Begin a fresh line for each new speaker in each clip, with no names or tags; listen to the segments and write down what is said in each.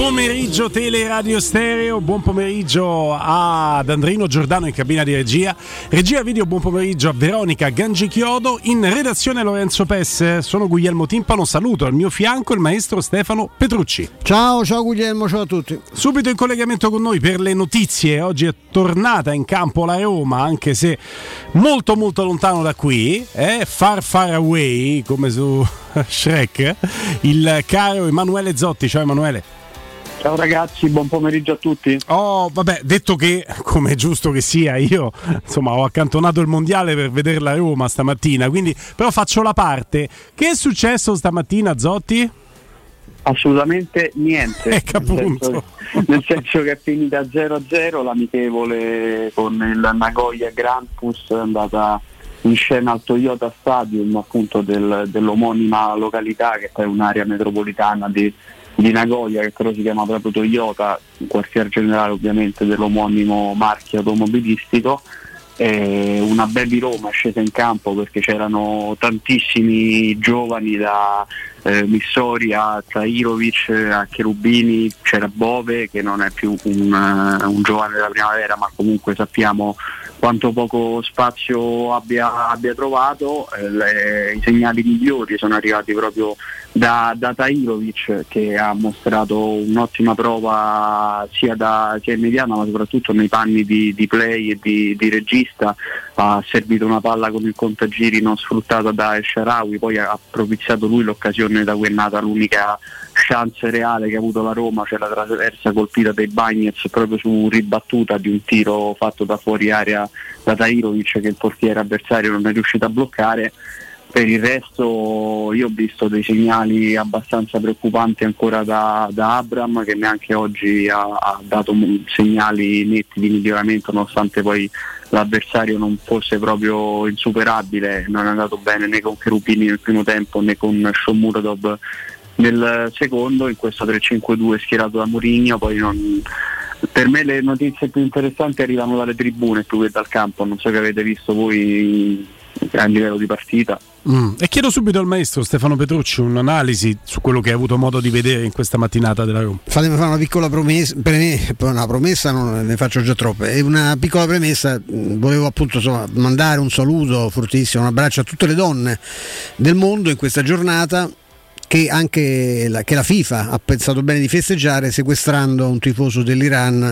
pomeriggio Teleradio Stereo, buon pomeriggio ad Andrino Giordano in cabina di regia video, buon pomeriggio a Veronica Gangichiodo, in redazione Lorenzo Pesse, sono Guglielmo Timpano, saluto al mio fianco il maestro Stefano Petrucci.
Ciao Guglielmo, ciao a tutti.
Subito in collegamento con noi per le notizie, oggi è tornata in campo la Roma, anche se molto molto lontano da qui, far away, come su Shrek, il caro Emanuele Zotti. Ciao Emanuele.
Ciao ragazzi, buon pomeriggio a tutti.
Oh, vabbè, detto che, come è giusto che sia, io insomma ho accantonato il mondiale per vedere la Roma stamattina, quindi però faccio la parte. Che è successo stamattina, Zotti?
Assolutamente niente. Nel senso che è finita 0-0 l'amichevole con il Nagoya Grampus, è andata in scena al Toyota Stadium, appunto dell'omonima località, che è un'area metropolitana di Nagoya, che però si chiama proprio Toyota, un quartier generale ovviamente dell'omonimo marchio automobilistico. Una Baby Roma scesa in campo perché c'erano tantissimi giovani, da Missori a Tahirovic a Cherubini, c'era Bove che non è più un giovane della primavera, ma comunque sappiamo quanto poco spazio abbia trovato. I segnali migliori sono arrivati proprio da Tahirovic, che ha mostrato un'ottima prova sia immediata, ma soprattutto nei panni di play e di regista. Ha servito una palla con il contagiri non sfruttata da El Shaarawy, poi ha propiziato lui l'occasione da cui è nata l'unica chance reale che ha avuto la Roma, cioè la traversa colpita dai Bagnets proprio su ribattuta di un tiro fatto da fuori area da Tahirovic, che il portiere avversario non è riuscito a bloccare. Per il resto io ho visto dei segnali abbastanza preoccupanti ancora da Abraham, che neanche oggi ha dato segnali netti di miglioramento, nonostante poi l'avversario non fosse proprio insuperabile. Non è andato bene né con Cherubini nel primo tempo né con Shomurodov nel secondo, in questo 3-5-2 schierato da Mourinho. Poi per me le notizie più interessanti arrivano dalle tribune più che dal campo, non so che avete visto voi a livello di partita.
E chiedo subito al maestro Stefano Petrucci un'analisi su quello che hai avuto modo di vedere in questa mattinata della Roma.
Fatemi fare una piccola promessa, per me una promessa non ne faccio già troppe, è una piccola premessa. Volevo appunto mandare un saluto fortissimo, un abbraccio a tutte le donne del mondo in questa giornata, che anche la FIFA ha pensato bene di festeggiare sequestrando a un tifoso dell'Iran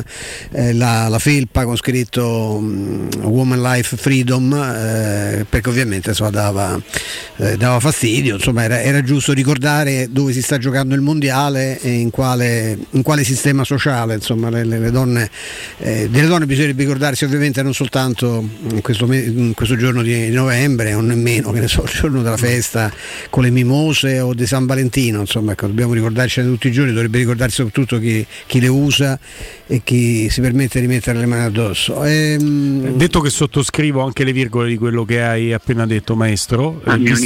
la felpa con scritto Woman Life Freedom, perché ovviamente dava fastidio. Insomma era giusto ricordare dove si sta giocando il mondiale e in quale sistema sociale. Insomma le donne, delle donne bisognerebbe ricordarsi ovviamente non soltanto in questo giorno di novembre, o nemmeno, che ne so, il giorno della festa con le mimose o di San Valentino. Insomma, dobbiamo ricordarcene tutti i giorni, dovrebbe ricordarsi soprattutto chi le usa e chi si permette di mettere le mani addosso.
Detto che sottoscrivo anche le virgole di quello che hai appena detto, maestro,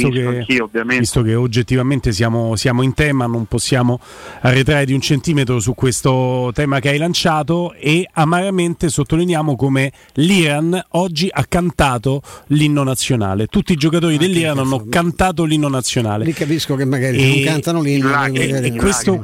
visto che oggettivamente siamo in tema, non possiamo arretrare di un centimetro su questo tema che hai lanciato, e amaramente sottolineiamo come l'Iran oggi ha cantato l'inno nazionale. Tutti i giocatori dell'Iran hanno cantato l'inno nazionale.
Lì capisco che magari non cantano l'inno,
e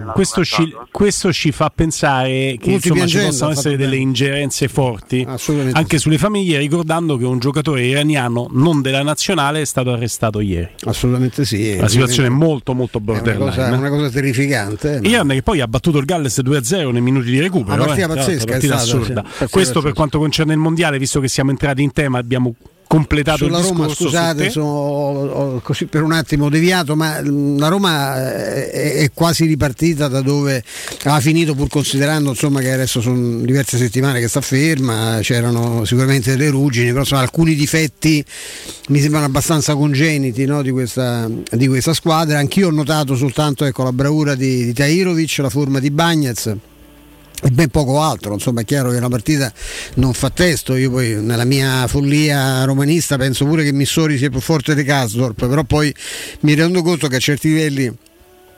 questo ci fa pensare che insomma ci possano essere delle ingerenze forti anche sulle famiglie, ricordando che un giocatore iraniano non della nazionale è stato arrestato ieri.
Assolutamente sì.
La situazione è molto molto borderline.
È una cosa terrificante.
Iran che poi ha battuto il Galles 2-0 nei minuti di recupero.
Una partita pazzesca,
una partita assurda. Questo per quanto concerne il mondiale, visto che siamo entrati in tema, abbiamo completato
sulla
il
Roma.
discorso.
Scusate, ho così per un attimo deviato, ma la Roma è quasi ripartita da dove aveva finito, pur considerando insomma che adesso sono diverse settimane che sta ferma, c'erano sicuramente delle ruggini, però insomma, alcuni difetti mi sembrano abbastanza congeniti, no, di questa squadra. Anch'io ho notato soltanto la bravura di Tahirovic, la forma di Bagnez e ben poco altro. Insomma, è chiaro che una partita non fa testo. Io poi nella mia follia romanista penso pure che Missori sia più forte di Karsdorp, però poi mi rendo conto che a certi livelli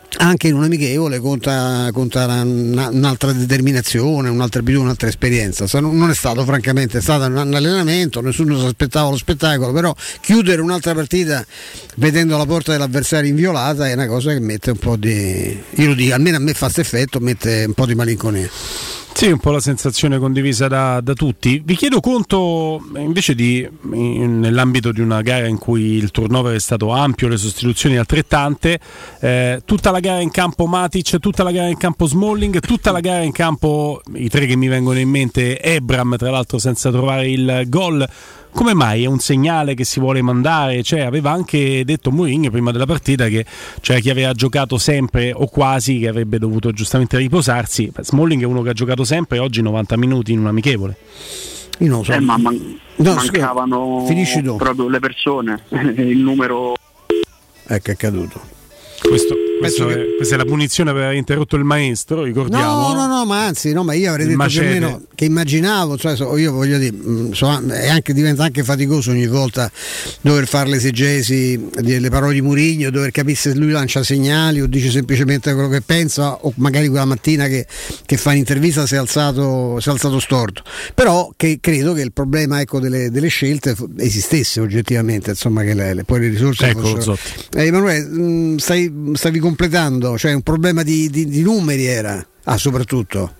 anche in un amichevole conta un'altra determinazione, un'altra abitudine, un'altra esperienza. Non è stato, francamente, è stato un allenamento, nessuno si aspettava lo spettacolo, però chiudere un'altra partita vedendo la porta dell'avversario inviolata è una cosa che mette un po' di, io lo dico, almeno a me fa questo effetto, mette un po' di malinconia.
Sì, un po' la sensazione condivisa da tutti. Vi chiedo conto invece nell'ambito di una gara in cui il turnover è stato ampio, le sostituzioni altrettante, tutta la gara in campo Matic, tutta la gara in campo Smalling, tutta la gara in campo, i tre che mi vengono in mente, Ebram tra l'altro senza trovare il gol. Come mai? È un segnale che si vuole mandare? Cioè, aveva anche detto Mourinho prima della partita che chi aveva giocato sempre o quasi che avrebbe dovuto giustamente riposarsi. Smalling è uno che ha giocato sempre, oggi 90 minuti in un amichevole.
Io non so.
Mancavano proprio le persone, il numero.
Ecco, è caduto.
Questa è la punizione per aver interrotto il maestro, ricordiamo.
No, ma anzi, ma io avrei detto più o meno che immaginavo, io voglio dire, diventa anche faticoso ogni volta dover fare l'esegesi delle parole di Mourinho, dover capire se lui lancia segnali o dice semplicemente quello che pensa, o magari quella mattina che fa un'intervista si è alzato storto. Però credo che il problema, ecco, delle scelte esistesse oggettivamente, insomma, che poi le risorse fossero. Emanuele, stavi completando, cioè un problema di numeri era, soprattutto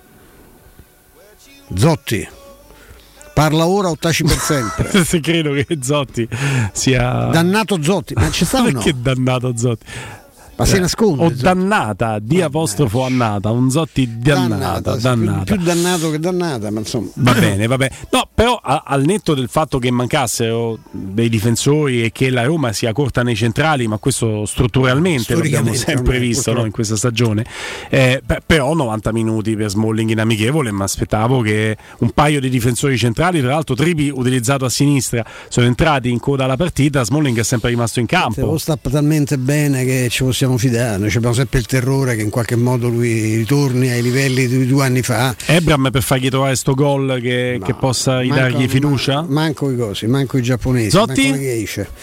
Zotti parla ora o taci per sempre.
Se credo che Zotti sia
dannato Zotti, ma c'è stato
perché no? Dannato Zotti,
ma si nasconde
o dannata, di apostrofo annata, un Zotti dannata.
Più dannato che dannata, ma insomma.
Va bene. No, però al netto del fatto che mancassero dei difensori e che la Roma sia corta nei centrali, ma questo strutturalmente l'abbiamo sempre visto, no, in questa stagione, però 90 minuti per Smalling in amichevole, ma aspettavo che un paio di difensori centrali, tra l'altro Tripi utilizzato a sinistra, sono entrati in coda alla partita. Smalling è sempre rimasto in campo.
Sta talmente bene che ci possiamo fidare, noi abbiamo sempre il terrore che in qualche modo lui ritorni ai livelli di 2 anni fa.
Ebram per fargli trovare sto gol che possa ridargli fiducia?
Manco i giapponesi.
Zotti?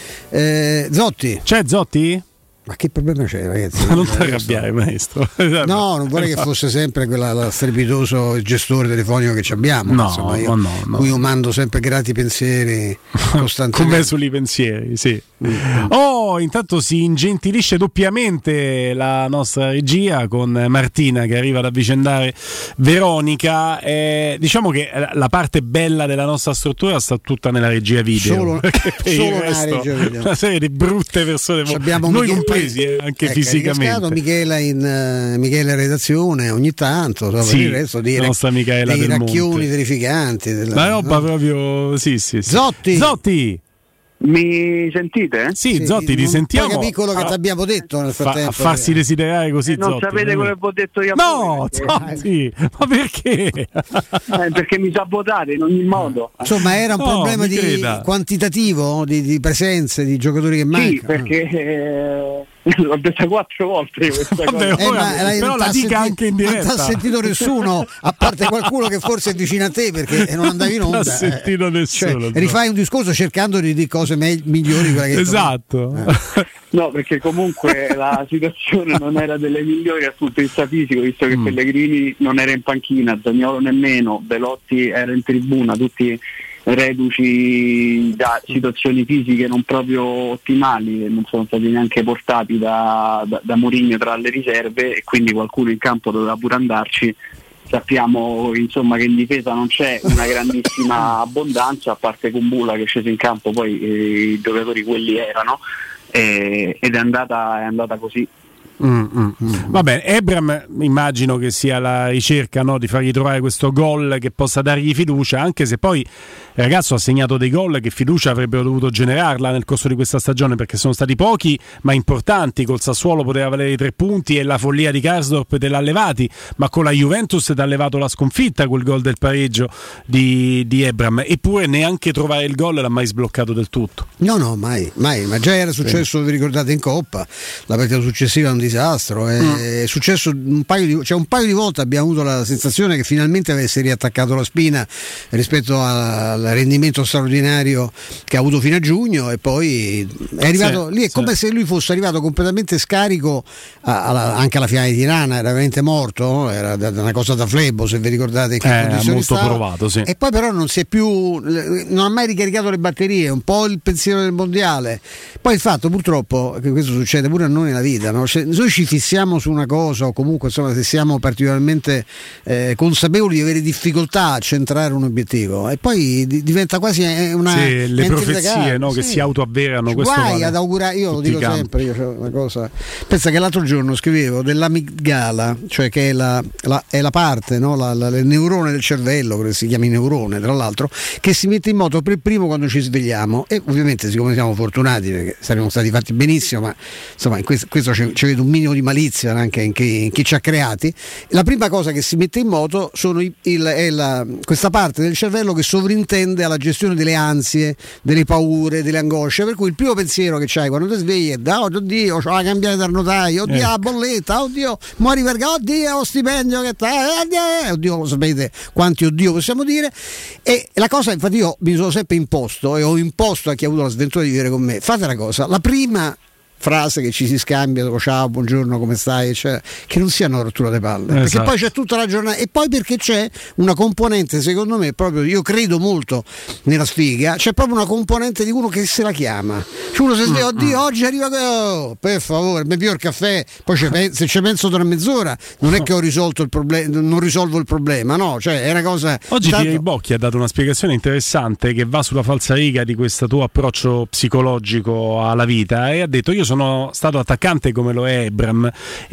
Zotti?
C'è Zotti?
Ma che problema c'è, ragazzi?
Non ti arrabbiare, maestro.
No, non vorrei che fosse sempre lo strepitoso gestore telefonico che abbiamo.
No.
Cui io mando sempre grati pensieri costantemente.
Come sui pensieri, sì. Intanto si ingentilisce doppiamente la nostra regia con Martina che arriva ad avvicendare Veronica. Diciamo che la parte bella della nostra struttura sta tutta nella regia video.
Solo nella regia video.
Una serie di brutte persone.
Abbiamo
noi anche fisicamente.
Michela in redazione ogni tanto,
sì,
il resto dei racchioni terrificanti
la roba proprio sì. Zotti,
mi sentite?
Sì, Zotti, ti sentiamo.
Poi capì quello che ti abbiamo detto nel frattempo.
A farsi desiderare così,
non
Zotti.
Sapete quello che ho detto io?
No, Zotti, ma perché?
Perché mi sabotate in ogni modo.
Insomma, era un problema quantitativo di presenze di giocatori che mancano.
Sì, perché l'ho detta 4 volte questa cosa.
Però la dica anche in diretta.
Non ti ha sentito nessuno, a parte qualcuno che forse è vicino a te perché non andavi in onda.
Non ha sentito nessuno.
Rifai un discorso cercando di dire cose migliori.
Esatto.
No, perché comunque la situazione non era delle migliori dal punto di vista fisico, visto che Pellegrini non era in panchina, Zaniolo nemmeno, Belotti era in tribuna, tutti reduci da situazioni fisiche non proprio ottimali e non sono stati neanche portati da Mourinho tra le riserve, e quindi qualcuno in campo doveva pure andarci. Sappiamo insomma che in difesa non c'è una grandissima abbondanza, a parte Kumbula che è sceso in campo, poi i giocatori quelli erano, ed è andata così.
Va bene, Ebram immagino che sia la ricerca, no, di fargli trovare questo gol che possa dargli fiducia, anche se poi il ragazzo ha segnato dei gol che fiducia avrebbero dovuto generarla nel corso di questa stagione, perché sono stati pochi ma importanti. Col Sassuolo poteva valere i 3 punti e la follia di Karsdorp te l'ha levati, ma con la Juventus ti ha levato la sconfitta quel gol del pareggio di Ebram, eppure neanche trovare il gol l'ha mai sbloccato del tutto.
No, mai, ma già era successo, vi ricordate, in Coppa, la partita successiva non disastro. È successo un paio di volte abbiamo avuto la sensazione che finalmente avesse riattaccato la spina rispetto al rendimento straordinario che ha avuto fino a giugno, e poi è arrivato lì, è come se lui fosse arrivato completamente scarico anche alla finale di Tirana, era veramente morto, era una cosa da flebo, se vi ricordate, che
molto provato, sì.
E poi però non ha mai ricaricato le batterie, un po' il pensiero del mondiale. Poi il fatto, purtroppo, che questo succede pure a noi nella vita, no? Se noi ci fissiamo su una cosa, o comunque insomma se siamo particolarmente consapevoli di avere difficoltà a centrare un obiettivo, e poi diventa quasi una
le profezie, no? Che si autoavverano.
Guai ad augurare, io lo dico sempre, io c'ho una cosa. Pensa che l'altro giorno scrivevo dell'amigdala, cioè che è la parte, no? Il neurone del cervello, che si chiama neurone tra l'altro, che si mette in moto per primo quando ci svegliamo, e ovviamente siccome siamo fortunati perché saremmo stati fatti benissimo, ma insomma in questo ci vedo un minimo di malizia anche in chi ci ha creati. La prima cosa che si mette in moto questa parte del cervello che sovrintende alla gestione delle ansie, delle paure, delle angosce, per cui il primo pensiero che c'hai quando ti svegli è oddio, c'ho la cambiare dal notaio, oddio la bolletta, oddio mo arriva, oddio lo stipendio che oddio, lo sapete quanti oddio possiamo dire. E la cosa, infatti, io mi sono sempre imposto, e ho imposto a chi ha avuto la sventura di vivere con me: fate una cosa, la prima frase che ci si scambia, ciao, buongiorno, come stai, cioè, che non sia una rottura di palle, perché poi c'è tutta la giornata, e poi perché c'è una componente, secondo me, proprio, io credo molto nella sfiga, c'è proprio una componente di uno che se la chiama, cioè uno si sveglia, oddio oggi arriva, per favore mi piglio il caffè, poi se ci penso tra mezz'ora non è che ho risolto il problema, non risolvo il problema, no, cioè è una cosa.
Oggi Thierry Bocchi ha dato una spiegazione interessante che va sulla falsariga di questo tuo approccio psicologico alla vita, e ha detto: io sono stato attaccante come lo è Ebram,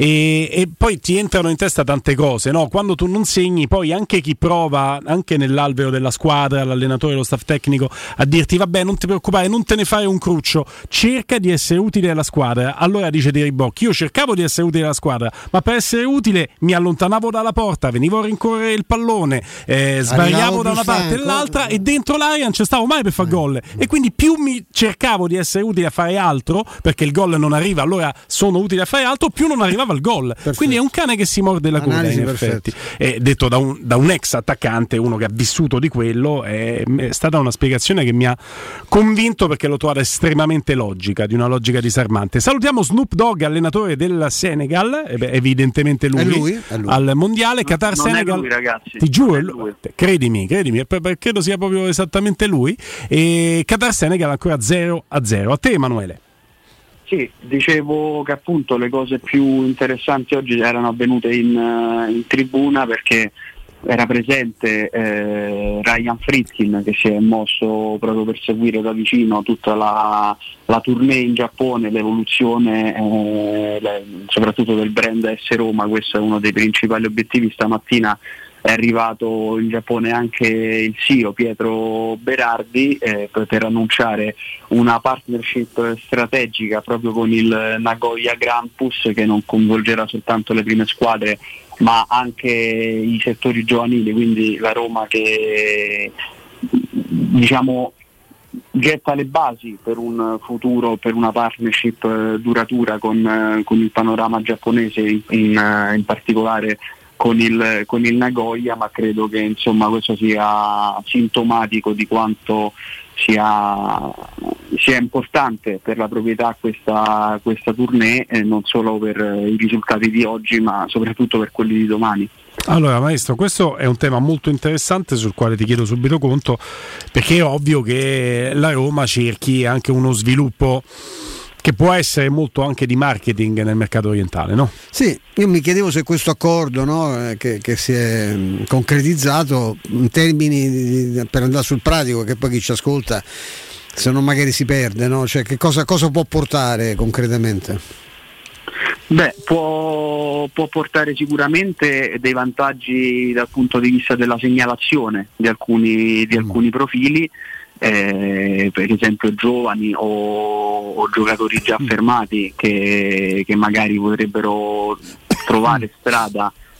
e poi ti entrano in testa tante cose, no? Quando tu non segni, poi anche chi prova, anche nell'alveo della squadra, l'allenatore, lo staff tecnico, a dirti vabbè, non ti preoccupare, non te ne fare un cruccio, cerca di essere utile alla squadra. Allora dice Thierry Bocchi: io cercavo di essere utile alla squadra, ma per essere utile mi allontanavo dalla porta, venivo a rincorrere il pallone, sbagliavo da una parte e l'altra, e dentro l'area non ci stavo mai per fare gol, e quindi più mi cercavo di essere utile a fare altro, perché il gol non arriva, allora sono utile a fare altro, più non arrivava il gol. Perfetto. Quindi è un cane che si morde la coda, in effetti. Detto da un ex attaccante, uno che ha vissuto di quello, è stata una spiegazione che mi ha convinto, perché l'ho trovata estremamente logica, di una logica disarmante. Salutiamo Snoop Dogg, allenatore del Senegal, evidentemente lui. È lui. Al mondiale Qatar Senegal.
Lui, ragazzi.
Ti giuro, credimi, credo sia proprio esattamente lui. E Qatar Senegal ancora 0-0. A te, Emanuele.
Sì, dicevo che appunto le cose più interessanti oggi erano avvenute in tribuna, perché era presente Ryan Fritzkin, che si è mosso proprio per seguire da vicino tutta la tournée in Giappone, l'evoluzione soprattutto del brand AS Roma. Questo è uno dei principali obiettivi. Stamattina è arrivato in Giappone anche il CEO Pietro Berardi per annunciare una partnership strategica proprio con il Nagoya Grampus, che non coinvolgerà soltanto le prime squadre ma anche i settori giovanili, quindi la Roma che diciamo getta le basi per un futuro, per una partnership duratura con il panorama giapponese, in particolare con il Nagoya, ma credo che insomma questo sia sintomatico di quanto sia importante per la proprietà questa tournée, non solo per i risultati di oggi ma soprattutto per quelli di domani.
Allora maestro, questo è un tema molto interessante sul quale ti chiedo subito conto, perché è ovvio che la Roma cerchi anche uno sviluppo che può essere molto anche di marketing nel mercato orientale, no?
Sì, io mi chiedevo se questo accordo, no, che si è concretizzato in termini per andare sul pratico, che poi chi ci ascolta se non magari si perde, no? Cioè, che cosa può portare concretamente?
Beh, può portare sicuramente dei vantaggi dal punto di vista della segnalazione di alcuni profili, per esempio giovani o giocatori già affermati che magari potrebbero trovare strada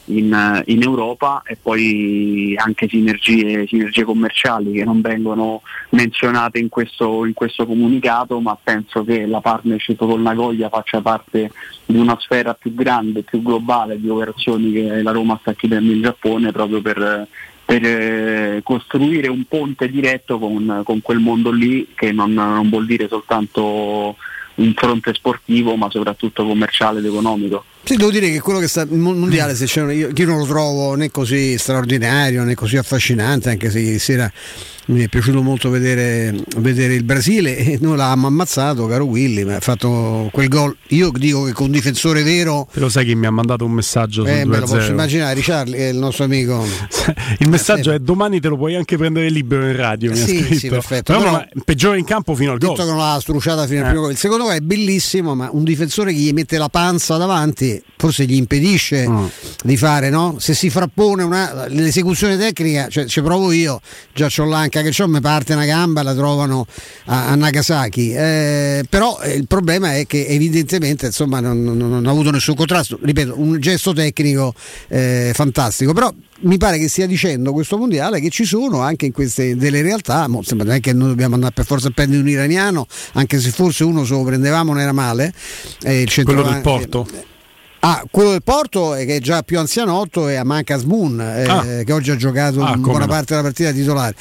in Europa, e poi anche sinergie commerciali che non vengono menzionate in questo comunicato, ma penso che la partnership con Nagoya faccia parte di una sfera più grande, più globale di operazioni che la Roma sta chiedendo in Giappone, proprio per costruire un ponte diretto con quel mondo lì, che non vuol dire soltanto un fronte sportivo, ma soprattutto commerciale ed economico.
Sì, devo dire che quello che sta il mondiale, se io non lo trovo né così straordinario né così affascinante, anche se ieri sera mi è piaciuto molto vedere il Brasile, e noi l'avevamo ammazzato, caro Willy, ma ha fatto quel gol. Io dico che con un difensore vero.
Te lo sai chi mi ha mandato un messaggio sul 2-0?
Me lo posso immaginare, Richarli, il nostro amico.
Il messaggio è: domani te lo puoi anche prendere libero in radio, mi ha scritto.
Sì, perfetto.
Però peggiore in campo fino al gol.
Detto che non l'ha struciata fino al primo gol. Il secondo gol è bellissimo, ma un difensore che gli mette la panza davanti forse gli impedisce di fare, no? Se si frappone l'esecuzione tecnica, cioè ci provo io, già c'ho l'anca che c'ho, mi parte una gamba e la trovano a Nagasaki, però il problema è che evidentemente insomma non ha avuto nessun contrasto, ripeto, un gesto tecnico fantastico, però mi pare che stia dicendo questo mondiale che ci sono anche in queste delle realtà, sembra non è che noi dobbiamo andare per forza a prendere un iraniano, anche se forse uno se lo prendevamo non era male,
quello del Porto.
Quello del Porto che è già più anzianotto è Amanka Smoon, che oggi ha giocato buona parte della partita titolare,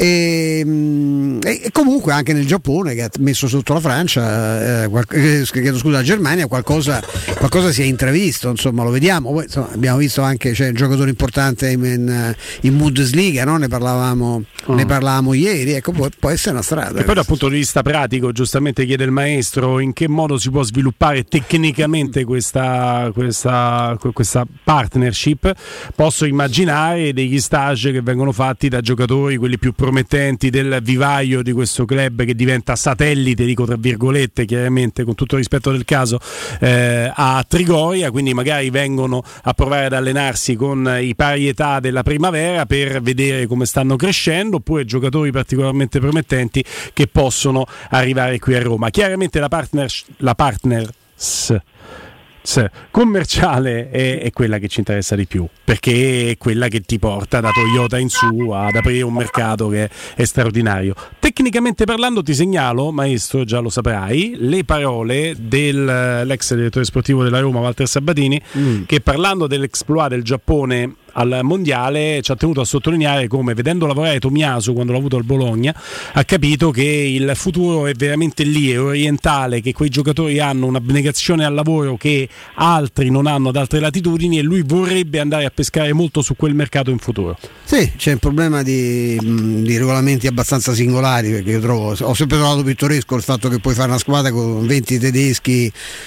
e comunque anche nel Giappone, che ha messo sotto la Francia, la Germania, qualcosa si è intravisto, insomma lo vediamo. Poi, insomma, abbiamo visto anche un giocatore importante in Bundesliga, no? ne parlavamo ieri, ecco, può essere una strada.
E poi dal punto di vista pratico, giustamente chiede il maestro, in che modo si può sviluppare tecnicamente questa partnership. Posso immaginare degli stage che vengono fatti da giocatori, quelli più promettenti del vivaio di questo club, che diventa satellite, dico tra virgolette, chiaramente con tutto il rispetto del caso, a Trigoria, quindi magari vengono a provare ad allenarsi con i pari età della primavera per vedere come stanno crescendo, oppure giocatori particolarmente promettenti che possono arrivare qui a Roma. Chiaramente la partners commerciale è quella che ci interessa di più, perché è quella che ti porta da Toyota in su ad aprire un mercato che è straordinario. Tecnicamente parlando, ti segnalo, maestro, già lo saprai, le parole dell'ex direttore sportivo della Roma, Walter Sabatini, che parlando dell'exploit del Giappone al mondiale ci ha tenuto a sottolineare come, vedendo lavorare Tomiyasu quando l'ha avuto al Bologna, ha capito che il futuro è veramente lì, è orientale, che quei giocatori hanno un'abnegazione al lavoro che altri non hanno ad altre latitudini, e lui vorrebbe andare a pescare molto su quel mercato in futuro.
Sì, c'è un problema di regolamenti abbastanza singolari, perché ho sempre trovato pittoresco il fatto che puoi fare una squadra con 20 tedeschi,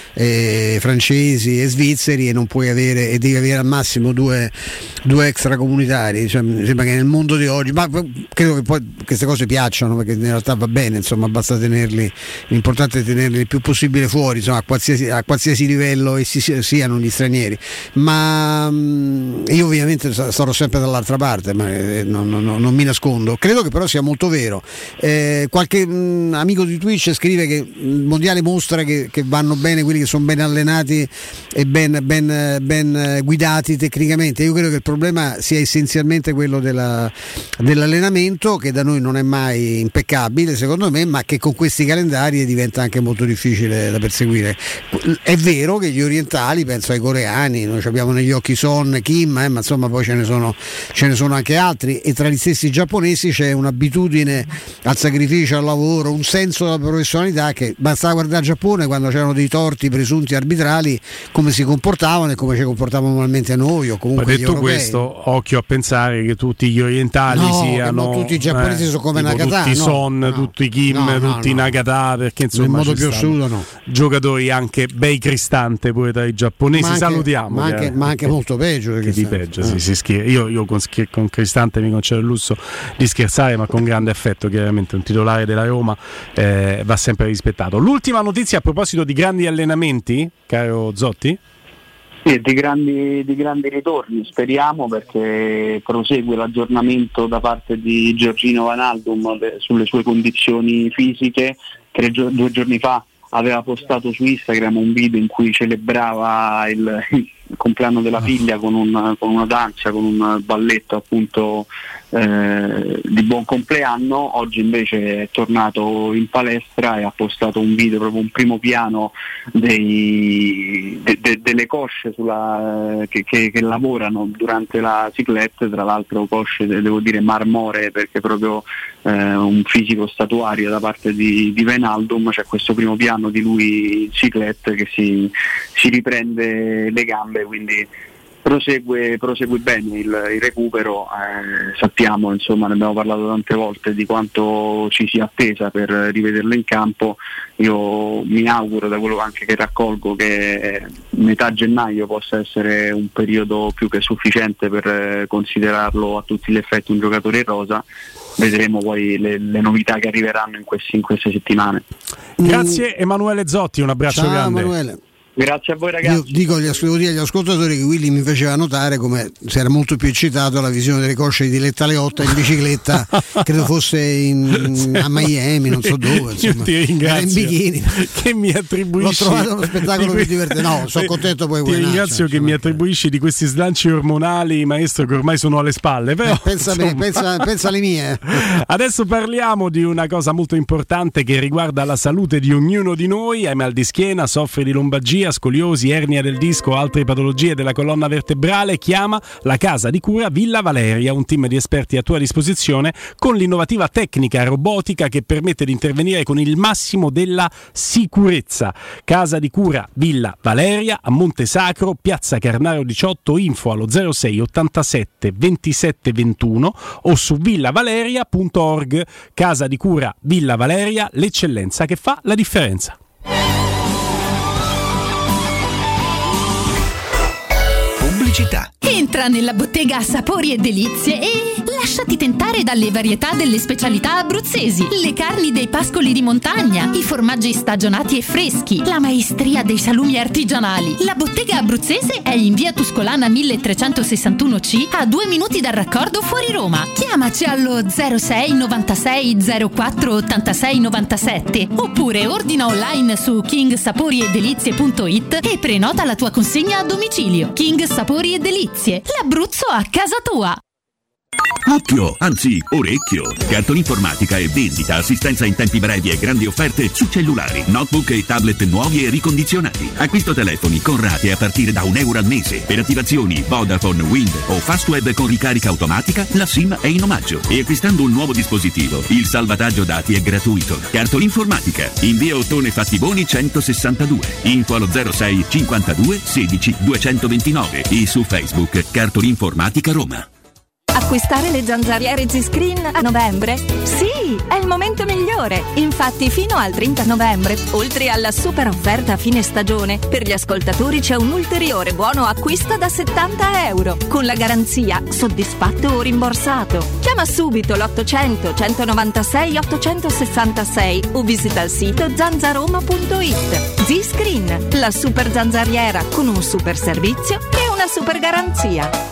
francesi e svizzeri, e non puoi avere, e devi avere al massimo due extracomunitari. Cioè, mi sembra che nel mondo di oggi, ma credo che poi queste cose piacciono, perché in realtà va bene, insomma, basta tenerli, l'importante è tenerli il più possibile fuori, insomma, a qualsiasi livello essi siano gli stranieri, ma io ovviamente starò sempre dall'altra parte, ma non mi nascondo. Credo che però sia molto vero. Qualche amico di Twitch scrive che il mondiale mostra che vanno bene quelli che sono ben allenati e ben guidati tecnicamente. Io credo che il problema sia essenzialmente quello dell'allenamento, che da noi non è mai impeccabile secondo me, ma che con questi calendari diventa anche molto difficile da perseguire. È vero che gli orientali, penso ai coreani, noi abbiamo negli occhi Son, Kim, ma insomma poi ce ne sono anche altri, e tra gli stessi giapponesi c'è un'abitudine al sacrificio, al lavoro, un senso della professionalità, che bastava guardare il Giappone quando c'erano dei torti presunti arbitrali, come si comportavano e come ci comportavamo normalmente noi, o comunque
detto europei. Questo, occhio a pensare che tutti gli orientali siano
tutti i giapponesi sono come Nakata,
tutti Son, tutti Kim, tutti Nakata, perché insomma
in modo più assoluto
giocatori anche bei Cristante pure tra i giapponesi, salutiamo,
ma anche molto peggio
di peggio, si scherza. Io con Cristante mi concedo il lusso di scherzare, ma con grande affetto. Chiaramente un titolare della Roma va sempre rispettato. L'ultima notizia a proposito di grandi allenamenti, caro Zotti?
Sì, di grandi ritorni, speriamo, perché prosegue l'aggiornamento da parte di Giorgino Wijnaldum sulle sue condizioni fisiche. 2 giorni fa aveva postato su Instagram un video in cui celebrava compleanno della figlia con una danza, con un balletto appunto di buon compleanno. Oggi invece è tornato in palestra e ha postato un video, proprio un primo piano delle cosce che lavorano durante la ciclette, tra l'altro cosce devo dire marmoree, perché proprio un fisico statuario da parte di Wijnaldum. C'è questo primo piano di lui in ciclette che si riprende le gambe, quindi prosegue bene il recupero. Sappiamo, insomma, ne abbiamo parlato tante volte di quanto ci sia attesa per rivederlo in campo. Io mi auguro, da quello anche che raccolgo, che metà gennaio possa essere un periodo più che sufficiente per considerarlo a tutti gli effetti un giocatore in rosa. Vedremo poi le novità che arriveranno in queste settimane.
Grazie Emanuele Zotti, un abbraccio.
Ciao,
grande.
Emanuele.
Grazie a voi ragazzi.
Io devo dire agli ascoltatori che Willy mi faceva notare come si era molto più eccitato alla visione delle cosce di Diletta Leotta in bicicletta, credo fosse a Miami, non so dove, insomma.
Io ti ringrazio,
era in bikini,
che mi attribuisci.
L'ho trovato uno spettacolo più divertente. No, sono contento poi.
Ti ringrazio che mi attribuisci di questi slanci ormonali, maestro, che ormai sono alle spalle. Però,
pensa alle mie.
Adesso parliamo di una cosa molto importante che riguarda la salute di ognuno di noi. Hai mal di schiena, soffri di lombalgia, scoliosi, ernia del disco o altre patologie della colonna vertebrale? Chiama la casa di cura Villa Valeria, un team di esperti a tua disposizione con l'innovativa tecnica robotica che permette di intervenire con il massimo della sicurezza. Casa di cura Villa Valeria a Monte Sacro, Piazza Carnaro 18, info allo 06 87 27 21 o su villavaleria.org. Casa di cura Villa Valeria, l'eccellenza che fa la differenza.
Pubblicità.
Entra nella bottega Sapori e Delizie e lasciati tentare dalle varietà delle specialità abruzzesi, le carni dei pascoli di montagna, i formaggi stagionati e freschi, la maestria dei salumi artigianali. La bottega abruzzese è in via Tuscolana 1361C, a 2 minuti dal raccordo fuori Roma. Chiamaci allo 06 96 04 86 97 oppure ordina online su kingsaporiedelizie.it e prenota la tua consegna a domicilio. King Sapori e Delizie, l'Abruzzo a casa tua.
Occhio, anzi orecchio. Cartolinformatica e vendita, assistenza in tempi brevi e grandi offerte su cellulari, notebook e tablet nuovi e ricondizionati. Acquisto telefoni con rate a partire da €1 al mese. Per attivazioni Vodafone, Wind o Fastweb con ricarica automatica, la SIM è in omaggio. E acquistando un nuovo dispositivo, il salvataggio dati è gratuito. Cartolinformatica, in via Ottone Fattiboni 162. Info allo 06 52 16 229 e su Facebook Cartolinformatica Roma.
Acquistare le zanzariere Z-Screen a novembre? Sì, è il momento migliore! Infatti fino al 30 novembre, oltre alla super offerta fine stagione, per gli ascoltatori c'è un ulteriore buono acquisto da €70, con la garanzia soddisfatto o rimborsato. Chiama subito l'800 196 866 o visita il sito zanzaroma.it. Z-Screen, la super zanzariera con un super servizio e una super garanzia.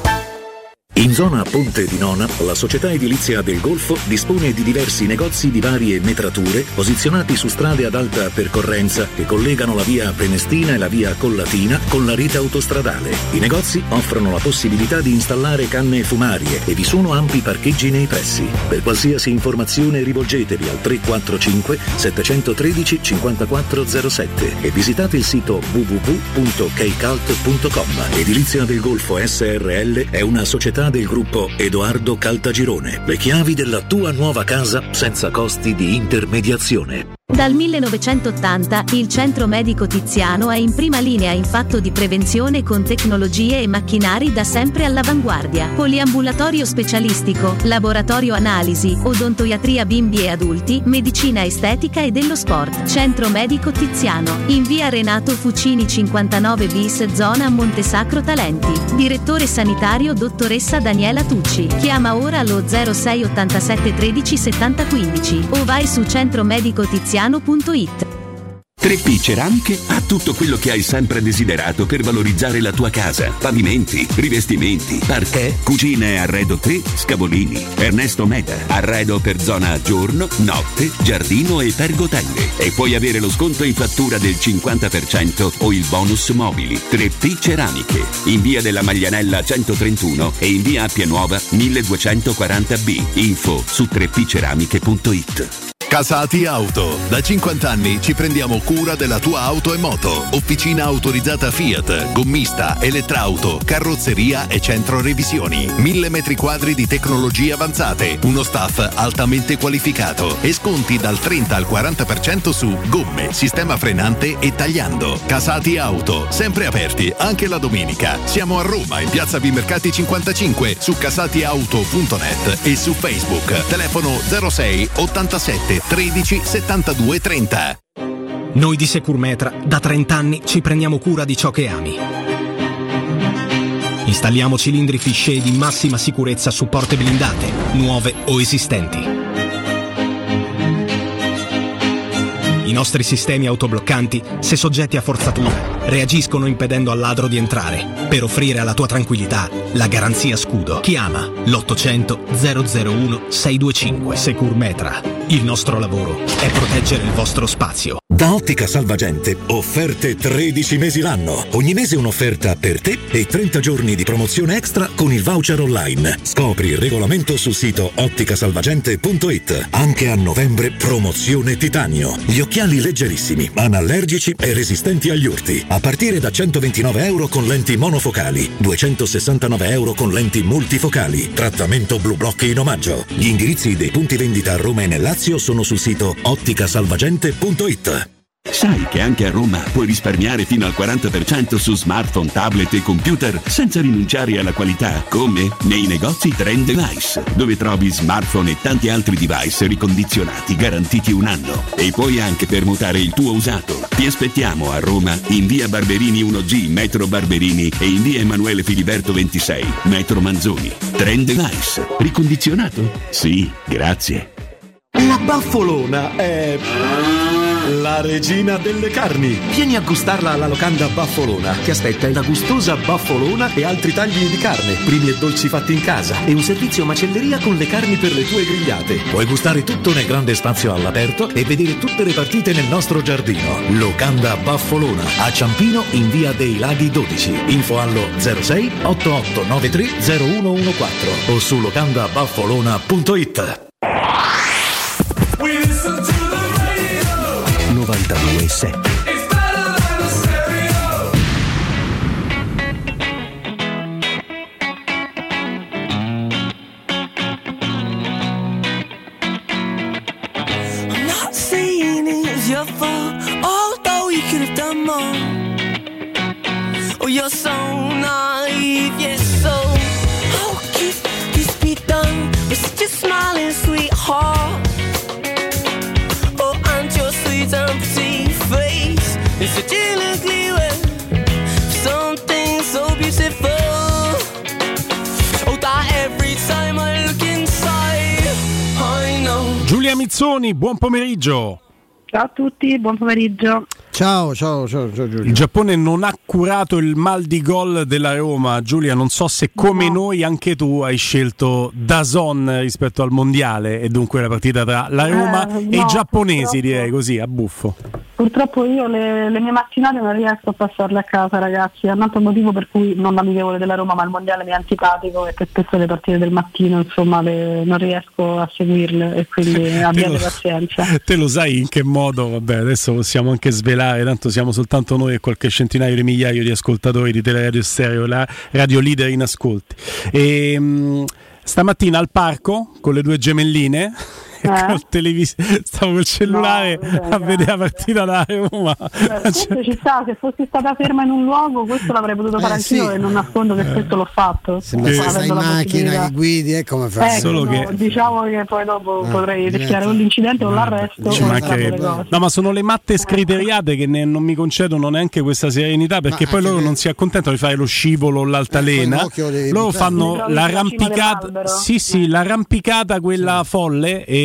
In zona Ponte di Nona, la società edilizia del Golfo dispone di diversi negozi di varie metrature posizionati su strade ad alta percorrenza che collegano la via Prenestina e la via Collatina con la rete autostradale. I negozi offrono la possibilità di installare canne fumarie e vi sono ampi parcheggi nei pressi. Per qualsiasi informazione rivolgetevi al 345 713 5407 e visitate il sito www.keicalt.com. Edilizia del Golfo SRL è una società del gruppo Edoardo Caltagirone. Le chiavi della tua nuova casa senza costi di intermediazione.
Dal 1980 il Centro Medico Tiziano è in prima linea in fatto di prevenzione con tecnologie e macchinari da sempre all'avanguardia. Poliambulatorio specialistico, laboratorio analisi, odontoiatria bimbi e adulti, medicina estetica e dello sport. Centro Medico Tiziano, in via Renato Fucini 59 bis, zona Montesacro Talenti. Direttore sanitario dottoressa Daniela Tucci. Chiama ora allo 06 87 13 70 15 o vai su centromedicotiziano.it.
3P Ceramiche ha tutto quello che hai sempre desiderato per valorizzare la tua casa. Pavimenti, rivestimenti, parquet, cucina e arredo 3, Scavolini. Ernesto Meda, arredo per zona giorno, notte, giardino e pergotelle. E puoi avere lo sconto in fattura del 50% o il bonus mobili. 3P Ceramiche, in via della Maglianella 131 e in via Appia Nuova 1240B. Info su 3pceramiche.it.
Casati Auto. Da 50 anni ci prendiamo cura della tua auto e moto. Officina autorizzata Fiat, gommista, elettrauto, carrozzeria e centro revisioni. 1000 metri quadri di tecnologie avanzate. Uno staff altamente qualificato. E sconti dal 30 al 40% su gomme, sistema frenante e tagliando. Casati Auto. Sempre aperti, anche la domenica. Siamo a Roma, in piazza Vimercati 55, su casatiauto.net e su Facebook. Telefono 06 87 13 72 30.
Noi di Securmetra da 30 anni ci prendiamo cura di ciò che ami. Installiamo cilindri Fichet di massima sicurezza su porte blindate, nuove o esistenti. I nostri sistemi autobloccanti, se soggetti a forzatura, reagiscono impedendo al ladro di entrare, per offrire alla tua tranquillità la garanzia scudo. Chiama l'800 001 625. Securmetra. Il nostro lavoro è proteggere il vostro spazio.
Da Ottica Salvagente, offerte 13 mesi l'anno. Ogni mese un'offerta per te e 30 giorni di promozione extra con il voucher online. Scopri il regolamento sul sito otticasalvagente.it. Anche a novembre promozione titanio. Gli occhiali leggerissimi, anallergici e resistenti agli urti. A partire da €129 con lenti monofocali, €269 con lenti multifocali. Trattamento Blue Block in omaggio. Gli indirizzi dei punti vendita a Roma e nel Lazio sono sul sito otticasalvagente.it.
Sai che anche a Roma puoi risparmiare fino al 40% su smartphone, tablet e computer senza rinunciare alla qualità? Come? Nei negozi Trend Device, dove trovi smartphone e tanti altri device ricondizionati garantiti un anno. E puoi anche permutare il tuo usato. Ti aspettiamo a Roma in via Barberini 1G, metro Barberini, e in via Emanuele Filiberto 26, metro Manzoni. Trend Device. Ricondizionato? Sì, grazie.
La Baffolona è la regina delle carni. Vieni a gustarla alla locanda Baffolona. Ti aspetta una gustosa baffolona e altri tagli di carne, primi e dolci fatti in casa e un servizio macelleria con le carni per le tue grigliate. Puoi gustare tutto nel grande spazio all'aperto e vedere tutte le partite nel nostro giardino. Locanda Baffolona a Ciampino in via dei Laghi 12. Info allo 06 8893 0114 o su locandabaffolona.it.
92.7.
I'm not saying it's your fault, although you could have done more. Oh, you're so naive, yes, so how could this be done with such a smiling sweetheart? Empty face, it's such an ugly way. Something so beautiful. Oh, that every time I look inside, I know.
Giulia Mizzoni, buon pomeriggio.
Ciao a tutti, buon pomeriggio.
Ciao Giulia.
Il Giappone non ha curato il mal di gol della Roma. Giulia, non so se come noi anche tu hai scelto DAZN rispetto al mondiale e dunque la partita tra la Roma e i giapponesi, direi così, a buffo.
Purtroppo io le mie mattinate non riesco a passarle a casa, ragazzi. È un altro motivo per cui non l'amichevole della Roma ma il mondiale mi è antipatico, perché spesso le partite del mattino insomma non riesco a seguirle e quindi abbiate pazienza.
Te lo sai in che modo? Vabbè, adesso possiamo anche svelare, tanto siamo soltanto noi e qualche centinaio di migliaio di ascoltatori di Teleradio Stereo, la radio leader in ascolti. E stamattina al parco con le due gemelline stavo col cellulare a vedere la partita da Roma.
Ci sta, se fossi stata ferma in un luogo questo l'avrei potuto fare anch'io, e non nascondo che spesso l'ho fatto.
Se stai in macchina, che guidi, come fai?
Solo che diciamo che poi dopo potrei rischiare o l'incidente o l'arresto.
No, ma sono le matte scriteriate che non mi concedono neanche questa serenità, perché poi loro non si accontentano di fare lo scivolo o l'altalena, loro fanno l'arrampicata, l'arrampicata quella folle, e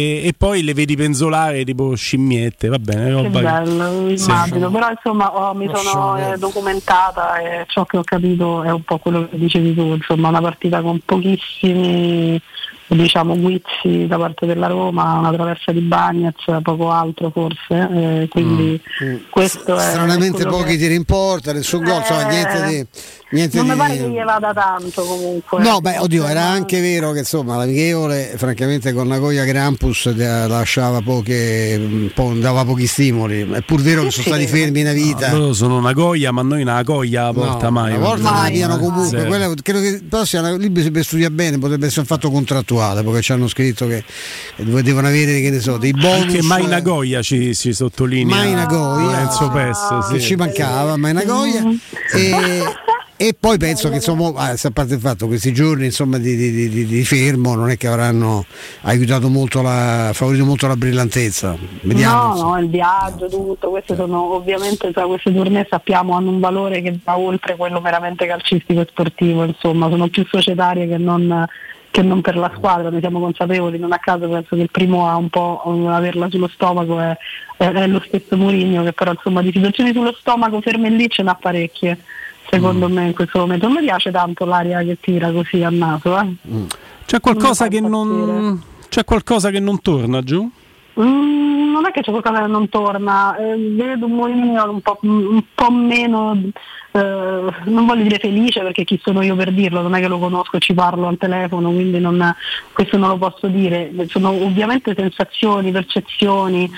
e poi le vedi penzolare tipo scimmiette, va bene,
che bello, immagino, però insomma mi sono documentata e ciò che ho capito è un po' quello che dicevi tu, insomma una partita con pochissimi guizzi da parte della Roma, una traversa di Bagnez, poco altro forse, quindi questo è
stranamente pochi tiri in porta, nessun gol, niente
non
di...
mi pare che gli vada tanto comunque.
No, era anche vero che insomma l'amichevole francamente con Nagoya Grampus lasciava dava pochi stimoli, è pur vero che sono stati fermi una vita.
Loro sono Nagoya, ma noi Nagoya porta mai.
Una volta la piano comunque, quella, credo che però sia lì per studiare bene, potrebbe essere un fatto contrattuale, perché ci hanno scritto che devono avere, che ne so, dei bonus.
Anche Mai Nagoya si sottolinea.
Mai Nagoya,
Enzo Pes,
che ci mancava Mai Nagoya. E poi penso che insomma, a parte il fatto questi giorni insomma di fermo non è che avranno aiutato molto favorito molto la brillantezza. Vediamo.
No, il viaggio, tutto, queste sono ovviamente, queste tournée sappiamo hanno un valore che va oltre quello meramente calcistico e sportivo, insomma, sono più societarie che non per la squadra, ne siamo consapevoli, non a caso penso che il primo a un po' averla sullo stomaco è lo stesso Mourinho, che però insomma di situazioni sullo stomaco ferme lì ce n'ha parecchie. Secondo me in questo momento non mi piace tanto l'aria che tira così a naso.
C'è qualcosa che non torna giù?
Non è che c'è qualcosa che non torna, vedo un Mourinho un po' meno, non voglio dire felice perché chi sono io per dirlo, non è che lo conosco, ci parlo al telefono, quindi questo non lo posso dire, sono ovviamente sensazioni, percezioni,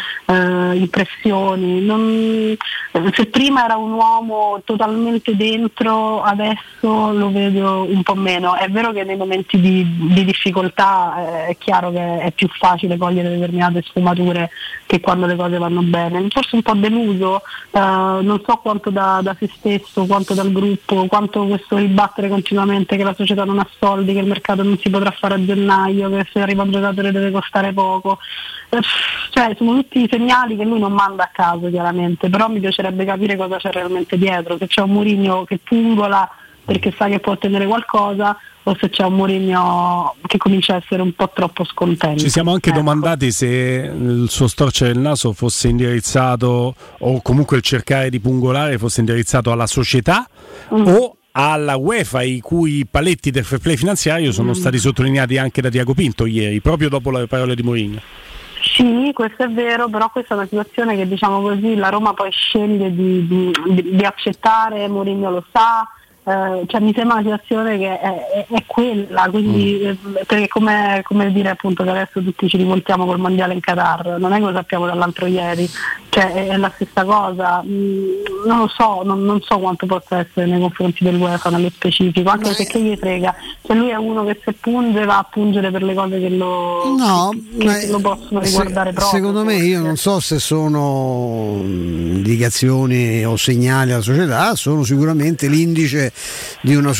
impressioni, se prima era un uomo totalmente dentro, adesso lo vedo un po' meno. È vero che nei momenti di difficoltà è chiaro che è più facile cogliere determinate sfumature che quando le cose vanno bene, forse un po' deluso, non so quanto da se stesso, quanto dal gruppo, quanto questo ribattere continuamente che la società non ha soldi, che il mercato non si potrà fare a gennaio, che se arriva un giocatore deve costare poco, sono tutti segnali che lui non manda a caso chiaramente, però mi piacerebbe capire cosa c'è realmente dietro, se c'è un Mourinho che pungola perché sa che può ottenere qualcosa o se c'è un Mourinho che comincia a essere un po' troppo scontento.
Ci siamo anche domandati se il suo storcere del naso fosse indirizzato, o comunque il cercare di pungolare fosse indirizzato alla società o alla UEFA, i cui paletti del fair play finanziario sono stati sottolineati anche da Tiago Pinto ieri, proprio dopo le parole di Mourinho.
Sì, questo è vero, però questa è una situazione che, diciamo così, la Roma poi sceglie di accettare, Mourinho lo sa. Mi sembra una situazione che è quella, quindi perché come dire appunto che adesso tutti ci rivoltiamo col mondiale in Qatar, non è che lo sappiamo dall'altro ieri, è la stessa cosa, non lo so, non so quanto possa essere nei confronti dell'UEFA nello specifico, anche perché gli frega, lui è uno che se punge va a pungere per le cose che lo possono riguardare proprio.
Secondo me, io non so se sono indicazioni o segnali alla società, sono sicuramente l'indice di una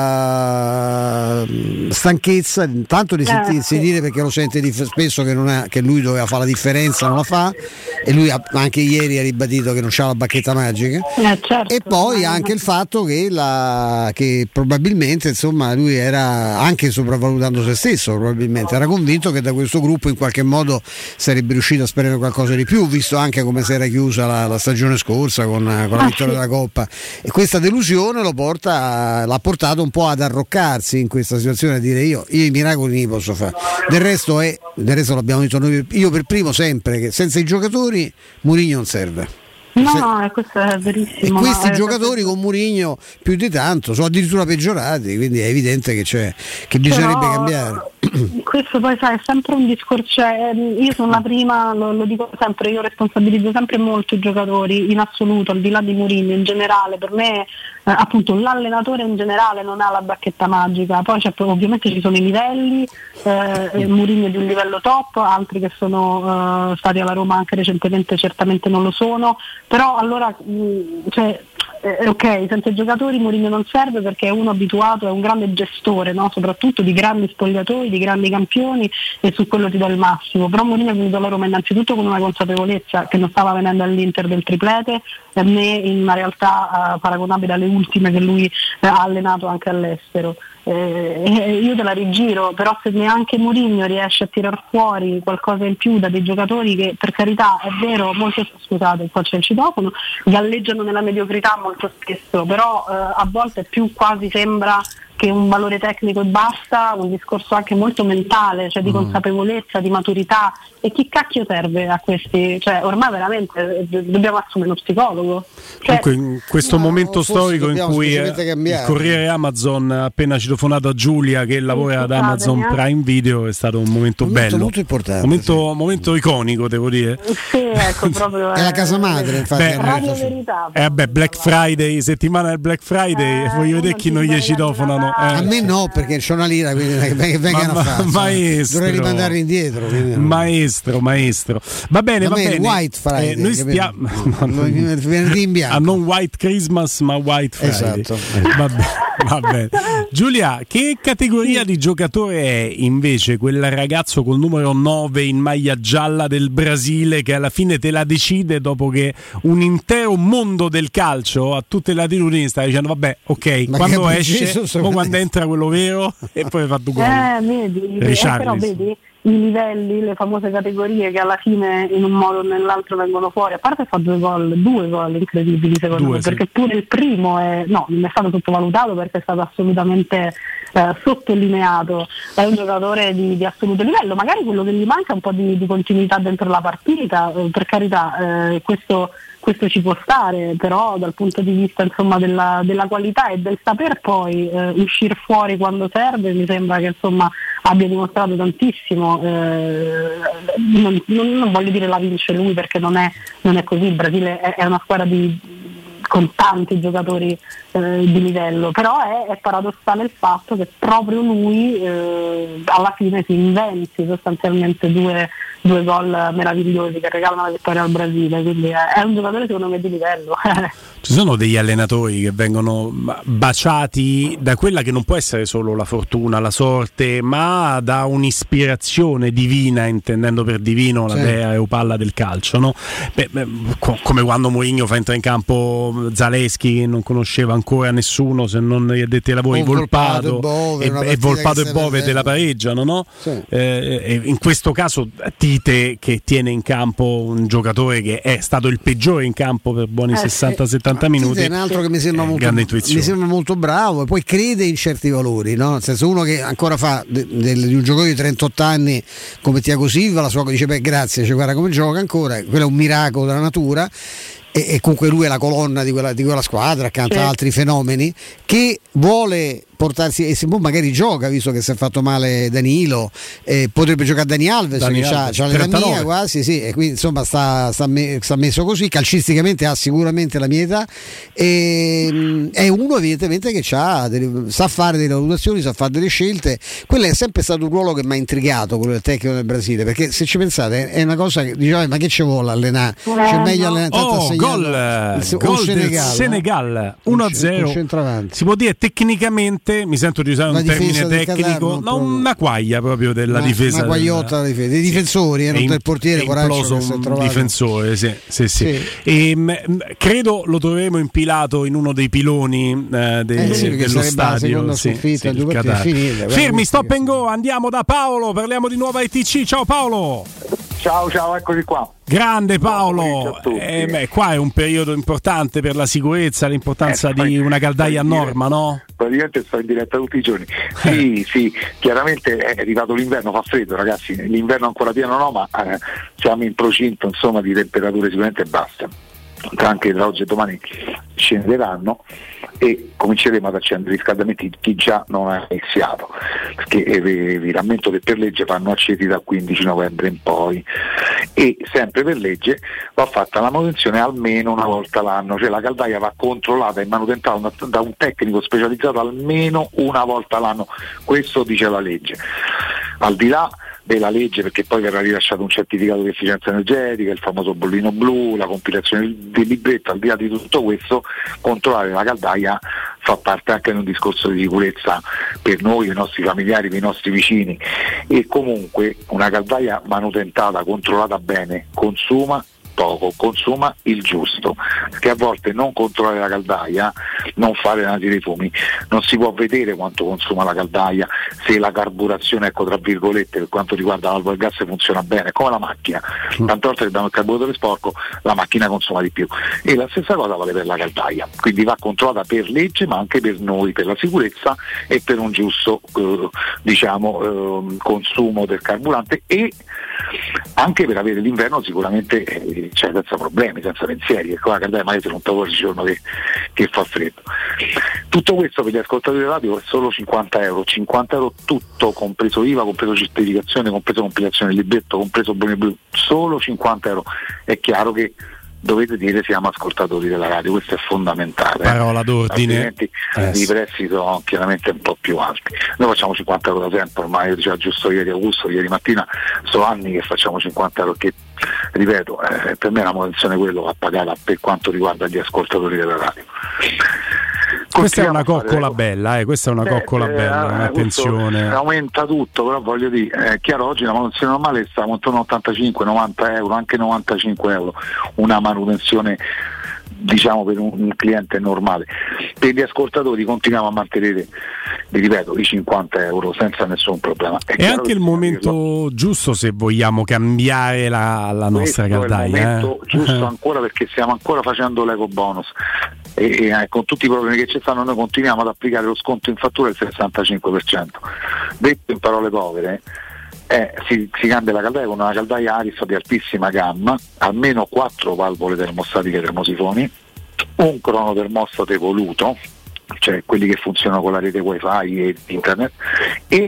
sua stanchezza, tanto di sentirsi dire, perché lo sente spesso che lui doveva fare la differenza, non la fa, e lui anche ieri ha ribadito che non c'ha la bacchetta magica,
certo.
E poi anche il fatto che probabilmente insomma lui era anche sopravvalutando se stesso, probabilmente era convinto che da questo gruppo in qualche modo sarebbe riuscito a sperare qualcosa di più, visto anche come si era chiusa la stagione scorsa con la vittoria della Coppa, e questa delusione l'ha portato un po' ad arroccarsi in questa situazione, a dire io i miracoli li posso fare, del resto l'abbiamo detto noi, io per primo sempre, che senza i giocatori Mourinho non serve.
No, questo è verissimo.
E questi giocatori con Mourinho più di tanto sono addirittura peggiorati, quindi è evidente che bisognerebbe cambiare.
Questo poi sai, è sempre un discorso, io sono la prima, lo dico sempre, io responsabilizzo sempre molto i giocatori in assoluto, al di là di Mourinho in generale. Per me appunto l'allenatore in generale non ha la bacchetta magica, poi ovviamente ci sono i livelli, Mourinho è di un livello top, altri che sono stati alla Roma anche recentemente certamente non lo sono, però allora ok, senza i giocatori Mourinho non serve, perché è uno abituato, è un grande gestore, no? Soprattutto di grandi spogliatoi, di grandi campioni, e su quello ti do il massimo. Però Mourinho è venuto alla Roma innanzitutto con una consapevolezza che non stava venendo all'Inter del triplete, né in una realtà paragonabile alle ultime che lui ha allenato anche all'estero. Io te la rigiro, però se neanche Mourinho riesce a tirar fuori qualcosa in più da dei giocatori che, per carità, è vero, scusate, qua c'è il citofono, galleggiano nella mediocrità molto spesso, però a volte più quasi sembra che un valore tecnico e basta, un discorso anche molto mentale, cioè di consapevolezza, di maturità. E chi cacchio serve a questi? Cioè ormai veramente dobbiamo assumere uno psicologo. Cioè,
comunque in questo momento storico in cui il Corriere Amazon ha appena citofonato a Giulia che lavora ad Amazon Prime Video, è stato un momento bello,
molto importante,
momento iconico, devo dire.
Sì, ecco, proprio
è la casa madre, infatti.
Radio Verità.
Black Friday, settimana del Black Friday, voglio vedere chi non gli citofonano.
A me no, perché c'è una lira, quindi che vengano a fare.
Maestro,
dovrei rimandarli indietro.
Maestro. Va bene.
White Friday.
Noi stiamo
venerdì in bianco.
Non White Christmas, ma White Friday.
Esatto.
Va bene. Giulia, che categoria di giocatore è invece quel ragazzo col numero 9 in maglia gialla del Brasile che alla fine te la decide dopo che un intero mondo del calcio a tutte le latitudini sta dicendo vabbè, ok, ma quando esce, o quando entra quello vero e poi fa due gol.
Vedi, però vedi i livelli, le famose categorie che alla fine in un modo o nell'altro vengono fuori, a parte fa due gol incredibili secondo me, perché pure il primo non è stato sottovalutato perché è stato assolutamente sottolineato, è un giocatore di assoluto livello, magari quello che gli manca è un po' di continuità dentro la partita, per carità, questo ci può stare, però dal punto di vista insomma della qualità e del saper poi uscire fuori quando serve, mi sembra che insomma abbia dimostrato tantissimo. Non voglio dire la vince lui perché non è così, il Brasile è una squadra con tanti giocatori di livello, però è paradossale il fatto che proprio lui alla fine si inventi sostanzialmente due gol meravigliosi che regalano la vittoria al Brasile, quindi è un giocatore secondo me di livello.
Ci sono degli allenatori che vengono baciati da quella che non può essere solo la fortuna, la sorte, ma da un'ispirazione divina, intendendo per divino la dea Eupalla del calcio, no? Come quando Mourinho fa entrare in campo Zaleschi che non conosceva ancora nessuno se non gli addetti ai lavori, Volpato e Bove della pareggiano, no? Sì. In questo caso Tite che tiene in campo un giocatore che è stato il peggiore in campo per buoni 60-70 minuti.
È un altro che mi sembra molto bravo e poi crede in certi valori, no? Nel senso, uno che ancora fa di un giocatore di 38 anni come Thiago Silva, la sua dice grazie, cioè, guarda come gioca ancora, quello è un miracolo della natura. E comunque lui è la colonna di quella squadra accanto a altri fenomeni, che vuole portarsi, e se magari gioca, visto che si è fatto male Danilo, potrebbe giocare Dani Alves che c'ha l'età mia quasi, sì, e quindi insomma sta messo così, calcisticamente ha sicuramente la mia età, e è uno evidentemente che sa fare delle valutazioni, sa fare delle scelte. Quello è sempre stato un ruolo che mi ha intrigato, quello del tecnico del Brasile, perché se ci pensate è una cosa che diciamo, ma che ci vuole allenare? C'è meglio allenare
gol del Senegal 1-0. Si può dire tecnicamente, mi sento di usare un termine tecnico, una quaglia proprio della difesa,
una guagliotta dei difensori, non del portiere, coraggio,
un difensore, sì. E
credo
lo troveremo impilato in uno dei piloni dello stadio. Fermi, stop and go, andiamo da Paolo, parliamo di nuova ITC. Ciao Paolo.
Ciao, eccoci qua.
Grande Paolo, qua è un periodo importante per la sicurezza, l'importanza di una caldaia a norma, no?
Praticamente sto in diretta tutti i giorni. Sì, chiaramente è arrivato l'inverno, fa freddo ragazzi, l'inverno ancora pieno no, ma siamo in procinto insomma di temperature sicuramente basse. Anche tra oggi e domani scenderanno e cominceremo ad accendere i riscaldamenti, chi già non ha iniziato, perché vi rammento che per legge vanno accesi dal 15 novembre in poi, e sempre per legge va fatta la manutenzione almeno una volta l'anno, cioè la caldaia va controllata e manutentata da un tecnico specializzato almeno una volta l'anno, questo dice la legge. Al di là della legge, perché poi verrà rilasciato un certificato di efficienza energetica, il famoso bollino blu, la compilazione del libretto, al di là di tutto questo, controllare la caldaia fa parte anche di un discorso di sicurezza per noi, i nostri familiari, per i nostri vicini, e comunque una caldaia manutentata, controllata bene, consuma poco, consuma il giusto, perché a volte non controllare la caldaia, non fare l'analisi dei fumi, non si può vedere quanto consuma la caldaia, se la carburazione, ecco, tra virgolette, per quanto riguarda la valvola del gas funziona bene, come la macchina, tante volte che abbiamo il carburatore sporco la macchina consuma di più, e la stessa cosa vale per la caldaia, quindi va controllata per legge ma anche per noi, per la sicurezza e per un giusto consumo del carburante, e anche per avere l'inverno sicuramente senza problemi, senza pensieri, e qua la caldaia magari non trovare il giorno che fa freddo. Tutto questo per gli ascoltatori radio è solo 50 euro tutto, compreso IVA, compreso certificazione, compreso compilazione del libretto, compreso boni blu, solo 50 euro. È chiaro che dovete dire siamo ascoltatori della radio, questo è fondamentale.
Parola d'ordine.
Altrimenti i prezzi sono chiaramente un po' più alti. Noi facciamo 50 euro da sempre, ormai io diceva giusto ieri Augusto, ieri mattina, sono anni che facciamo 50 euro, che ripeto, per me è una manutenzione quello a pagare per quanto riguarda gli ascoltatori della radio.
Questa è una coccola bella, questa è una coccola bella, un'attenzione.
Aumenta tutto, però voglio dire, è chiaro, oggi la manutenzione normale sta intorno a 85, 90 euro, anche 95 euro, una manutenzione diciamo per un cliente normale. Per gli ascoltatori continuiamo a mantenere, vi ripeto, i 50 euro senza nessun problema.
È anche il momento giusto se vogliamo cambiare la nostra caldaia.
È il momento giusto ancora, perché stiamo ancora facendo l'eco bonus e con tutti i problemi che ci stanno noi continuiamo ad applicare lo sconto in fattura del 65%. Detto in parole povere, si cambia la caldaia con una caldaia Aris di altissima gamma, almeno 4 valvole termostatiche termosifoni, un cronotermostato evoluto, cioè quelli che funzionano con la rete wifi e internet, e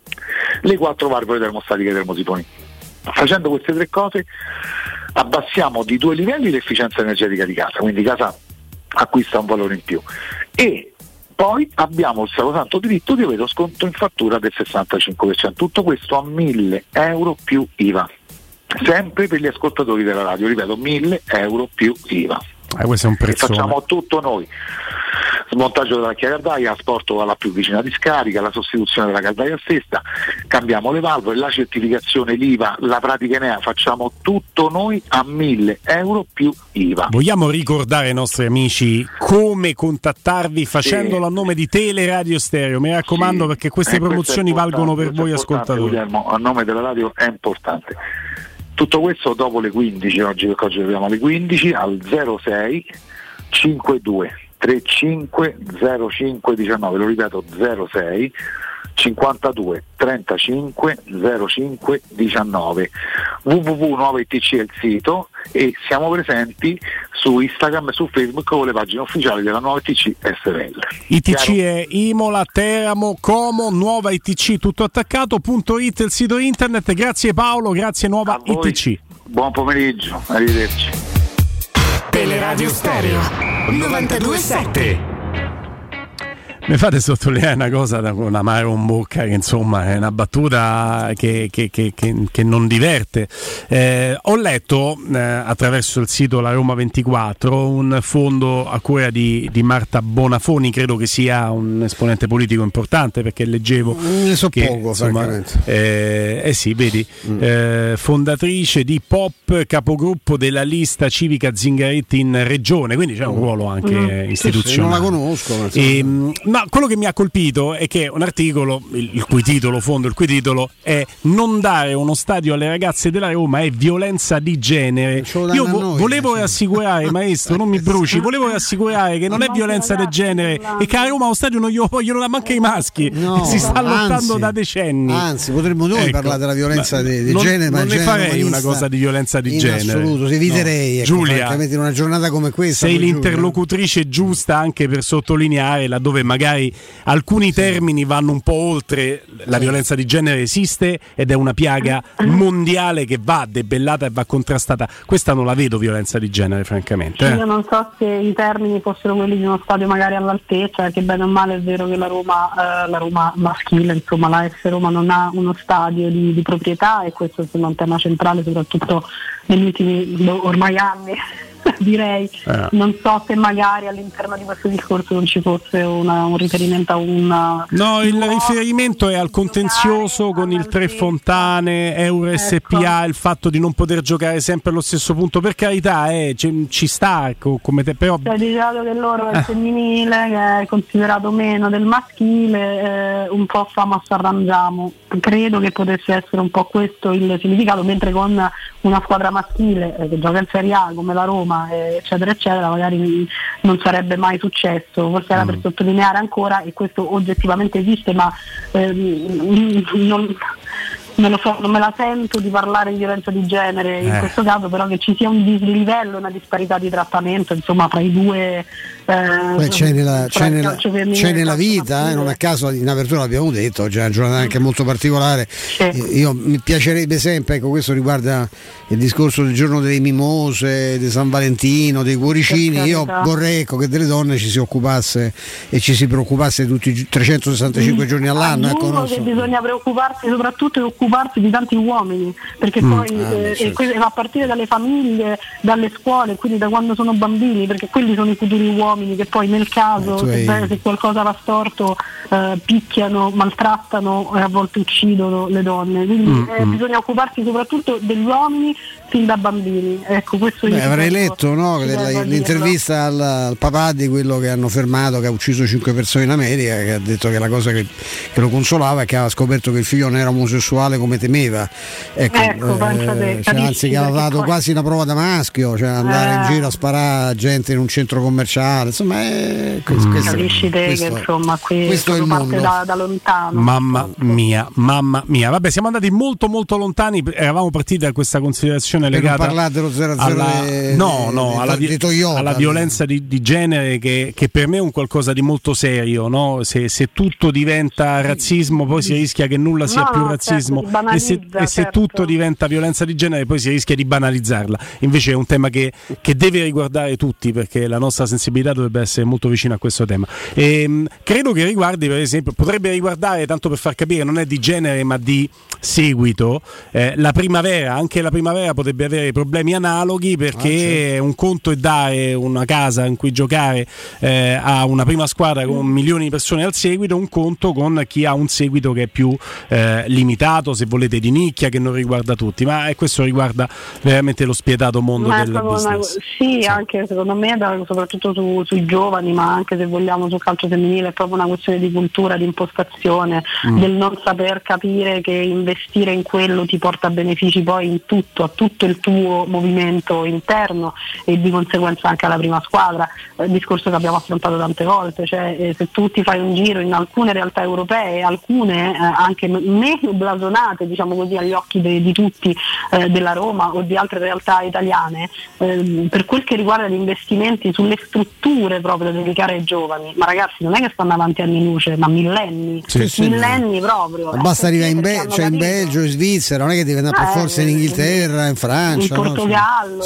le 4 valvole termostatiche termosifoni. Facendo queste 3 cose abbassiamo di 2 livelli l'efficienza energetica di casa, quindi casa acquista un valore in più, e poi abbiamo il sacrosanto diritto di avere lo sconto in fattura del 65%, tutto questo a 1.000 euro più IVA, sempre per gli ascoltatori della radio, ripeto, 1.000 euro più IVA.
Questo è un prezzone.
Facciamo tutto noi: smontaggio della vecchia caldaia, asporto alla più vicina discarica, la sostituzione della caldaia stessa, cambiamo le valvole, la certificazione, l'IVA, la pratica Enea, facciamo tutto noi a 1.000 euro più IVA.
Vogliamo ricordare ai nostri amici come contattarvi facendolo a nome di Teleradio Stereo, mi raccomando, perché queste promozioni valgono per voi ascoltatori.
Guglielmo, a nome della radio è importante. Tutto questo dopo le 15, oggi abbiamo alle 15, al 06 52 35 05 19, lo ripeto, 06 52 35 05 19. www.nuovaitc è il sito, e siamo presenti su Instagram e su Facebook con le pagine ufficiali della Nuova ITC SRL.
ITC è Imola, Teramo, Como, Nuova ITC tutto attaccato.it il sito internet. Grazie Paolo, grazie Nuova ITC.
Buon pomeriggio, arrivederci.
Teleradio Stereo 92.7.
Mi fate sottolineare una cosa con amaro in bocca, che insomma è una battuta che non diverte. Ho letto attraverso il sito La Roma 24 un fondo a cura di Marta Bonafoni, credo che sia un esponente politico importante, perché leggevo
ne so
che,
poco,
insomma, sì, vedi, fondatrice di Pop, capogruppo della lista civica Zingaretti in regione, quindi c'è un ruolo anche istituzionale.
Non la conosco,
ma quello che mi ha colpito è che un articolo, il cui titolo è "Non dare uno stadio alle ragazze della Roma è violenza di genere". Io volevo rassicurare, maestro, non mi bruci, volevo rassicurare che non è violenza di genere e che a Roma lo stadio non glielo vogliono dare manco i maschi, si sta lottando da decenni.
Anzi, potremmo noi parlare della violenza di genere, ma
non ne farei una cosa di violenza di genere.
In assoluto, si eviterei,
no. Giulia,
in una giornata come questa
sei l'interlocutrice giusta anche per sottolineare laddove magari alcuni termini vanno un po' oltre. La violenza di genere esiste ed è una piaga mondiale che va debellata e va contrastata. Questa non la vedo violenza di genere, francamente.
Io non so se i termini fossero quelli di uno stadio magari all'altezza, che bene o male è vero che la Roma maschile, insomma la AS Roma non ha uno stadio di proprietà, e questo è un tema centrale soprattutto negli ultimi ormai anni direi. Non so se magari all'interno di questo discorso non ci fosse un riferimento a una...
No, il riferimento è al contenzioso con il Tre Fontane, Euro SPA, il fatto di non poter giocare sempre allo stesso punto. Per carità, ci sta come te, però...
Cioè, diciamo che loro è il femminile, che è considerato meno del maschile, un po' famo s'arrangiamo. Credo che potesse essere un po' questo il significato, mentre con una squadra maschile che gioca in Serie A come la Roma, eccetera eccetera, magari non sarebbe mai successo. Forse era per sottolineare ancora, e questo oggettivamente esiste, ma non lo so, non me la sento di parlare di violenza di genere in questo caso, però che ci sia un dislivello, una disparità di trattamento, insomma, fra i due.
C'è nella vita, non a caso in apertura l'abbiamo detto, oggi è una giornata anche molto particolare. Io mi piacerebbe sempre, ecco, questo riguarda il discorso del giorno delle mimose, di San Valentino, dei cuoricini. Io vorrei, ecco, che delle donne ci si occupasse e ci si preoccupasse tutti i 365 giorni all'anno. Ecco,
che bisogna preoccuparsi soprattutto e occuparsi di tanti uomini, perché poi a partire dalle famiglie, dalle scuole, quindi da quando sono bambini, perché quelli sono i futuri uomini che poi nel caso se qualcosa va storto picchiano, maltrattano e a volte uccidono le donne, quindi bisogna occuparsi soprattutto degli uomini fin da bambini. Ecco, questo
avrei letto, no, l'intervista al papà di quello che hanno fermato, che ha ucciso 5 persone in America, che ha detto che la cosa che lo consolava è che aveva scoperto che il figlio non era omosessuale come temeva. Anzi, che aveva dato quasi una prova da maschio, cioè andare in giro a sparare a gente in un centro commerciale, insomma,
capisci te che insomma questo è il parte da lontano.
Mamma mia. Vabbè, siamo andati molto molto lontani, eravamo partiti da questa considerazione legata alla violenza di genere, che per me è un qualcosa di molto serio, no? Se tutto diventa razzismo poi si rischia che nulla sia più razzismo, e se tutto diventa violenza di genere poi si rischia di banalizzarla. Invece è un tema che deve riguardare tutti, perché la nostra sensibilità dovrebbe essere molto vicina a questo tema, e credo che riguardi, per esempio, potrebbe riguardare, tanto per far capire, non è di genere ma di seguito, la primavera. Anche la primavera potrebbe avere problemi analoghi, perché un conto è dare una casa in cui giocare a una prima squadra con milioni di persone al seguito, un conto con chi ha un seguito che è più limitato, se volete di nicchia, che non riguarda tutti, ma questo riguarda veramente lo spietato mondo del business.
Sì, anche secondo me, soprattutto sui giovani, ma anche se vogliamo sul calcio femminile, è proprio una questione di cultura, di impostazione, del non saper capire che investire in quello ti porta benefici poi in tutto, a tutto il tuo movimento interno e di conseguenza anche alla prima squadra. Il discorso che abbiamo affrontato tante volte, cioè se tu ti fai un giro in alcune realtà europee, alcune anche meno blasonate, diciamo così, agli occhi di tutti, della Roma o di altre realtà italiane, per quel che riguarda gli investimenti sulle strutture proprio da dedicare ai giovani, ma ragazzi non è che stanno avanti anni luce, ma millenni, millenni proprio.
Basta arrivare in Belgio, in Svizzera, non è che devi andare per forza in Inghilterra, in Francia,
in Portogallo,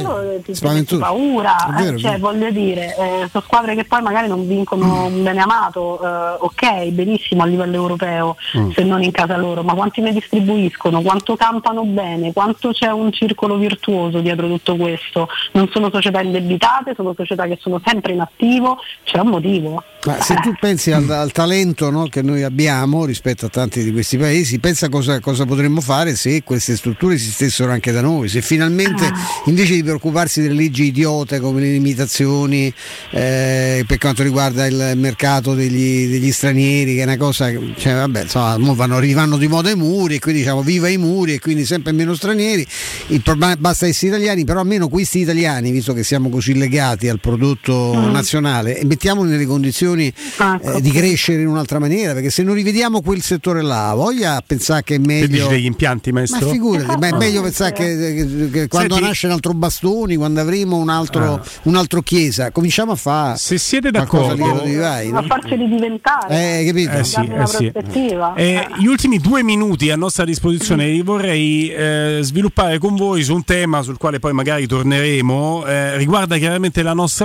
ti paura, cioè voglio dire, sono squadre che poi magari non vincono un bene amato, ok, benissimo a livello europeo, se non in casa loro, ma quanti ne distribuiscono, quanto campano bene, quanto c'è un circolo virtuoso dietro tutto questo. Non sono società indebitate, sono società che sono sempre in attivo, c'è un motivo.
Ma se tu pensi al talento, no, che noi abbiamo rispetto a tanti di questi paesi, pensa cosa potremmo fare se queste strutture esistessero anche da noi, se finalmente invece di preoccuparsi delle leggi idiote come le limitazioni per quanto riguarda il mercato degli stranieri, che è una cosa, cioè, vabbè, insomma, vanno di moda i muri, e quindi diciamo viva i muri, e quindi sempre meno stranieri. Il problema, basta essere italiani, però almeno questi italiani, visto che siamo così legati al prodotto nazionale, mettiamoli nelle condizioni di crescere in un'altra maniera, perché se non rivediamo quel settore là, voglia pensare che è meglio.
Dici degli impianti, maestro?
Ma figurati, ma è meglio pensare che quando nasce un altro Bastoni, quando avremo un altro Chiesa, cominciamo a fare,
se siete d'accordo,
a farceli diventare,
capito?
Prospettiva.
Gli ultimi 2 minuti a nostra disposizione vorrei sviluppare con voi su un tema sul quale poi magari torneremo, riguarda chiaramente la nostra Roma,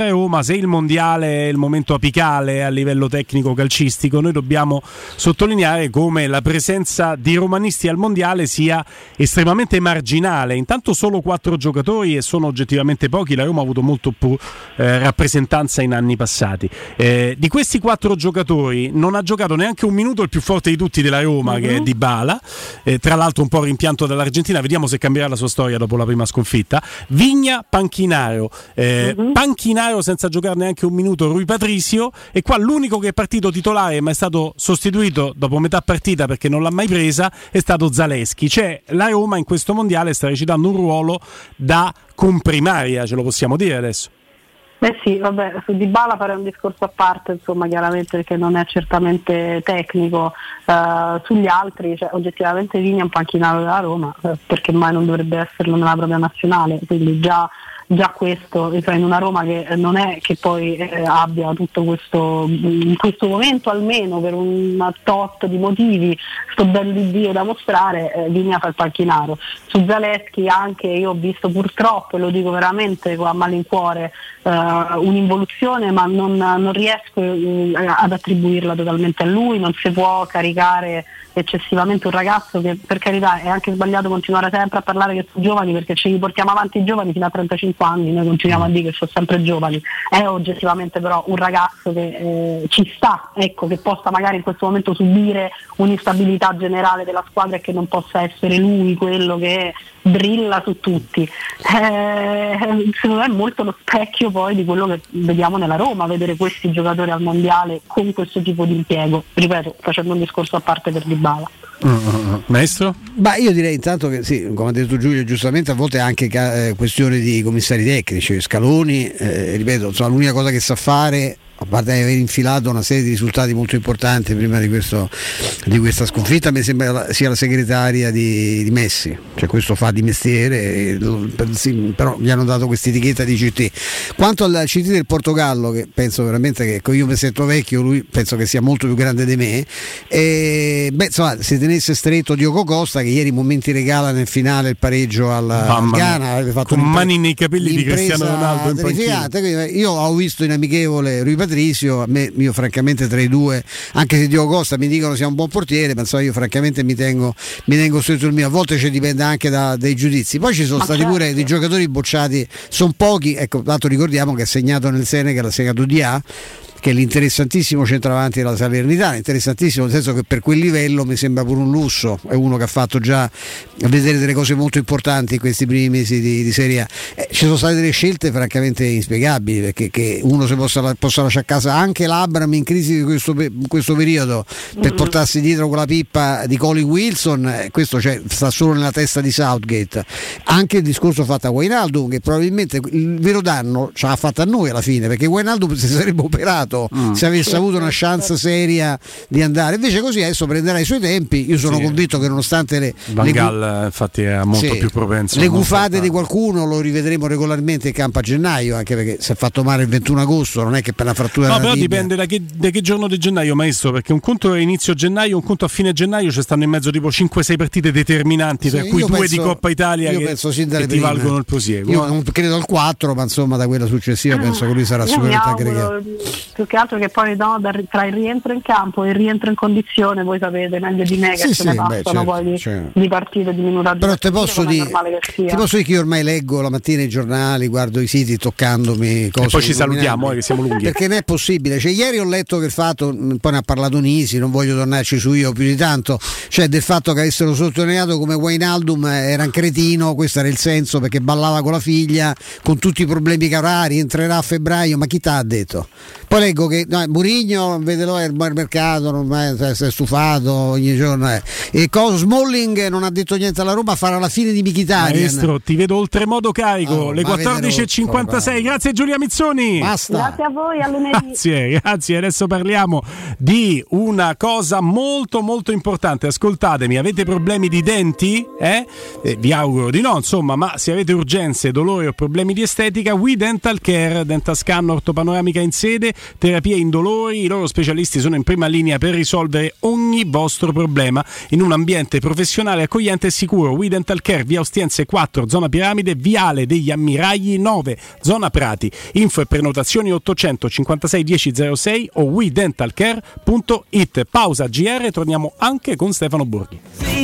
se il mondiale è il momento apicale a livello tecnico calcistico, noi dobbiamo sottolineare come la presenza di romanisti al mondiale sia estremamente marginale. Intanto solo 4 giocatori e sono oggettivamente pochi, la Roma ha avuto molto più rappresentanza in anni passati. Di questi 4 giocatori non ha giocato neanche un minuto il più forte di tutti della Roma, che è Dybala, tra l'altro un po' rimpianto dall'Argentina, vediamo se cambierà la sua storia dopo la prima sconfitta. Vigna, Panchinaro, Panchinaro senza giocare neanche un minuto Rui Patricio, e qua l'unico che è partito titolare ma è stato sostituito dopo metà partita perché non l'ha mai presa è stato Zaleschi. Cioè la Roma in questo mondiale sta recitando un ruolo da comprimaria, ce lo possiamo dire adesso?
Sì, vabbè, su Dybala farei un discorso a parte, insomma, chiaramente, perché non è certamente tecnico. Sugli altri, cioè, oggettivamente Vigna è un panchinaro della Roma, perché mai non dovrebbe esserlo nella propria nazionale, quindi già questo, in una Roma che non è che poi abbia tutto questo, in questo momento almeno per un tot di motivi, sto ben di Dio da mostrare, Vigna fa il panchinaro. Su Zaleschi anche io ho visto purtroppo, e lo dico veramente a malincuore, un'involuzione, ma non riesco ad attribuirla totalmente a lui. Non si può caricare eccessivamente un ragazzo che, per carità, è anche sbagliato continuare sempre a parlare che sono giovani, perché ce li portiamo avanti i giovani fino a 35 anni, noi continuiamo a dire che sono sempre giovani. È oggettivamente però un ragazzo che ci sta, ecco, che possa magari in questo momento subire un'instabilità generale della squadra e che non possa essere lui quello che brilla su tutti. Secondo me è molto lo specchio poi di quello che vediamo nella Roma, vedere questi giocatori al mondiale con questo tipo di impiego, ripeto, facendo un discorso a parte per Dybala.
Maestro?
Io direi intanto che sì, come ha detto Giulio giustamente, a volte è anche questione di commissari tecnici. Scaloni, ripeto, insomma, l'unica cosa che sa fare, a parte di aver infilato una serie di risultati molto importanti prima di questa sconfitta, mi sembra sia la segretaria di Messi, cioè questo fa di mestiere, però gli hanno dato questa etichetta di CT. Quanto al CT del Portogallo, che penso veramente che io mi sento vecchio, lui penso che sia molto più grande di me, insomma, se tenesse stretto Diogo Costa, che ieri momenti regala nel finale il pareggio al Ghana, aveva fatto
con mani nei capelli di Cristiano Ronaldo in
panchina. Io ho visto in amichevole Rui Patricio, io francamente tra i due, anche se Diogo Costa mi dicono sia un buon portiere, ma io francamente mi tengo stretto il mio. A volte ci dipende anche dai giudizi. Poi ci sono stati pure dei giocatori bocciati, sono pochi, ecco, tanto ricordiamo che ha segnato nel Senegal, ha segnato Dia, che è l'interessantissimo centravanti della Salernitana, interessantissimo nel senso che per quel livello mi sembra pure un lusso, è uno che ha fatto già vedere delle cose molto importanti in questi primi mesi di Serie A. Ci sono state delle scelte francamente inspiegabili, perché che uno si possa lasciare a casa anche l'Abram in crisi di questo periodo per portarsi dietro quella pippa di Colin Wilson, questo sta solo nella testa di Southgate. Anche il discorso fatto a Wijnaldum, che probabilmente il vero danno ce l'ha fatto a noi alla fine, perché Wijnaldum si sarebbe operato se avesse avuto una chance seria di andare, invece così adesso prenderà i suoi tempi. Io sono convinto che nonostante le
Van Gaal infatti è molto più propenso,
le gufate di qualcuno lo rivedremo regolarmente in campo a gennaio, anche perché si è fatto male il 21 agosto, non è che per la frattura
però dipende da che giorno di gennaio, maestro, perché un conto è inizio gennaio, un conto a fine gennaio, ci stanno in mezzo tipo 5-6 partite determinanti, tra cui 2 di Coppa Italia che ti valgono il prosieguo.
Io non credo al 4, ma insomma da quella successiva penso che lui sarà sicuramente aggregato.
Più che altro che poi tra il rientro in campo e il rientro in condizione, voi sapete meglio di me che se ne passano poi di partite di minutaggio.
Però ti posso dire che io ormai leggo la mattina i giornali, guardo i siti toccandomi cose.
E poi ci salutiamo che siamo lunghi.
Perché non è possibile. Ieri ho letto che il fatto, poi ne ha parlato Nisi, non voglio tornarci su io più di tanto, del fatto che avessero sottolineato come Wijnaldum era un cretino, questo era il senso, perché ballava con la figlia, con tutti i problemi che avrà, rientrerà a febbraio, ma chi t'ha detto? Poi leggo che Mourinho vede il mercato, non si è stufato ogni giorno. E Smalling non ha detto niente alla Roma, farà la fine di Mkhitaryan.
Maestro, ti vedo oltremodo carico, le 14.56. Grazie Giulia Mizzoni.
Basta.
Grazie a voi, a lunedì.
Grazie. Adesso parliamo di una cosa molto molto importante. Ascoltatemi, avete problemi di denti? Vi auguro di no, insomma, ma se avete urgenze, dolori o problemi di estetica, We Dental Care, Dentascan ortopanoramica in sede, terapie indolori. I loro specialisti sono in prima linea per risolvere ogni vostro problema in un ambiente professionale, accogliente e sicuro. We Dental Care, via Ostiense 4, zona Piramide, viale degli Ammiragli 9, zona Prati. Info e prenotazioni 856 1006 o wedentalcare.it. Pausa GR, torniamo anche con Stefano Borghi.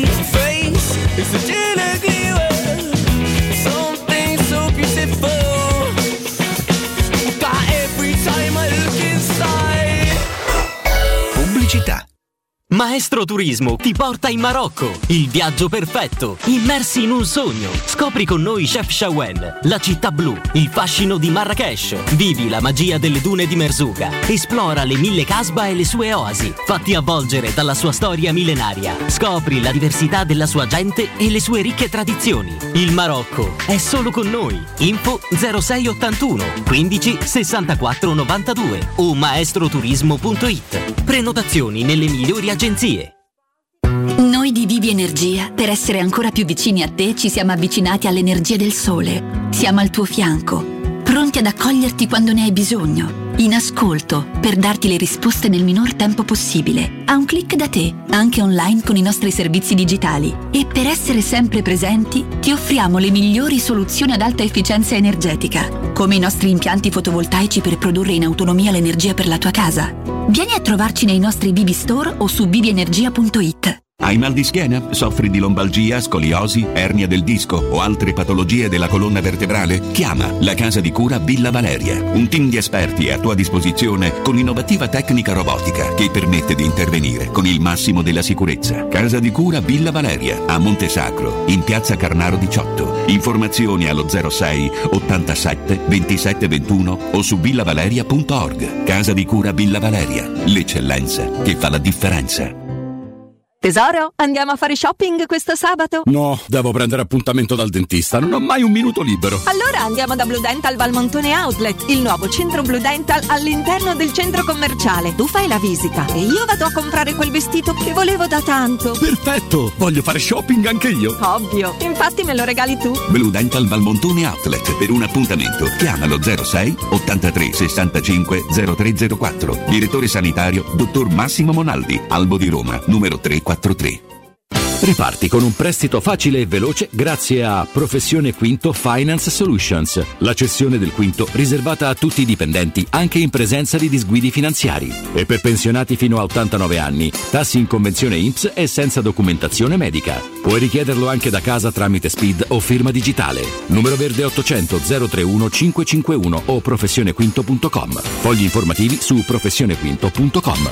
Pubblicità. Maestro Turismo ti porta in Marocco, il viaggio perfetto, immersi in un sogno. Scopri con noi Chef Shawen, la città blu, il fascino di Marrakesh. Vivi la magia delle dune di Merzouga. Esplora le 1000 casbah e le sue oasi. Fatti avvolgere dalla sua storia millenaria. Scopri la diversità della sua gente e le sue ricche tradizioni. Il Marocco è solo con noi. Info 0681 15 64 92 o maestroturismo.it. Prenotazioni nelle migliori agenzie.
Noi di Vivi Energia, per essere ancora più vicini a te, ci siamo avvicinati all'energia del sole. Siamo al tuo fianco, pronti ad accoglierti quando ne hai bisogno, in ascolto, per darti le risposte nel minor tempo possibile, a un click da te, anche online con i nostri servizi digitali. E per essere sempre presenti, ti offriamo le migliori soluzioni ad alta efficienza energetica, come i nostri impianti fotovoltaici per produrre in autonomia l'energia per la tua casa. Vieni a trovarci nei nostri Vivi Store o su vivienergia.it.
Hai mal di schiena? Soffri di lombalgia, scoliosi, ernia del disco o altre patologie della colonna vertebrale? Chiama la Casa di Cura Villa Valeria. Un team di esperti è a tua disposizione con innovativa tecnica robotica che permette di intervenire con il massimo della sicurezza. Casa di Cura Villa Valeria a Montesacro, in piazza Carnaro 18. Informazioni allo 06 87 27 21 o su villavaleria.org. Casa di Cura Villa Valeria, l'eccellenza che fa la differenza.
Tesoro, andiamo a fare shopping questo sabato?
No, devo prendere appuntamento dal dentista, non ho mai un minuto libero.
Allora andiamo da Blue Dental Valmontone Outlet, il nuovo centro Blue Dental all'interno del centro commerciale. Tu fai la visita e io vado a comprare quel vestito che volevo da tanto.
Perfetto, voglio fare shopping anche io.
Ovvio, infatti me lo regali tu.
Blue Dental Valmontone Outlet, per un appuntamento chiamalo 06 83 65 0304. Direttore sanitario dottor Massimo Monaldi, Albo di Roma, numero 343.
Riparti con un prestito facile e veloce grazie a Professione Quinto Finance Solutions, la cessione del quinto riservata a tutti i dipendenti anche in presenza di disguidi finanziari. E per pensionati fino a 89 anni, tassi in convenzione INPS e senza documentazione medica. Puoi richiederlo anche da casa tramite SPID o firma digitale. Numero verde 800 031 551 o professionequinto.com. Fogli informativi su professionequinto.com.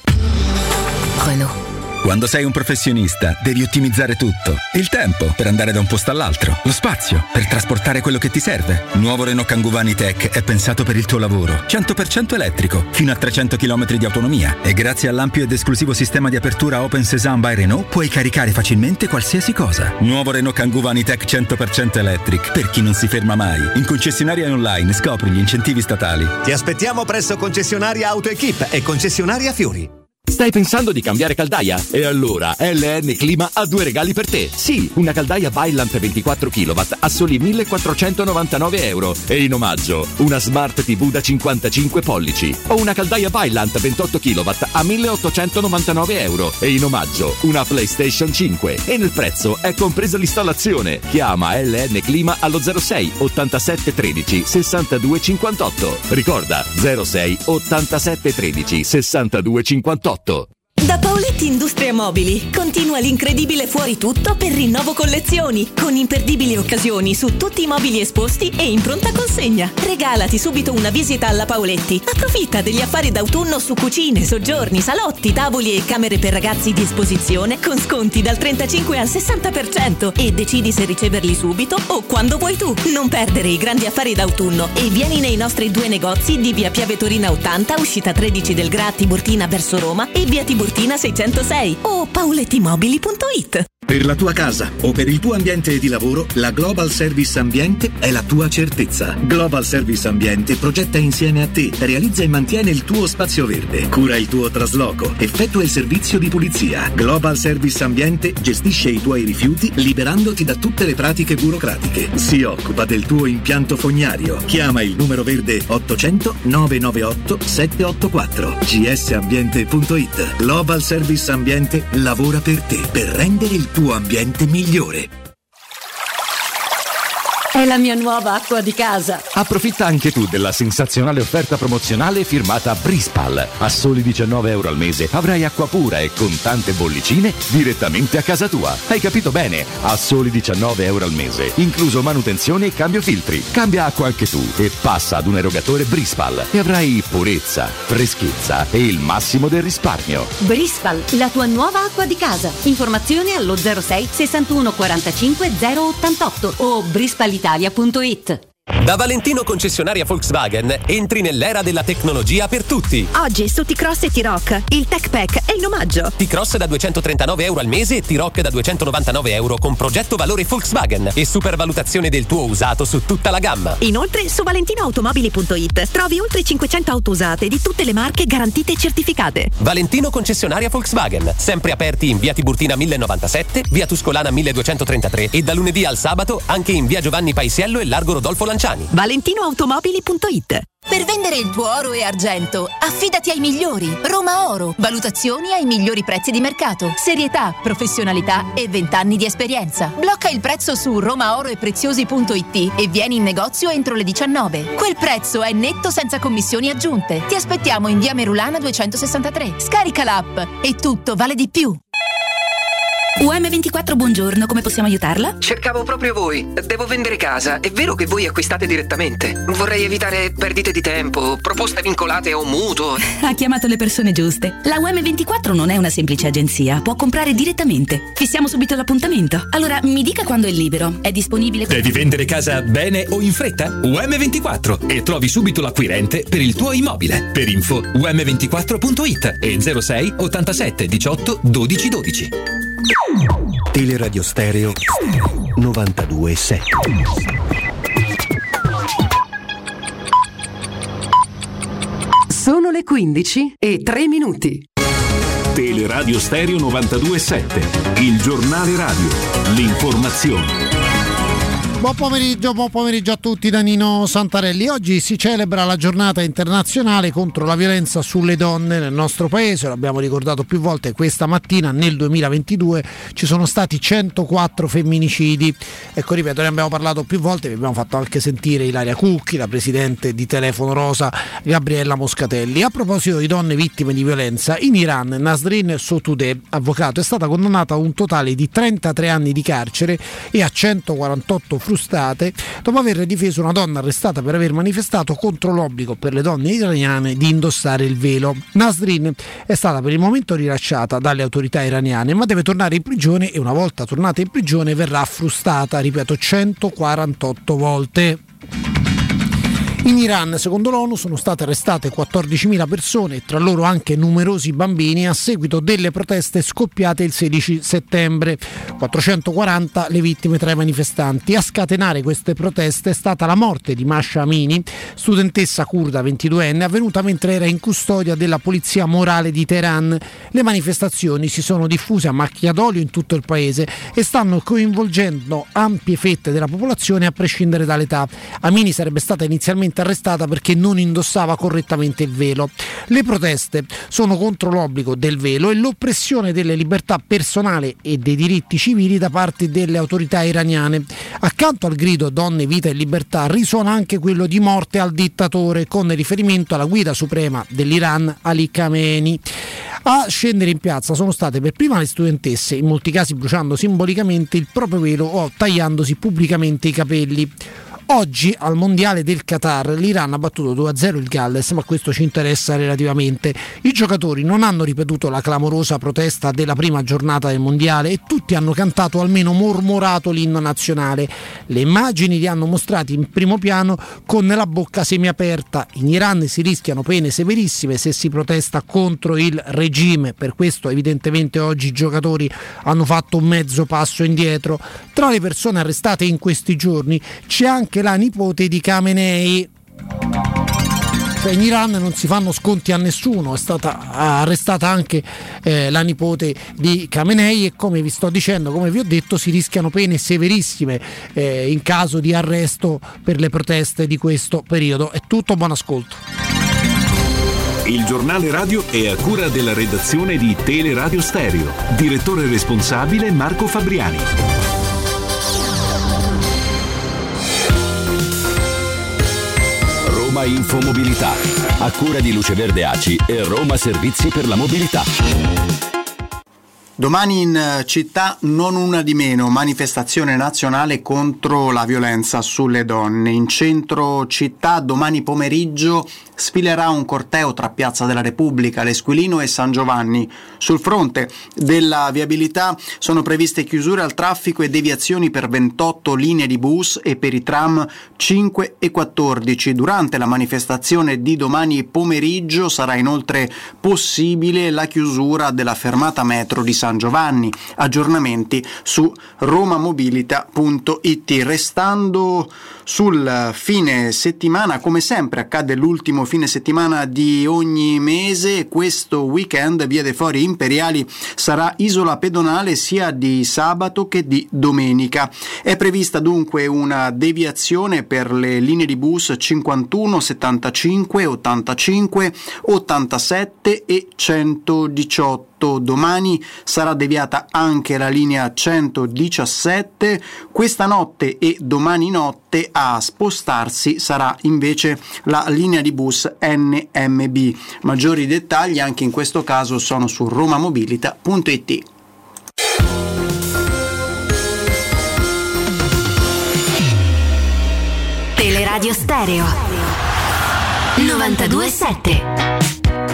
Renault. Quando sei un professionista devi ottimizzare tutto. Il tempo per andare da un posto all'altro, lo spazio per trasportare quello che ti serve. Nuovo Renault Kangoo Vanitec è pensato per il tuo lavoro. 100% elettrico, fino a 300 km di autonomia. E grazie all'ampio ed esclusivo sistema di apertura Open Sesame by Renault puoi caricare facilmente qualsiasi cosa. Nuovo Renault Kangoo Vanitec 100% electric, per chi non si ferma mai. In concessionaria e online scopri gli incentivi statali.
Ti aspettiamo presso concessionaria AutoEquip e concessionaria Fiori.
Stai pensando di cambiare caldaia? E allora LN Clima ha due regali per te. Sì, una caldaia Vaillant 24 kW a soli 1.499 euro e in omaggio una Smart TV da 55 pollici o una caldaia Vaillant 28 kW a 1.899 euro e in omaggio una PlayStation 5 e nel prezzo è compresa l'installazione. Chiama LN Clima allo 06 87 13 62 58. Ricorda 06 87 13 62 58.
Da Paoletti Industria Mobili continua l'incredibile fuori tutto per rinnovo collezioni, con imperdibili occasioni su tutti i mobili esposti e in pronta consegna. Regalati subito una visita alla Paoletti. Approfitta degli affari d'autunno su cucine, soggiorni, salotti, tavoli e camere per ragazzi di esposizione con sconti dal 35 al 60% e decidi se riceverli subito o quando vuoi tu. Non perdere i grandi affari d'autunno e vieni nei nostri due negozi di via Piave Torina 80, uscita 13 del Gra Tiburtina verso Roma e via Tiburtina 606 o paolettimobili.it.
Per la tua casa o per il tuo ambiente di lavoro, la Global Service Ambiente è la tua certezza. Global Service Ambiente progetta insieme a te, realizza e mantiene il tuo spazio verde, cura il tuo trasloco, effettua il servizio di pulizia. Global Service Ambiente gestisce i tuoi rifiuti liberandoti da tutte le pratiche burocratiche. Si occupa del tuo impianto fognario. Chiama il numero verde 800 998 784. gsambiente.it. Global Service Ambiente lavora per te, per rendere il tuo ambiente migliore.
È la mia nuova acqua di casa.
Approfitta anche tu della sensazionale offerta promozionale firmata Brispal. A soli €19 al mese avrai acqua pura e con tante bollicine direttamente a casa tua. Hai capito bene? A soli €19 al mese, incluso manutenzione e cambio filtri. Cambia acqua anche tu e passa ad un erogatore Brispal e avrai purezza, freschezza e il massimo del risparmio.
Brispal, la tua nuova acqua di casa. Informazioni allo 06 61 45 088 o brispalitalia.it.
Da Valentino concessionaria Volkswagen entri nell'era della tecnologia per tutti.
Oggi su T-Cross e T-Rock il Tech Pack è in omaggio.
T-Cross da €239 al mese e T-Rock da €299 con progetto valore Volkswagen e supervalutazione del tuo usato su tutta la gamma.
Inoltre su valentinoautomobili.it trovi oltre 500 auto usate di tutte le marche garantite e certificate.
Valentino concessionaria Volkswagen, sempre aperti in via Tiburtina 1097, via Tuscolana 1233 e da lunedì al sabato anche in via Giovanni Paisiello e largo Rodolfo Lanciani.
valentinoautomobili.it.
Per vendere il tuo oro e argento, affidati ai migliori. Roma Oro. Valutazioni ai migliori prezzi di mercato. Serietà, professionalità e 20 anni di esperienza. Blocca il prezzo su romaoroepreziosi.it e vieni in negozio entro le 19. Quel prezzo è netto senza commissioni aggiunte. Ti aspettiamo in via Merulana 263. Scarica l'app e tutto vale di più.
UM24, buongiorno, come possiamo aiutarla?
Cercavo proprio voi. Devo vendere casa. È vero che voi acquistate direttamente? Vorrei evitare perdite di tempo, proposte vincolate a un mutuo.
Ha chiamato le persone giuste. La UM24 non è una semplice agenzia, può comprare direttamente. Fissiamo subito l'appuntamento. Allora, mi dica quando è libero. È disponibile?
Devi vendere casa bene o in fretta? UM24 e trovi subito l'acquirente per il tuo immobile. Per info um24.it e 06 87 18 12 12.
Teleradio Stereo 92.7.
Sono le 15:03.
Teleradio Stereo 92.7, il giornale radio, l'informazione.
Buon pomeriggio a tutti da Nino Santarelli. Oggi si celebra la giornata internazionale contro la violenza sulle donne nel nostro paese, l'abbiamo ricordato più volte. Questa mattina nel 2022 ci sono stati 104 femminicidi. Ecco, ripeto, ne abbiamo parlato più volte, vi abbiamo fatto anche sentire Ilaria Cucchi, la presidente di Telefono Rosa, Gabriella Moscatelli. A proposito di donne vittime di violenza, in Iran Nasrin Sotoudeh, avvocato, è stata condannata a un totale di 33 anni di carcere e a 148 frustate dopo aver difeso una donna arrestata per aver manifestato contro l'obbligo per le donne iraniane di indossare il velo. Nasrin è stata per il momento rilasciata dalle autorità iraniane, ma deve tornare in prigione e una volta tornata in prigione verrà frustata, ripeto, 148 volte. In Iran, secondo l'ONU, sono state arrestate 14.000 persone, tra loro anche numerosi bambini, a seguito delle proteste scoppiate il 16 settembre. 440 le vittime tra i manifestanti. A scatenare queste proteste è stata la morte di Masha Amini, studentessa curda 22enne, avvenuta mentre era in custodia della polizia morale di Teheran. Le manifestazioni si sono diffuse a macchia d'olio in tutto il paese e stanno coinvolgendo ampie fette della popolazione a prescindere dall'età. Amini sarebbe stata inizialmente arrestata perché non indossava correttamente il velo. Le proteste sono contro l'obbligo del velo e l'oppressione delle libertà personali e dei diritti civili da parte delle autorità iraniane. Accanto al grido donne, vita e libertà risuona anche quello di morte al dittatore, con riferimento alla guida suprema dell'Iran, Ali Khamenei. A scendere in piazza sono state per prima le studentesse, in molti casi bruciando simbolicamente il proprio velo o tagliandosi pubblicamente i capelli.
Oggi al mondiale del Qatar l'Iran ha battuto 2-0 il Galles, ma questo ci interessa relativamente. I giocatori non hanno ripetuto la clamorosa protesta della prima giornata del mondiale e tutti hanno cantato o almeno mormorato l'inno nazionale. Le immagini li hanno mostrati in primo piano con la bocca semiaperta. In Iran si rischiano pene severissime se si protesta contro il regime, per questo evidentemente oggi i giocatori hanno fatto un mezzo passo indietro. Tra le persone arrestate in questi giorni c'è anche la nipote di Khamenei. Cioè in Iran non si fanno sconti a nessuno, è stata arrestata anche la nipote di Khamenei e come vi sto dicendo, come vi ho detto, si rischiano pene severissime in caso di arresto per le proteste di questo periodo. È tutto, buon ascolto.
Il giornale radio è a cura della redazione di Teleradio Stereo. Direttore responsabile Marco Fabriani.
Roma Infomobilità, a cura di Luce Verde ACI e Roma Servizi per la Mobilità.
Domani in città non una di meno, manifestazione nazionale contro la violenza sulle donne. In centro città domani pomeriggio sfilerà un corteo tra Piazza della Repubblica, l'Esquilino e San Giovanni. Sul fronte della viabilità sono previste chiusure al traffico e deviazioni per 28 linee di bus e per i tram 5 e 14. Durante la manifestazione di domani pomeriggio sarà inoltre possibile la chiusura della fermata metro di San Giovanni. Aggiornamenti su romamobilita.it. Restando sul fine settimana, come sempre accade l'ultimo fine settimana di ogni mese, questo weekend Via dei Fori Imperiali sarà isola pedonale sia di sabato che di domenica. È prevista dunque una deviazione per le linee di bus 51, 75, 85, 87 e 118. Domani sarà deviata anche la linea 117. Questa notte e domani notte a spostarsi sarà invece la linea di bus NMB. Maggiori dettagli anche in questo caso sono su romamobilita.it.
Teleradio Stereo 92.7.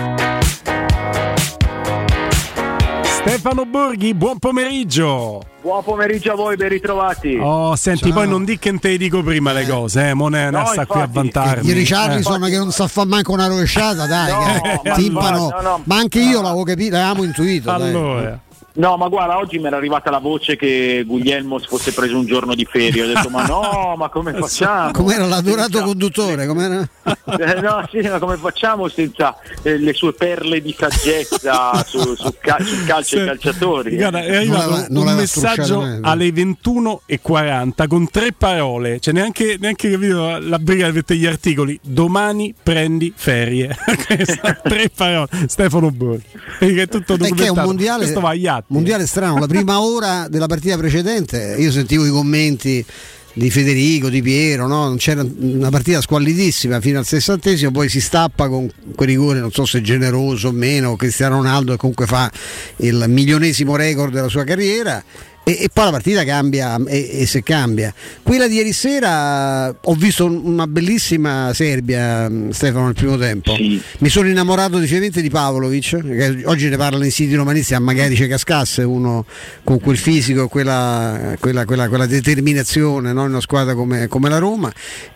Stefano Borghi, buon pomeriggio.
Buon pomeriggio a voi, ben ritrovati.
Oh, senti, ciao. Poi non di che non te le dico prima le cose, mo ne sta qui a vantarmi.
Ieri Richarlison che non sa fare manco una rovesciata, dai, timpano. Ma anche io l'avevo capito, l'avevamo intuito.
Allora.
Dai.
No, ma guarda, oggi mi era arrivata la voce che Guglielmo fosse preso un giorno di ferie. Ho detto, ma no, ma come facciamo?
Com'era l'adorato conduttore? Com'era?
No, sì, ma come facciamo senza le sue perle di saggezza sul calcio e i calciatori?
Guarda, è arrivato un messaggio alle 21:40 con 3 parole, cioè neanche capito la briga per gli articoli. Domani prendi ferie. 3 parole. Stefano Borghi. È tutto documentato.
È che è un mondiale.
Questo va agli atti.
Mondiale strano, la prima ora della partita precedente io sentivo i commenti di Federico, di Piero, no? C'era una partita squallidissima fino al 60°, poi si stappa con quel rigore, non so se generoso o meno, Cristiano Ronaldo che comunque fa il milionesimo record della sua carriera. E poi la partita cambia e se cambia. Quella di ieri sera ho visto una bellissima Serbia, Stefano, nel primo tempo.
Sì.
Mi sono innamorato definitivamente di Pavlovic, che oggi ne parlano in siti romanisti, magari ci cascasse uno con quel fisico, quella determinazione, no? In una squadra come la Roma.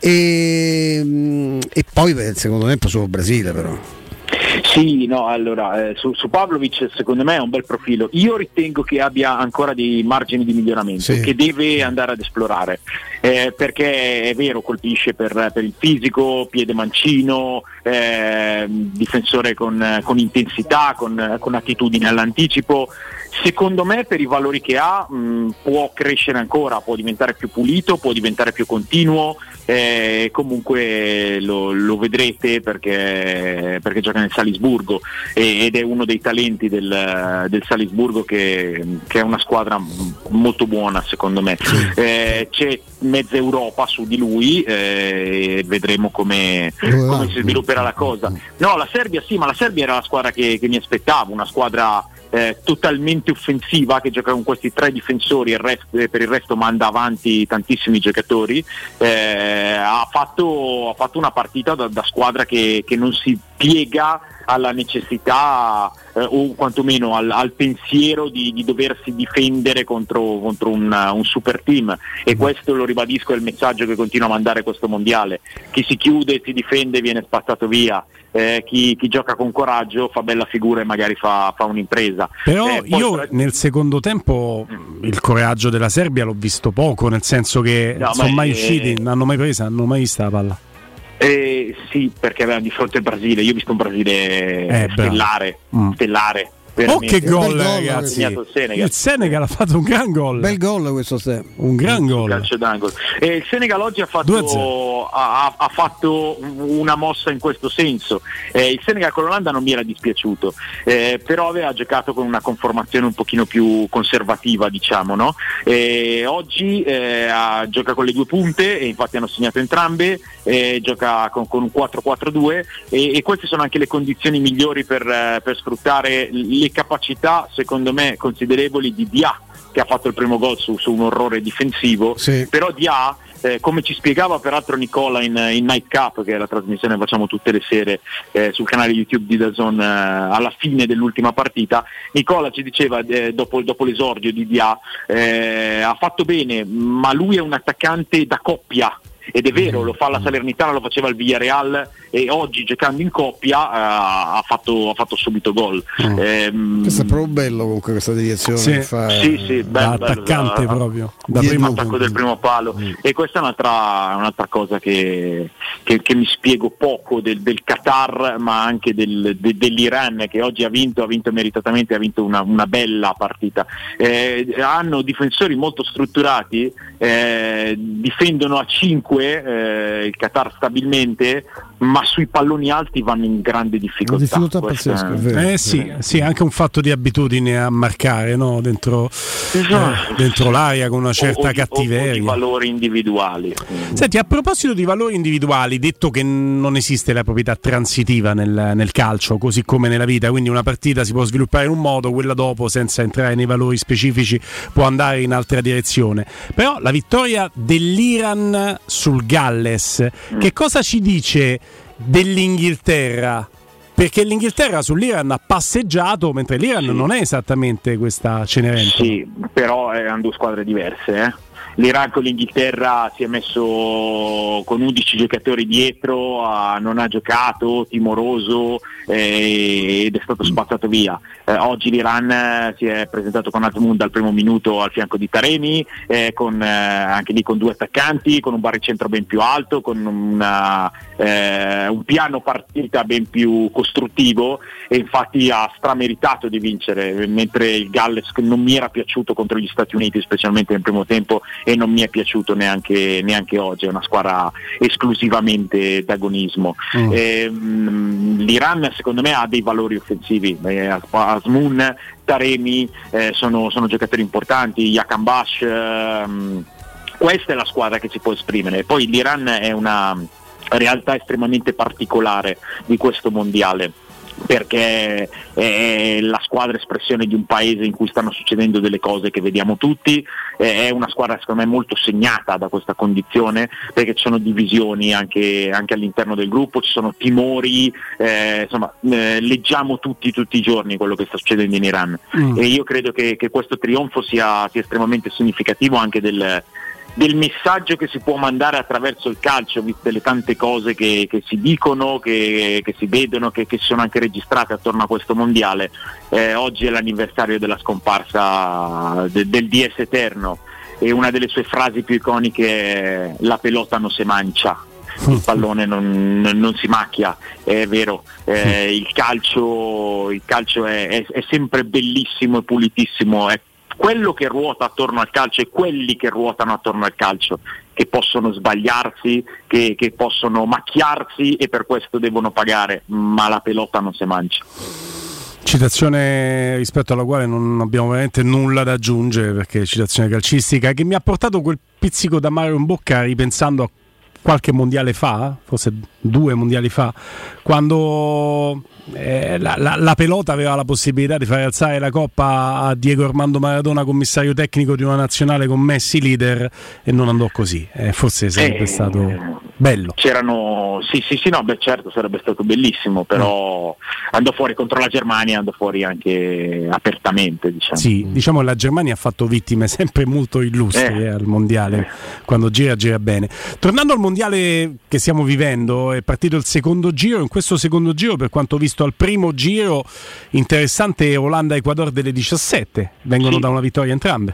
E poi per il secondo tempo solo Brasile però.
Sì, no, allora su Pavlovic secondo me è un bel profilo. Io ritengo che abbia ancora dei margini di miglioramento, sì, che deve andare ad esplorare, perché è vero, colpisce per il fisico, piede mancino, difensore con intensità, con attitudine all'anticipo. Secondo me per i valori che ha può crescere ancora, può diventare più pulito, può diventare più continuo, comunque lo vedrete perché gioca nel Salisburgo ed è uno dei talenti del Salisburgo che è una squadra molto buona secondo me. C'è mezza Europa su di lui, vedremo come si svilupperà la cosa. No, la Serbia sì, ma la Serbia era la squadra che mi aspettavo, una squadra totalmente offensiva, che gioca con questi 3 difensori, per il resto manda avanti tantissimi giocatori. Ha fatto una partita da squadra che non si piega alla necessità o quantomeno al pensiero di doversi difendere contro un super team, e questo, lo ribadisco, è il messaggio che continua a mandare questo mondiale. Chi si chiude, si difende, viene spazzato via. Chi gioca con coraggio fa bella figura e magari fa un'impresa.
Però io nel secondo tempo il coraggio della Serbia l'ho visto poco, nel senso che sono mai usciti, non hanno mai presa, non hanno mai vista la palla.
Sì, perché aveva di fronte il Brasile. Io ho visto un Brasile stellare.
Oh, che gol, ragazzi! Il Senegal ha fatto un gran gol.
Bel gol questo,
un gran gol.
Calcio d'angolo. Il Senegal oggi ha fatto una mossa in questo senso. Il Senegal con l'Olanda non mi era dispiaciuto, però aveva giocato con una conformazione un pochino più conservativa, diciamo, no? Oggi gioca con le 2 punte, e infatti hanno segnato entrambe. Gioca con un 4-4-2, e queste sono anche le condizioni migliori per sfruttare le capacità, secondo me, considerevoli di Dia, che ha fatto il primo gol su un orrore difensivo. Sì. Però Dia, come ci spiegava peraltro Nicola in Night Cup, che è la trasmissione che facciamo tutte le sere sul canale YouTube di DAZN, alla fine dell'ultima partita, Nicola ci diceva dopo l'esordio di Dia, ha fatto bene, ma lui è un attaccante da coppia. Ed è vero, lo fa alla Salernitana, lo faceva al Villarreal, e oggi giocando in coppia ha fatto subito gol.
Questo è proprio bello, comunque, questa deviazione.
Sì,
bello, attaccante proprio
da primo attacco del primo palo. E questa è un'altra cosa che mi spiego poco del Qatar, ma anche dell'Iran, che oggi ha vinto meritatamente, ha vinto una bella partita. Hanno difensori molto strutturati, difendono a 5 il Qatar stabilmente, ma sui palloni alti vanno in grande difficoltà.
Pazzesca, è vero.
Sì, anche un fatto di abitudine a marcare, no? dentro l'area, con una certa cattiveria.
O di valori individuali.
Senti, a proposito di valori individuali, detto che non esiste la proprietà transitiva nel calcio, così come nella vita, quindi una partita si può sviluppare in un modo, quella dopo, senza entrare nei valori specifici, può andare in altra direzione. Però la vittoria dell'Iran sul Galles, che cosa ci dice dell'Inghilterra? Perché l'Inghilterra sull'Iran ha passeggiato, mentre l'Iran non è esattamente questa Cenerentola.
Sì, però hanno 2 squadre diverse. L'Iran con l'Inghilterra si è messo con 11 giocatori dietro, non ha giocato, timoroso, ed è stato spazzato via. Oggi l'Iran si è presentato con Azmoun dal primo minuto al fianco di Taremi, anche lì con 2 attaccanti, con un baricentro ben più alto, con un piano partita ben più costruttivo, e infatti ha strameritato di vincere, mentre il Galles non mi era piaciuto contro gli Stati Uniti, specialmente nel primo tempo, e non mi è piaciuto neanche oggi. È una squadra esclusivamente d'agonismo. L'Iran secondo me ha dei valori offensivi. Azmoun, Taremi sono giocatori importanti, Yakambash, questa è la squadra che si può esprimere. Poi l'Iran è una realtà estremamente particolare di questo mondiale, perché è la squadra espressione di un paese in cui stanno succedendo delle cose che vediamo tutti. È una squadra secondo me molto segnata da questa condizione, perché ci sono divisioni anche all'interno del gruppo, ci sono timori, leggiamo tutti i giorni quello che sta succedendo in Iran, e io credo che questo trionfo sia estremamente significativo anche del messaggio che si può mandare attraverso il calcio, viste le tante cose che si dicono, che si vedono, che sono anche registrate attorno a questo mondiale. Oggi è l'anniversario della scomparsa del DS Eterno, e una delle sue frasi più iconiche è: la pelota non se mancia, il pallone non si macchia. È vero, il calcio è sempre bellissimo e pulitissimo, è quello che ruota attorno al calcio e quelli che ruotano attorno al calcio che possono sbagliarsi, che possono macchiarsi, e per questo devono pagare, ma la pelota non si mancia.
Citazione rispetto alla quale non abbiamo veramente nulla da aggiungere, perché citazione calcistica che mi ha portato quel pizzico d'amaro in bocca ripensando a qualche mondiale fa, forse 2 mondiali fa, quando la pelota aveva la possibilità di fare alzare la coppa a Diego Armando Maradona, commissario tecnico di una nazionale con Messi leader, e non andò così. Forse sarebbe stato bello.
C'erano sì, no, beh, certo, sarebbe stato bellissimo, però andò fuori contro la Germania, andò fuori anche apertamente, diciamo.
Sì, diciamo che la Germania ha fatto vittime sempre molto illustri al mondiale, quando gira bene. Tornando al mondiale che stiamo vivendo, è partito il secondo giro. In questo secondo giro, per quanto visto al primo giro, interessante Olanda-Ecuador delle 17, vengono da una vittoria entrambe.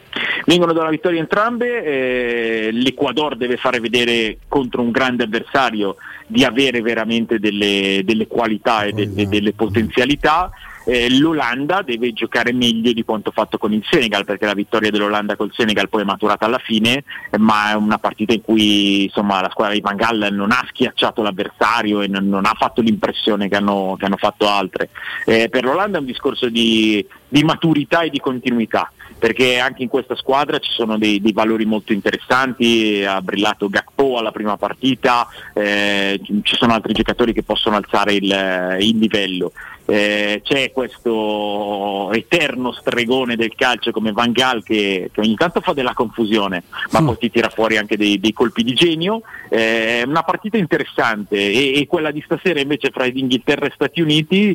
L'Ecuador deve fare vedere contro un grande avversario di avere veramente delle qualità e delle potenzialità. L'Olanda deve giocare meglio di quanto fatto con il Senegal, perché la vittoria dell'Olanda col Senegal poi è maturata alla fine, ma è una partita in cui insomma la squadra di Van Gaal non ha schiacciato l'avversario e non ha fatto l'impressione che hanno fatto altre. Per l'Olanda è un discorso di maturità e di continuità, perché anche in questa squadra ci sono dei valori molto interessanti. Ha brillato Gakpo alla prima partita, ci sono altri giocatori che possono alzare il livello. C'è questo eterno stregone del calcio come Van Gaal che ogni tanto fa della confusione, ma poi ti tira fuori anche dei colpi di genio. È una partita interessante, e quella di stasera invece fra Inghilterra e Stati Uniti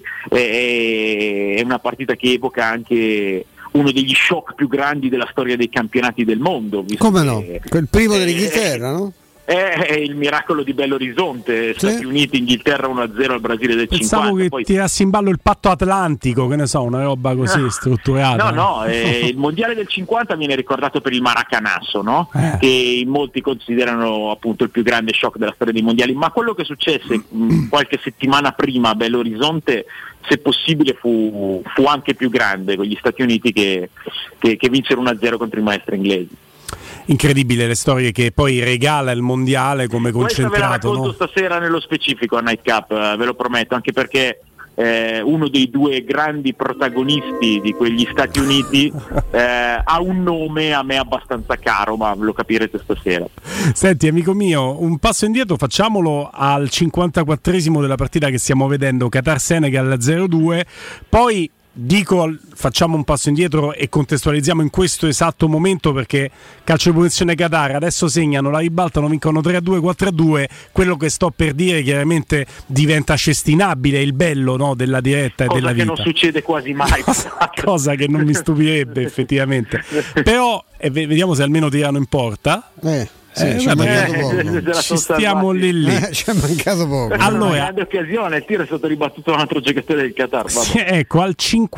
è una partita che evoca anche uno degli shock più grandi della storia dei campionati del mondo.
Come no? Quel primo dell'Inghilterra, no?
È il miracolo di Belo Horizonte, Stati Uniti, Inghilterra 1-0 al Brasile del 50.
Pensavo che
poi
tirassi in ballo il patto atlantico, che ne so, una roba così strutturata.
Il mondiale del 50 viene ricordato per il Maracanazo, no? Che in molti considerano appunto il più grande shock della storia dei mondiali, ma quello che successe qualche settimana prima a Belo Horizonte, se possibile, fu anche più grande, con gli Stati Uniti che vinsero 1-0 contro i maestri inglesi.
Incredibile le storie che poi regala il mondiale come concentrato.
Questa ve la racconto stasera nello specifico a Nightcap, ve lo prometto, anche perché uno dei 2 grandi protagonisti di quegli Stati Uniti ha un nome a me abbastanza caro, ma lo capirete stasera.
Senti amico mio, un passo indietro facciamolo al 54esimo della partita che stiamo vedendo, Qatar-Senegal 0-2, poi facciamo un passo indietro e contestualizziamo in questo esatto momento, perché calcio di punizione Qatar, adesso segnano, la ribaltano, vincono 3-2, 4-2. Quello che sto per dire chiaramente diventa cestinabile, il bello, no, della diretta e della vita.
Cosa che non succede quasi mai.
Cosa che non mi stupirebbe effettivamente. Però vediamo se almeno tirano in porta.
Ci è mancato poco.
Ci stiamo lì.
Ci è mancato poco.
Allora, una grande occasione, il tiro è stato ribattuto da un altro giocatore del Qatar.
Ecco, al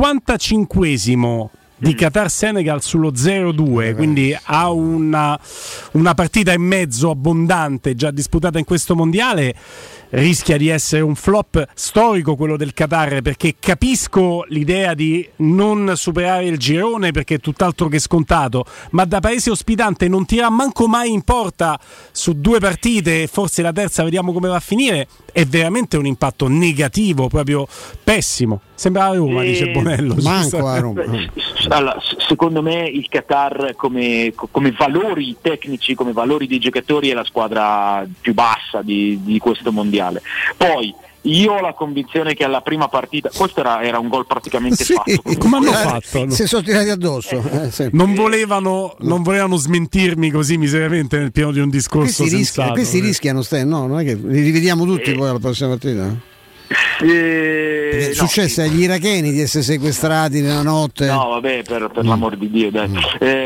55esimo di Qatar-Senegal sullo 0-2, quindi ha una partita e mezzo abbondante già disputata in questo mondiale. Rischia di essere un flop storico quello del Qatar, perché capisco l'idea di non superare il girone, perché è tutt'altro che scontato, ma da paese ospitante non tira manco mai in porta su 2 partite, forse la terza vediamo come va a finire. È veramente un impatto negativo, proprio pessimo. Sembra a Roma, dice Bonello.
Manco a Roma.
Allora, secondo me il Qatar come valori tecnici, come valori dei giocatori, è la squadra più bassa di questo mondiale. Poi io ho la convinzione che alla prima partita, questo era un gol praticamente fatto.
Come hanno fatto?
Si sono tirati addosso.
Non volevano smentirmi così miseramente nel pieno di un discorso sensato.
Questi rischiano, no? Non è che li rivediamo tutti poi alla prossima partita. È successo agli iracheni di essere sequestrati nella notte.
No, vabbè, per l'amor di Dio, dai.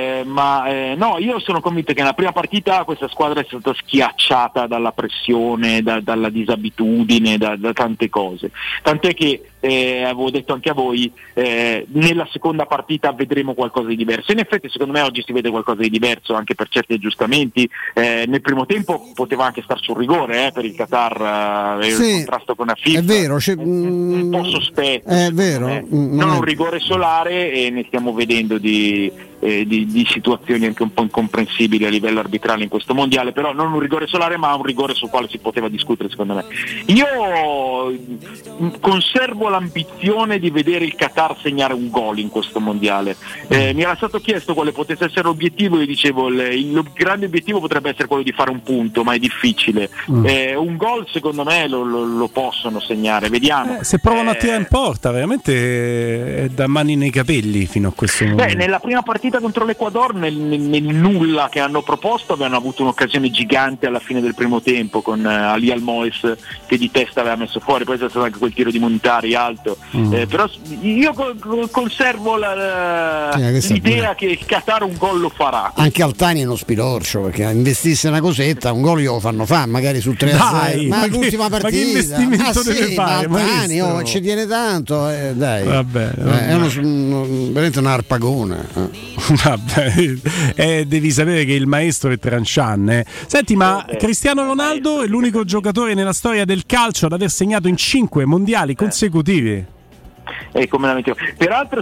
No, io sono convinto che nella prima partita questa squadra è stata schiacciata dalla pressione, dalla disabitudine, da tante cose. Tant'è che avevo detto anche a voi, nella seconda partita vedremo qualcosa di diverso. In effetti secondo me oggi si vede qualcosa di diverso, anche per certi aggiustamenti. Nel primo tempo poteva anche star sul rigore per il Qatar, il contrasto con Afif.
È vero,
un po' sospetto.
È vero.
Non un rigore solare, e ne stiamo vedendo di di situazioni anche un po' incomprensibili a livello arbitrale in questo mondiale, però non un rigore solare ma un rigore sul quale si poteva discutere secondo me. Io conservo l'ambizione di vedere il Qatar segnare un gol in questo mondiale. Mi era stato chiesto quale potesse essere l'obiettivo, io dicevo il grande obiettivo potrebbe essere quello di fare un punto, ma è difficile. Un gol secondo me lo possono segnare, vediamo.
Se provano a tirare in porta veramente è da mani nei capelli fino a questo momento.
Nella prima partita contro l'Ecuador nel nulla che hanno proposto avevano avuto un'occasione gigante alla fine del primo tempo con Ali Almoes che di testa aveva messo fuori, poi c'è stato anche quel tiro di Montari alto, però io conservo l'idea che il Qatar un gol lo farà.
Anche Altani è uno spilorcio, perché investisse una cosetta, un gol glielo fanno fare magari sul 3-0, ma l'ultima partita,
ma che investimento deve fare?
Altani ci tiene tanto, dai.
Vabbè.
È veramente un arpagone.
Vabbè, devi sapere che il maestro è Trancian. Senti, ma Cristiano Ronaldo è l'unico giocatore nella storia del calcio ad aver segnato in 5 mondiali consecutivi.
Peraltro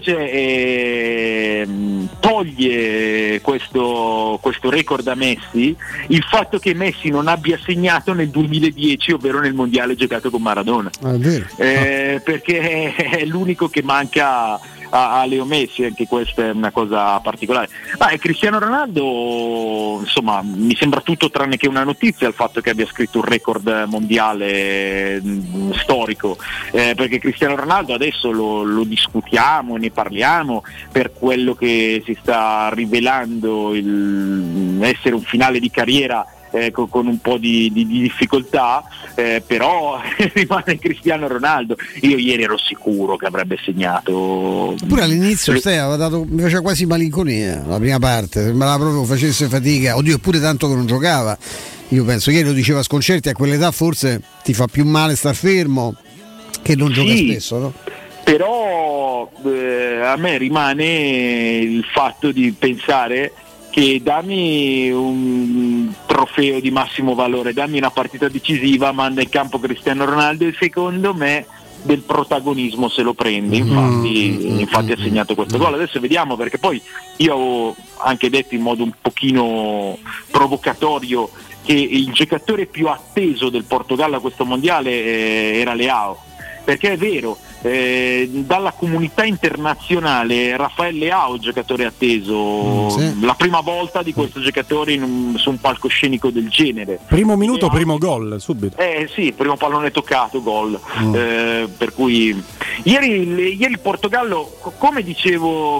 toglie questo record a Messi il fatto che Messi non abbia segnato nel 2010, ovvero nel mondiale giocato con Maradona, perché è l'unico che manca a Leo Messi, anche questa è una cosa particolare. Cristiano Ronaldo, insomma, mi sembra tutto tranne che una notizia il fatto che abbia scritto un record mondiale storico, perché Cristiano Ronaldo adesso lo discutiamo, ne parliamo per quello che si sta rivelando essere un finale di carriera con un po' di difficoltà, però rimane Cristiano Ronaldo. Io ieri ero sicuro che avrebbe segnato.
Pure all'inizio mi faceva quasi malinconia la prima parte, sembrava proprio facesse fatica, eppure tanto che non giocava. Io penso che lo diceva Sconcerti, a quell'età forse ti fa più male star fermo che non gioca spesso, no?
Però a me rimane il fatto di pensare che dammi un trofeo di massimo valore, dammi una partita decisiva, manda in campo Cristiano Ronaldo e secondo me del protagonismo se lo prende, infatti ha segnato questo gol. Adesso vediamo, perché poi io ho anche detto in modo un pochino provocatorio che il giocatore più atteso del Portogallo a questo mondiale era Leao, perché è vero, dalla comunità internazionale Rafael Leao giocatore atteso, la prima volta di questo giocatore su un palcoscenico del genere.
Primo minuto, primo gol subito.
Primo pallone toccato, gol. Per cui ieri il Portogallo, come dicevamo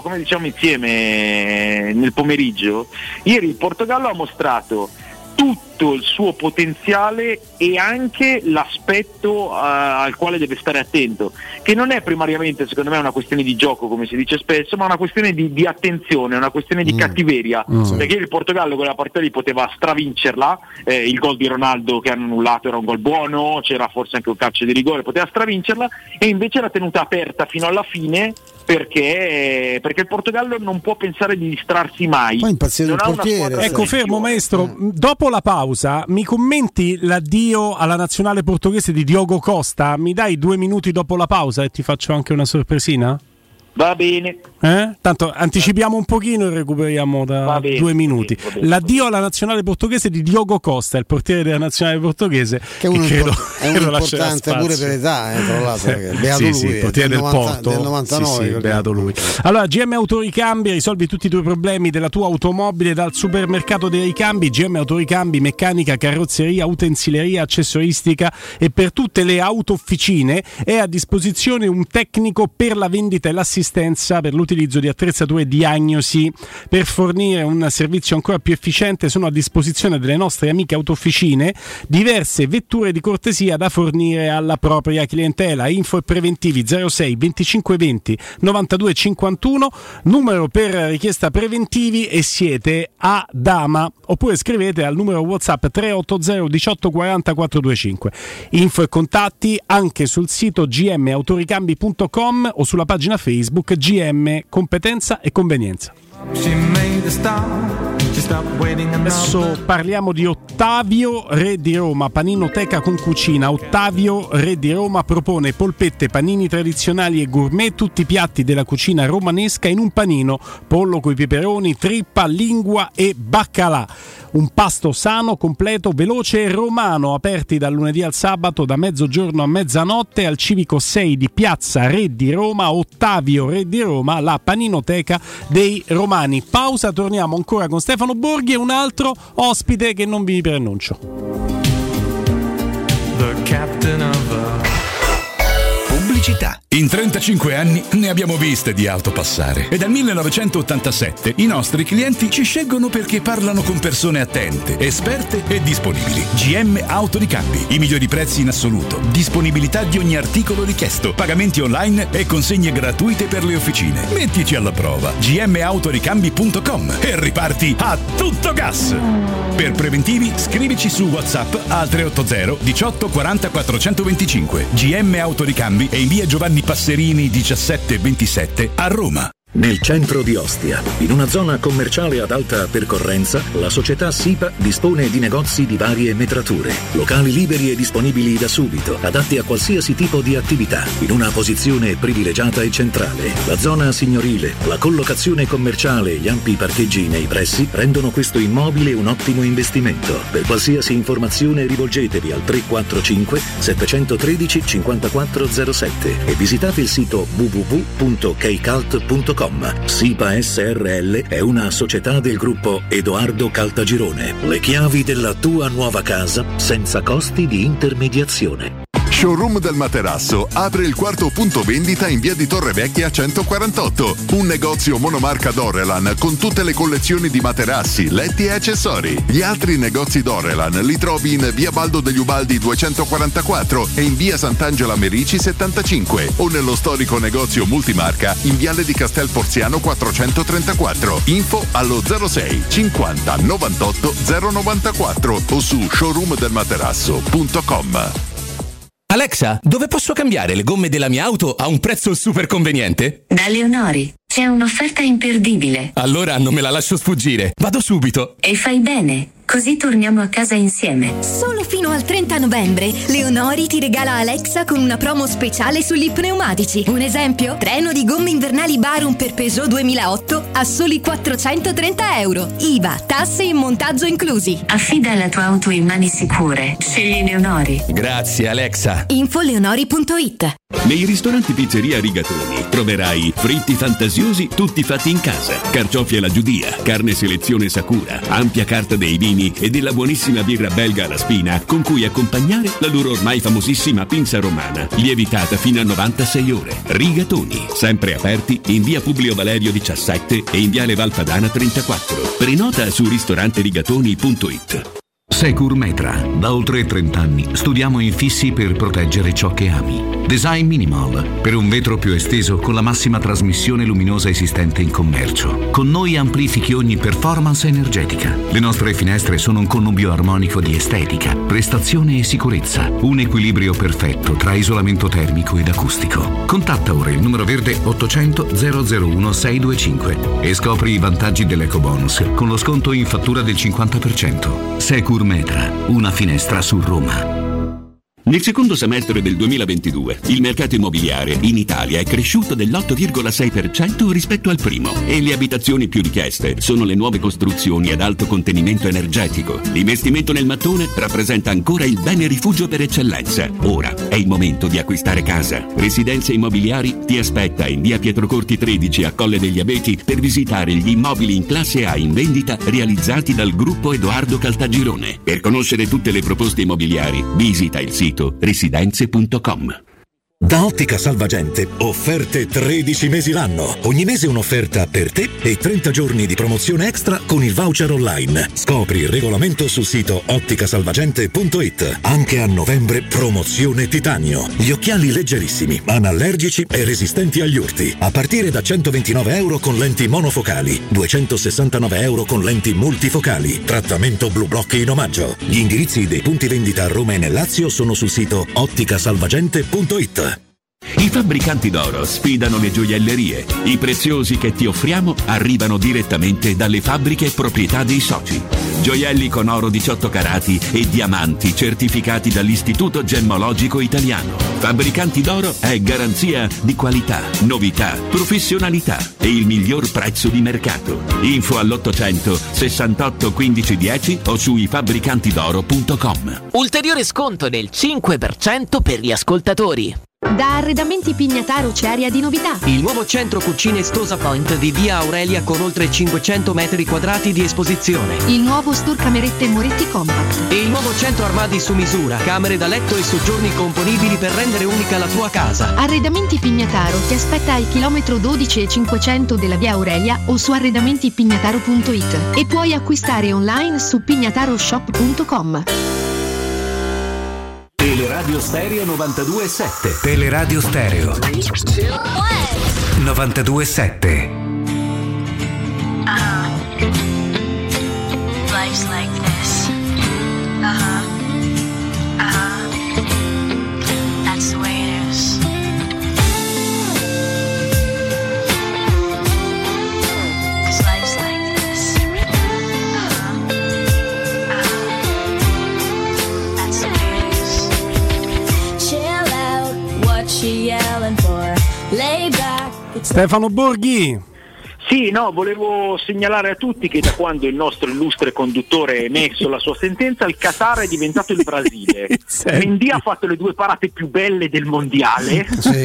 insieme nel pomeriggio, ieri il Portogallo ha mostrato tutto il suo potenziale e anche l'aspetto al quale deve stare attento, che non è primariamente secondo me una questione di gioco come si dice spesso, ma una questione di attenzione, una questione di cattiveria, perché il Portogallo quella partita lì poteva stravincerla, il gol di Ronaldo che hanno annullato era un gol buono, c'era forse anche un calcio di rigore, poteva stravincerla e invece era tenuta aperta fino alla fine, perché il Portogallo non può pensare di distrarsi mai.
Poi impazzire il portiere.
Ecco, fermo maestro, dopo la pausa mi commenti l'addio alla nazionale portoghese di Diogo Costa? Mi dai 2 minuti dopo la pausa e ti faccio anche una sorpresina?
Va bene.
Tanto anticipiamo un pochino e recuperiamo da 2 minuti. L'addio alla nazionale portoghese di Diogo Costa, il portiere della nazionale portoghese,
che credo è uno importante pure per età, tra l'altro, beato lui,
il portiere del Porto
del 99,
beato lui. Allora, GM Autoricambi, risolvi tutti i tuoi problemi della tua automobile dal supermercato dei ricambi. GM Autoricambi, meccanica, carrozzeria, utensileria, accessoristica e per tutte le autofficine è a disposizione un tecnico per la vendita e l'assistenza per l'utilizzo di attrezzature e diagnosi. Per fornire un servizio ancora più efficiente sono a disposizione delle nostre amiche autofficine diverse vetture di cortesia da fornire alla propria clientela. Info e preventivi 06 25 20 92 51, numero per richiesta preventivi, e siete a Dama, oppure scrivete al numero WhatsApp 380 18 40 425. Info e contatti anche sul sito gmautoricambi.com o sulla pagina Facebook GM Competenza e Convenienza. Adesso parliamo di Ottavio, re di Roma, paninoteca con cucina. Ottavio, re di Roma, propone polpette, panini tradizionali e gourmet, tutti i piatti della cucina romanesca in un panino: pollo coi peperoni, trippa, lingua e baccalà. Un pasto sano, completo, veloce e romano, aperti dal lunedì al sabato da mezzogiorno a mezzanotte al civico 6 di Piazza Re di Roma. Ottavio, re di Roma, la paninoteca dei romani. Pausa, torniamo ancora con Stefano Borghi e un altro ospite che non vi pronuncio.
The captain of
Pubblicità. In 35 anni ne abbiamo viste di auto passare e dal 1987 i nostri clienti ci scelgono perché parlano con persone attente, esperte e disponibili. GM Autoricambi, i migliori prezzi in assoluto, disponibilità di ogni articolo richiesto, pagamenti online e consegne gratuite per le officine. Mettiti alla prova. gmautoricambi.com e riparti a tutto gas. Per preventivi scrivici su WhatsApp al 380 18 40 425. GM Autoricambi e in via Giovanni Passerini 1727 a Roma.
Nel centro di Ostia, in una zona commerciale ad alta percorrenza, la società SIPA dispone di negozi di varie metrature, locali liberi e disponibili da subito, adatti a qualsiasi tipo di attività, in una posizione privilegiata e centrale. La zona signorile, la collocazione commerciale e gli ampi parcheggi nei pressi rendono questo immobile un ottimo investimento. Per qualsiasi informazione rivolgetevi al 345 713 5407 e visitate il sito www.keicalt.com. SIPA SRL è una società del gruppo Edoardo Caltagirone. Le chiavi della tua nuova casa senza costi di intermediazione.
Showroom del Materasso apre il quarto punto vendita in via di Torrevecchia 148. Un negozio monomarca Dorelan con tutte le collezioni di materassi, letti e accessori. Gli altri negozi Dorelan li trovi in via Baldo degli Ubaldi 244 e in via Sant'Angela Merici 75 o nello storico negozio multimarca in viale di Castel Porziano 434. Info allo 06 50 98 094 o su showroomdelmaterasso.com.
Alexa, dove posso cambiare le gomme della mia auto a un prezzo super conveniente?
Da Leonori. C'è un'offerta imperdibile.
Allora non me la lascio sfuggire. Vado subito.
E fai bene. Così torniamo a casa insieme.
Solo fino al 30 novembre, Leonori ti regala Alexa con una promo speciale sugli pneumatici. Un esempio? Treno di gomme invernali Barum per Peugeot 2008 a soli €430. IVA, tasse e montaggio inclusi.
Affida la tua auto in mani sicure. Scegli Leonori.
Grazie Alexa.
Info leonori.it.
Nei ristoranti Pizzeria Rigatoni troverai fritti fantasiosi tutti fatti in casa, carciofi alla giudia, carne selezione Sakura, ampia carta dei vini e della buonissima birra belga alla spina con cui accompagnare la loro ormai famosissima pinza romana, lievitata fino a 96 ore. Rigatoni, sempre aperti in via Publio Valerio 17 e in viale Valpadana 34. Prenota su ristoranterigatoni.it.
Securmetra. Da oltre 30 anni studiamo infissi per proteggere ciò che ami. Design minimal, per un vetro più esteso con la massima trasmissione luminosa esistente in commercio. Con noi amplifichi ogni performance energetica. Le nostre finestre sono un connubio armonico di estetica, prestazione e sicurezza. Un equilibrio perfetto tra isolamento termico ed acustico. Contatta ora il numero verde 800 001 625 e scopri i vantaggi dell'ecobonus con lo sconto in fattura del 50%. Securmetra, una finestra su Roma.
Nel secondo semestre del 2022 il mercato immobiliare in Italia è cresciuto dell'8,6% rispetto al primo e le abitazioni più richieste sono le nuove costruzioni ad alto contenimento energetico. L'investimento nel mattone rappresenta ancora il bene rifugio per eccellenza. Ora è il momento di acquistare casa. Residenze Immobiliari ti aspetta in via Pietrocorti 13 a Colle degli Abeti per visitare gli immobili in classe A in vendita realizzati dal gruppo Edoardo Caltagirone. Per conoscere tutte le proposte immobiliari visita il sito residenze.com.
Da Ottica Salvagente, offerte 13 mesi l'anno. Ogni mese un'offerta per te e 30 giorni di promozione extra con il voucher online. Scopri il regolamento sul sito otticasalvagente.it. Anche a novembre promozione titanio. Gli occhiali leggerissimi, anallergici e resistenti agli urti. A partire da €129 con lenti monofocali, €269 con lenti multifocali. Trattamento Blue Block in omaggio. Gli indirizzi dei punti vendita a Roma e nel Lazio sono sul sito otticasalvagente.it.
I fabbricanti d'oro sfidano le gioiellerie. I preziosi che ti offriamo arrivano direttamente dalle fabbriche e proprietà dei soci. Gioielli con oro 18 carati e diamanti certificati dall'Istituto Gemmologico Italiano. Fabbricanti d'oro è garanzia di qualità, novità, professionalità e il miglior prezzo di mercato. Info all'800 68 15 10 o su ifabbricantidoro.com.
Ulteriore sconto del 5% per gli ascoltatori.
Da Arredamenti Pignataro c'è area di novità.
Il nuovo centro cucine Stosa Point di via Aurelia con oltre 500 metri quadrati di esposizione.
Il nuovo store camerette Moretti Compact.
E il nuovo centro armadi su misura, camere da letto e soggiorni componibili per rendere unica la tua casa.
Arredamenti Pignataro ti aspetta al chilometro 12 e 500 della via Aurelia o su arredamentipignataro.it e puoi acquistare online su pignataroshop.com.
Teleradio Stereo 92.7.
Teleradio Stereo 92.7.
Life's like this. That's the way it is. Cause life's like this. That's the way it is. Chill out, what you yelling for? Lay back.
Stefano Borghi.
Sì, no, volevo segnalare a tutti che da quando il nostro illustre conduttore ha emesso la sua sentenza, il Qatar è diventato il Brasile. Mendy ha fatto le 2 parate più belle del mondiale.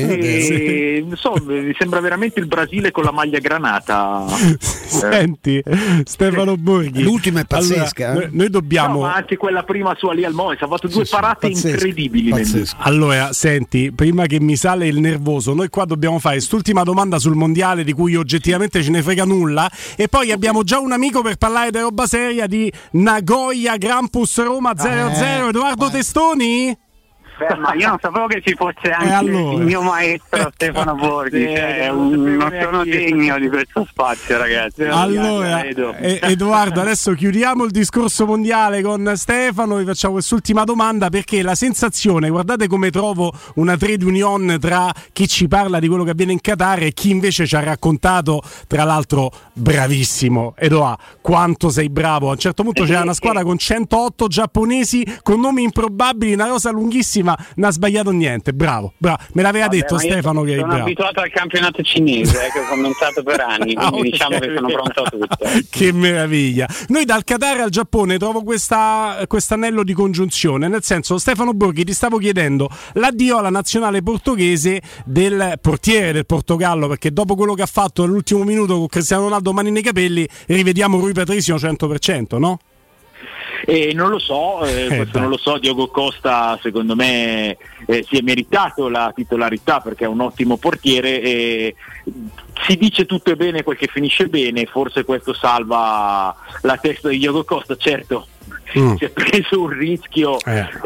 Non so, mi sembra veramente il Brasile con la maglia granata.
Senti, Stefano Borghi,
l'ultima è pazzesca.
Allora, noi dobbiamo.
No, ma anche quella prima su Ali Al-Moes ha fatto 2 parate incredibili.
Allora, senti, prima che mi sale il nervoso, noi qua dobbiamo fare quest'ultima domanda sul mondiale di cui oggettivamente ce ne frega nulla, e poi abbiamo già un amico per parlare di roba seria di Nagoya Grampus Roma 0-0. Edoardo Testoni?
Ma io non sapevo che ci fosse anche il mio maestro Stefano Borghi, non sono degno di questo spazio, ragazzi.
Allora, Edoardo, adesso chiudiamo il discorso mondiale con Stefano, vi facciamo quest'ultima domanda, perché la sensazione, guardate come trovo una trade union tra chi ci parla di quello che avviene in Qatar e chi invece ci ha raccontato, tra l'altro bravissimo, Edoardo, quanto sei bravo. A un certo punto c'era una squadra con 108 giapponesi con nomi improbabili, una cosa lunghissima, non ha sbagliato niente, bravo. Me l'aveva detto Stefano che eri bravo.
Sono abituato al campionato cinese che ho commentato per anni, quindi diciamo che sono pronto a tutto.
Che meraviglia. Noi dal Qatar al Giappone trovo quest'anello di congiunzione, nel senso, Stefano Borghi, ti stavo chiedendo l'addio alla nazionale portoghese del portiere del Portogallo, perché dopo quello che ha fatto nell'ultimo minuto con Cristiano Ronaldo mani nei capelli, rivediamo Rui Patricio 100%, no?
Non lo so, questo non lo so. Diogo Costa secondo me si è meritato la titolarità perché è un ottimo portiere, si dice tutto è bene quel che finisce bene, forse questo salva la testa di Diogo Costa. Certo, si è preso un rischio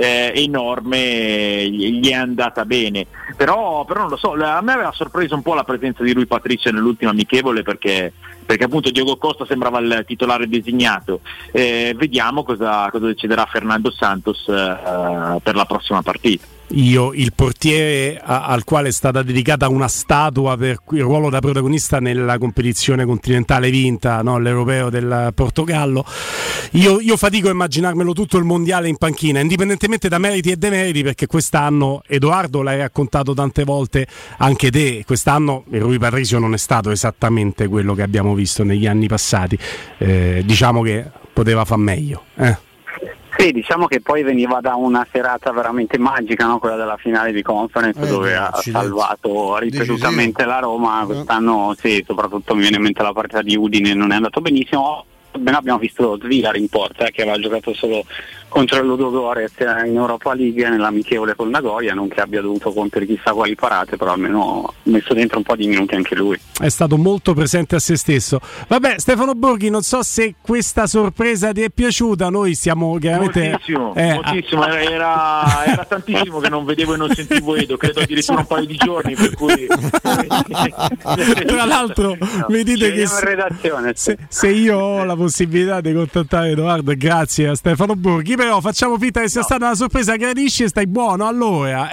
enorme, gli è andata bene, però non lo so, a me aveva sorpreso un po' la presenza di Rui Patricio nell'ultima amichevole, perché appunto Diogo Costa sembrava il titolare designato. Vediamo cosa deciderà Fernando Santos per la prossima partita.
Il portiere al quale è stata dedicata una statua per il ruolo da protagonista nella competizione continentale vinta, no? L'Europeo del Portogallo, io fatico a immaginarmelo tutto il mondiale in panchina, indipendentemente da meriti e demeriti, perché quest'anno, Edoardo, l'hai raccontato tante volte anche te, quest'anno il Rui Patricio non è stato esattamente quello che abbiamo visto negli anni passati, diciamo che poteva far meglio.
Sì, diciamo che poi veniva da una serata veramente magica, no? Quella della finale di Conference, dove ha salvato ripetutamente la Roma. Quest'anno sì, soprattutto mi viene in mente la partita di Udine, non è andato benissimo. Abbiamo visto Svilar in porta, che aveva giocato solo contro il Ludogorets in Europa League nell'amichevole con Nagoya, non che abbia dovuto compiere chissà quali parate, però almeno ha messo dentro un po' di minuti anche lui.
È stato molto presente a se stesso. Vabbè, Stefano Borghi, non so se questa sorpresa ti è piaciuta, noi stiamo chiaramente
moltissimo. Era tantissimo che non vedevo e non sentivo Edo, credo addirittura un paio di giorni, per cui
tra l'altro mi dite che se io ho la possibilità di contattare Edoardo, grazie a Stefano Borghi, però facciamo finta che sia stata una sorpresa, gradisci e stai buono allora.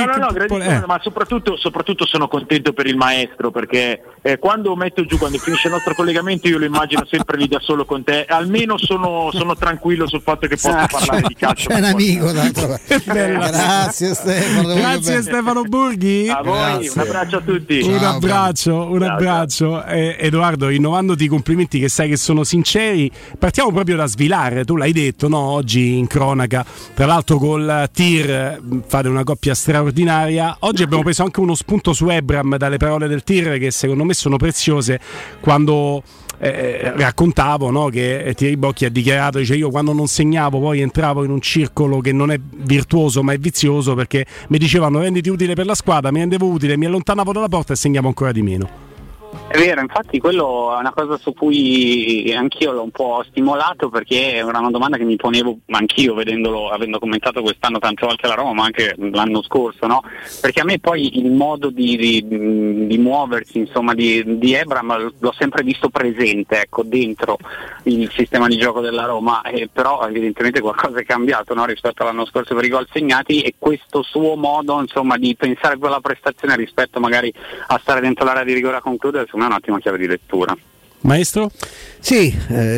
Ma soprattutto sono contento per il maestro, perché quando metto giù, quando finisce il nostro collegamento, io lo immagino sempre lì da solo con te, almeno sono tranquillo sul fatto che posso parlare di calcio.
C'è un amico, grazie Stefano.
Grazie Stefano Borghi.
A voi,
grazie.
Un abbraccio a tutti.
Un abbraccio. Edoardo, rinnovandoti i complimenti, che sai che sono sinceri, partiamo proprio da Svilare. Tu l'hai detto, no? Oggi in cronaca, tra l'altro col Tir fate una coppia straordinaria. Oggi abbiamo preso anche uno spunto su Ebram dalle parole del Tir, che secondo me sono preziose, quando raccontavo, no, che Thierry Bocchi ha dichiarato, dice: io quando non segnavo poi entravo in un circolo che non è virtuoso ma è vizioso, perché mi dicevano renditi utile per la squadra, mi rendevo utile, mi allontanavo dalla porta e segnavo ancora di meno.
È vero, infatti quello è una cosa su cui anch'io l'ho un po' stimolato, perché era una domanda che mi ponevo anch'io vedendolo, avendo commentato quest'anno tante volte la Roma, ma anche l'anno scorso, no? Perché a me poi il modo di muoversi, insomma, di Ebram l'ho sempre visto presente, ecco, dentro il sistema di gioco della Roma, però evidentemente qualcosa è cambiato, no? Rispetto all'anno scorso per i gol segnati, e questo suo modo, insomma, di pensare a quella prestazione rispetto magari a stare dentro l'area di rigore a concludere, è un'ottima chiave di lettura.
Maestro?
Sì,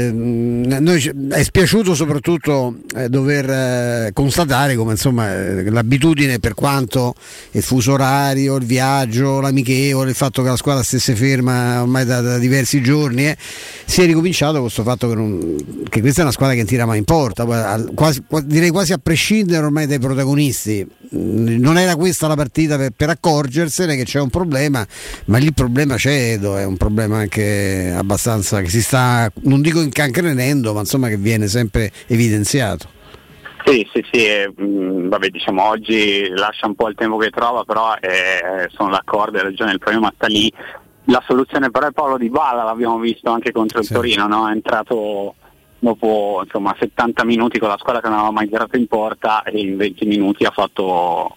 noi è spiaciuto soprattutto dover constatare come, insomma, l'abitudine, per quanto il fuso orario, il viaggio, l'amichevole, il fatto che la squadra stesse ferma ormai da diversi giorni, si è ricominciato con questo fatto che questa è una squadra che tira mai in porta, direi quasi a prescindere ormai dai protagonisti. Non era questa la partita per accorgersene che c'è un problema, ma lì il problema c'è, è un problema anche abbastanza che si sta, non dico incancrenendo, ma insomma che viene sempre evidenziato.
Sì, vabbè, diciamo oggi lascia un po' il tempo che trova, però sono d'accordo, hai ragione, il problema sta lì. La soluzione però è Paolo Dybala, l'abbiamo visto anche contro il Torino, no? È entrato dopo 70 minuti con la squadra che non aveva mai tirato in porta, e in 20 minuti ha fatto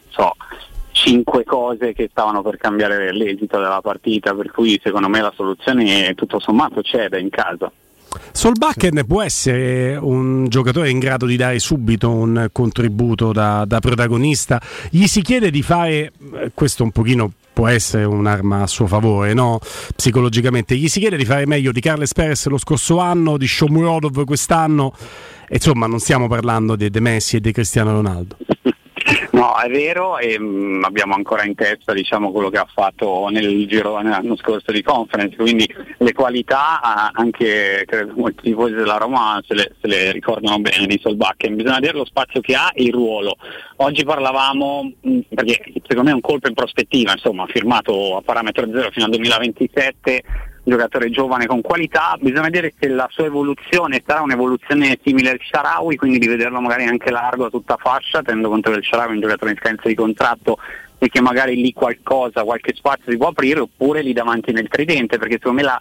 5 cose che stavano per cambiare l'esito della partita, per cui secondo me la soluzione tutto sommato c'è in casa.
Solbakken può essere un giocatore in grado di dare subito un contributo da protagonista. Gli si chiede di fare, questo un pochino può essere un'arma a suo favore, no? Psicologicamente gli si chiede di fare meglio di Carles Perez lo scorso anno, di Shomurodov quest'anno, e insomma non stiamo parlando di Messi e di Cristiano Ronaldo.
No, è vero, e abbiamo ancora in testa, diciamo, quello che ha fatto nel girone l'anno scorso di Conference, quindi le qualità anche credo molti tifosi della Roma se le ricordano bene di Solbakken. Bisogna vedere lo spazio che ha e il ruolo. Oggi parlavamo, perché secondo me è un colpo in prospettiva, insomma, firmato a parametro zero fino al 2027, giocatore giovane con qualità. Bisogna vedere se la sua evoluzione sarà un'evoluzione simile al Shaarawy, quindi di vederlo magari anche largo a tutta fascia, tenendo conto che il Shaarawy è un giocatore in scadenza di contratto e che magari lì qualche spazio si può aprire, oppure lì davanti nel tridente, perché secondo me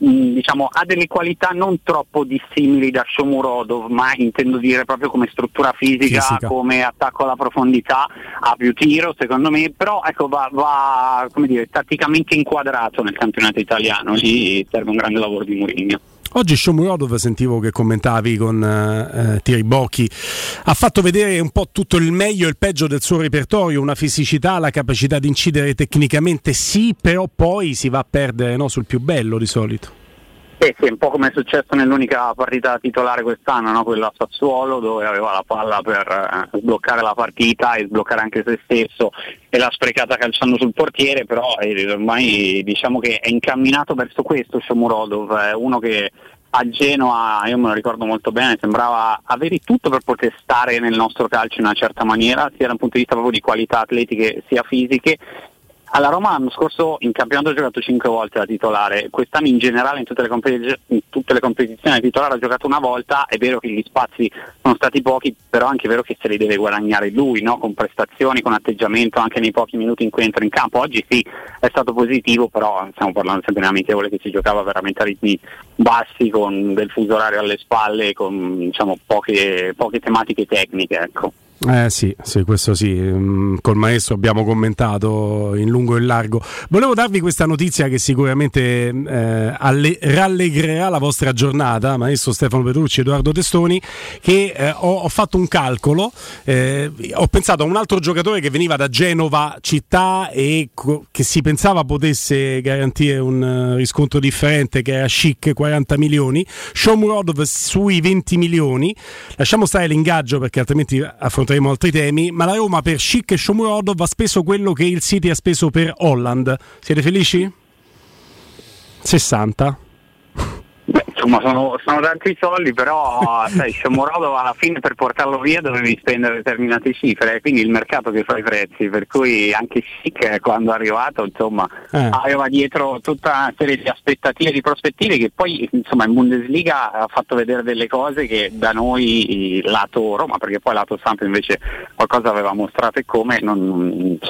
ha delle qualità non troppo dissimili da Shomurodov, ma intendo dire proprio come struttura fisica. Come attacco alla profondità, ha più tiro secondo me, però ecco va come dire, tatticamente inquadrato nel campionato italiano, lì serve un grande lavoro di Mourinho.
Oggi Shomurodov, sentivo che commentavi con Thierry Bocchi, ha fatto vedere un po' tutto il meglio e il peggio del suo repertorio, una fisicità, la capacità di incidere tecnicamente sì, però poi si va a perdere, no, sul più bello di solito.
Sì, un po' come è successo nell'unica partita titolare quest'anno, no? Quella a Sassuolo, dove aveva la palla per sbloccare la partita e sbloccare anche se stesso, e l'ha sprecata calciando sul portiere, però ormai diciamo che è incamminato verso questo Shomurodov, è uno che a Genoa, io me lo ricordo molto bene, sembrava avere tutto per poter stare nel nostro calcio in una certa maniera, sia dal punto di vista proprio di qualità atletiche sia fisiche. Alla Roma l'anno scorso in campionato ha giocato 5 volte da titolare, quest'anno in generale in tutte le competizioni da titolare ha giocato una volta. È vero che gli spazi sono stati pochi, però è anche vero che se li deve guadagnare lui, no? Con prestazioni, con atteggiamento anche nei pochi minuti in cui entra in campo. Oggi sì, è stato positivo, però stiamo parlando sempre di un amichevole che si giocava veramente a ritmi bassi, con del fuso orario alle spalle, con poche tematiche tecniche, ecco.
Sì, questo sì, col maestro abbiamo commentato in lungo e in largo. Volevo darvi questa notizia che sicuramente rallegrerà la vostra giornata, maestro Stefano Petrucci, Edoardo Testoni, che ho fatto un calcolo, ho pensato a un altro giocatore che veniva da Genova città e che si pensava potesse garantire un riscontro differente, che era Schick, 40 milioni, Shomurodov sui 20 milioni, lasciamo stare l'ingaggio perché altrimenti affronteremo altri temi, ma la Roma per Schick e Shomurodov ha speso quello che il City ha speso per Holland. Siete felici? 60.
Beh, insomma sono tanti soldi, però sai, Shomurodov alla fine per portarlo via dovevi spendere determinate cifre, quindi il mercato che fa i prezzi, per cui anche Schick quando è arrivato insomma aveva dietro tutta una serie di aspettative, di prospettive, che poi insomma in Bundesliga ha fatto vedere delle cose che da noi lato Roma, perché poi lato Samp invece qualcosa aveva mostrato, e come non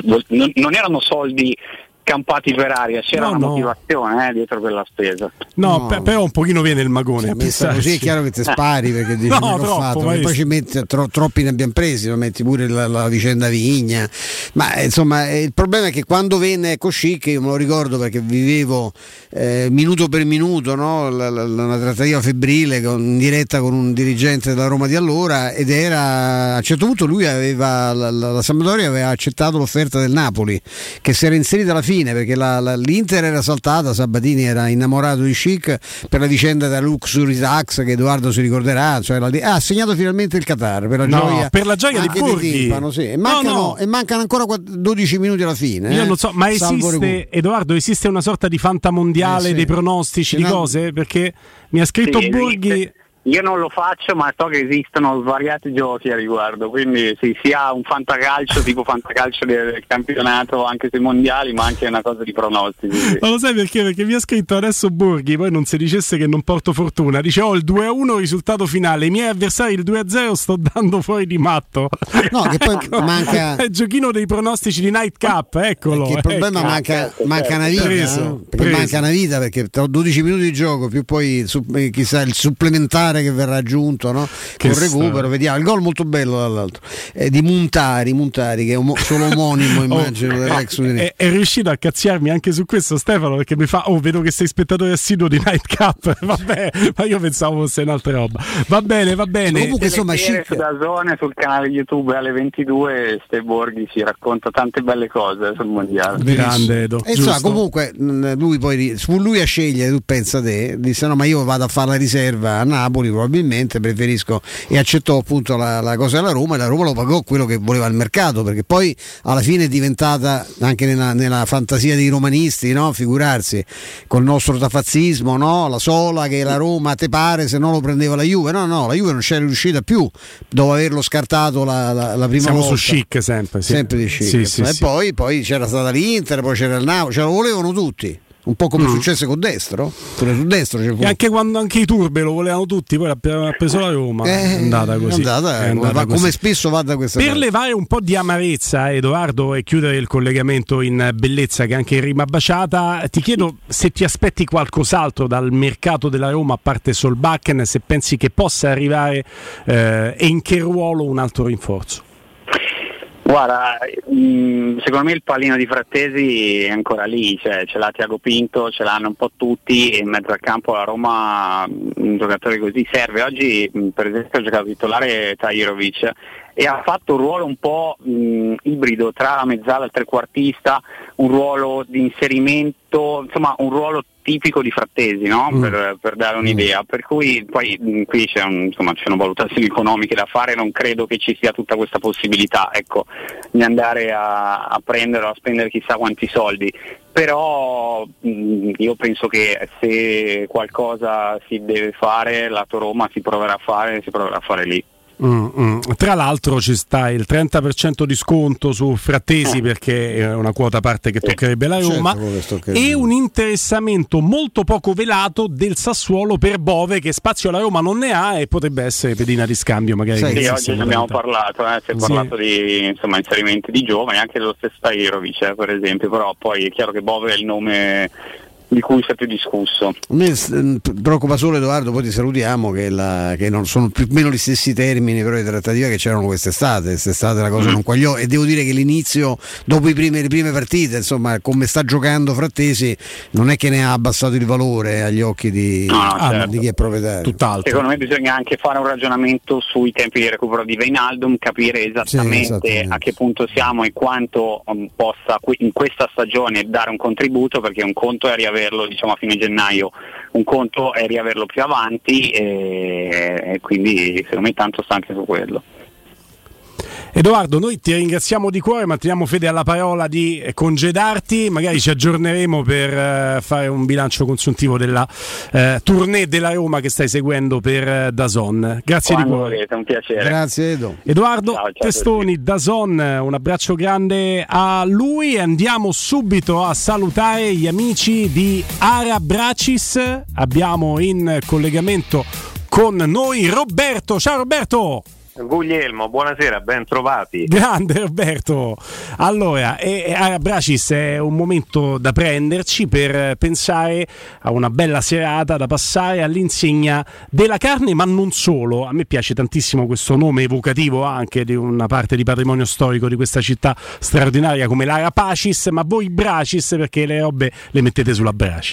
erano soldi campati per aria, c'era una motivazione dietro quella spesa.
Però un pochino viene il magone.
Così è chiaro che ti spari perché dici poi ci metti troppi ne abbiamo presi, lo metti pure la vicenda Vigna, ma insomma il problema è che quando venne Schick, io me lo ricordo perché vivevo minuto per minuto, no? una trattativa febbrile in diretta con un dirigente della Roma di allora, ed era a un certo punto lui aveva la Sampdoria aveva accettato l'offerta del Napoli, che si era inserita alla fine perché l'Inter era saltata, Sabatini era innamorato di Schick per la vicenda della Luxury Tax che Edoardo si ricorderà, cioè ha segnato finalmente il Qatar per la gioia
di Borghi,
sì. E mancano ancora 12 minuti alla fine.
Io non so, ma esiste, Edoardo, esiste una sorta di fantamondiale dei pronostici di cose? Perché mi ha scritto Borghi.
Io non lo faccio, ma so che esistono svariati giochi a riguardo, quindi si ha un fantacalcio tipo fantacalcio del campionato anche sui mondiali, ma anche una cosa di pronostici. Sì.
Ma lo sai perché? Perché mi ha scritto adesso Borghi, poi non si dicesse che non porto fortuna, dice il 2-1 risultato finale, i miei avversari il 2-0 sto dando fuori di matto.
No, che poi manca
è il giochino dei pronostici di Night Cup, eccolo.
Il problema manca una vita, perché manca una vita, perché tra 12 minuti di gioco più poi chissà il supplementare che verrà aggiunto, no? Con recupero, vediamo il gol molto bello dall'altro di Muntari che è solo omonimo immagino dell'ex Udinese.
È riuscito a cazziarmi anche su questo Stefano, perché mi fa vedo che sei spettatore assiduo di Night Cup. Vabbè, ma io pensavo fosse un'altra roba. Va bene
comunque insomma
su DAZN, sul canale YouTube alle 22 Ste Borghi ci racconta tante belle cose sul mondiale.
Grande Edo,
e insomma comunque lui poi fu lui a scegliere, tu pensa te, disse no, ma io vado a fare la riserva a Napoli probabilmente, preferisco, e accettò appunto la cosa della Roma, e la Roma lo pagò quello che voleva il mercato, perché poi alla fine è diventata anche nella fantasia dei romanisti, no? Figurarsi col nostro tafazzismo, no? La sola che la Roma te pare se no lo prendeva la Juve, no la Juve non c'era riuscita più dopo averlo scartato la prima
Siamo
volta.
Su Schick sempre
di Schick, e poi c'era stata l'Inter, poi c'era il Napoli, ce lo volevano tutti. Un po' come successe con Destro, pure su Destro
e anche quando anche i Turbe lo volevano tutti, poi ha preso la Roma, è andata così,
come spesso va da questa
per
parte.
Levare un po' di amarezza, Edoardo, e chiudere il collegamento in bellezza che anche in rima baciata, ti chiedo se ti aspetti qualcos'altro dal mercato della Roma a parte Solbakken, se pensi che possa arrivare e in che ruolo un altro rinforzo.
Guarda, secondo me il pallino di Frattesi è ancora lì, cioè ce l'ha Tiago Pinto, ce l'hanno un po' tutti, e in mezzo al campo la Roma un giocatore così serve. Oggi per esempio ha giocato titolare Tahirovic e ha fatto un ruolo un po' ibrido tra la mezzala e il trequartista, un ruolo di inserimento, insomma un ruolo tipico di Frattesi, no? Per dare un'idea, per cui poi qui ci sono valutazioni economiche da fare, non credo che ci sia tutta questa possibilità, ecco, di andare a prenderlo, a spendere chissà quanti soldi, però io penso che se qualcosa si deve fare lato Roma si proverà a fare lì.
Tra l'altro ci sta il 30% di sconto su Frattesi perché è una quota parte che toccherebbe la Roma, e un interessamento molto poco velato del Sassuolo per Bove, che spazio la Roma non ne ha e potrebbe essere pedina di scambio magari.
Sì, oggi ne abbiamo parlato, si è parlato di inserimenti di giovani, anche dello stesso Tahirovic per esempio, però poi è chiaro che Bove è il nome di cui si è più discusso.
A me preoccupa solo, Edoardo, poi ti salutiamo, che non sono più o meno gli stessi termini però di trattativa che c'erano quest'estate la cosa non quagliò, e devo dire che l'inizio, dopo le prime partite, insomma, come sta giocando Frattesi, non è che ne ha abbassato il valore agli occhi di chi è proprietario.
Tutt'altro.
Secondo me bisogna anche fare un ragionamento sui tempi di recupero di Wijnaldum, capire esattamente a che punto siamo e quanto possa in questa stagione dare un contributo, perché un conto è riaverlo diciamo a fine gennaio, un conto è riaverlo più avanti, e quindi secondo me tanto sta anche su quello.
Edoardo, noi ti ringraziamo di cuore, manteniamo fede alla parola di congedarti, magari ci aggiorneremo per fare un bilancio consuntivo della tournée della Roma che stai seguendo per DAZN. Grazie
Quando
di cuore.
volete, un piacere.
Grazie Edo.
Edoardo Testoni, DAZN, un abbraccio grande a lui, e andiamo subito a salutare gli amici di Arabracis. Abbiamo in collegamento con noi Roberto. Ciao Roberto!
Guglielmo, buonasera, ben trovati.
Grande Roberto. Allora, Arabracis è un momento da prenderci per pensare a una bella serata da passare all'insegna della carne, ma non solo. A me piace tantissimo questo nome evocativo anche di una parte di patrimonio storico di questa città straordinaria come l'Arapacis, ma voi Bracis, perché le robe le mettete sulla brace.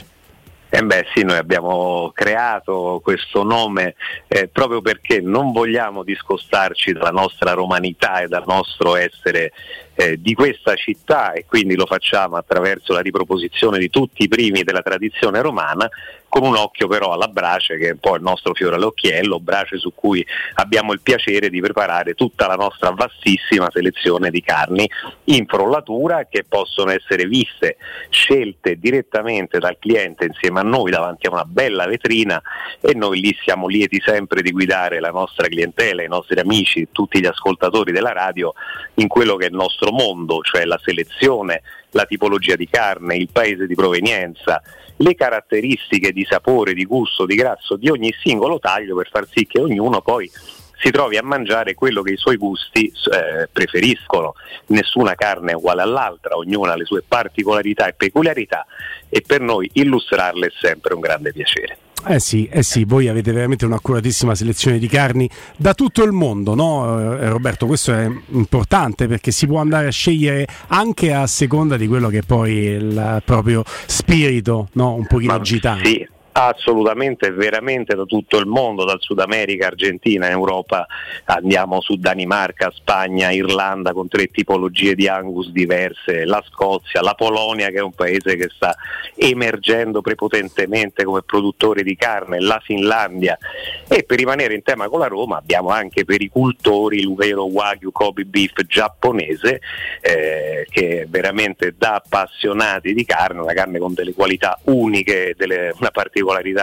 Sì, noi abbiamo creato questo nome proprio perché non vogliamo discostarci dalla nostra romanità e dal nostro essere di questa città, e quindi lo facciamo attraverso la riproposizione di tutti i primi della tradizione romana, con un occhio però alla brace, che è un po' il nostro fiore all'occhiello, brace su cui abbiamo il piacere di preparare tutta la nostra vastissima selezione di carni in frollatura, che possono essere viste, scelte direttamente dal cliente insieme a noi davanti a una bella vetrina, e noi lì siamo lieti sempre di guidare la nostra clientela, i nostri amici, tutti gli ascoltatori della radio in quello che è il nostro mondo, cioè la selezione, la tipologia di carne, il paese di provenienza, le caratteristiche di sapore, di gusto, di grasso di ogni singolo taglio, per far sì che ognuno poi si trovi a mangiare quello che i suoi gusti preferiscono. Nessuna carne è uguale all'altra, ognuna ha le sue particolarità e peculiarità, e per noi illustrarle è sempre un grande piacere.
Eh sì, voi avete veramente un'accuratissima selezione di carni da tutto il mondo, no Roberto? Questo è importante perché si può andare a scegliere anche a seconda di quello che è poi il proprio spirito, no? Un pochino agitante.
Sì. Assolutamente, veramente da tutto il mondo, dal Sud America, Argentina, Europa, andiamo su Danimarca, Spagna, Irlanda con 3 tipologie di Angus diverse, la Scozia, la Polonia che è un paese che sta emergendo prepotentemente come produttore di carne, la Finlandia, e per rimanere in tema con la Roma abbiamo anche per i cultori il vero Wagyu Kobe Beef giapponese, che veramente da appassionati di carne, una carne con delle qualità uniche, una particolarità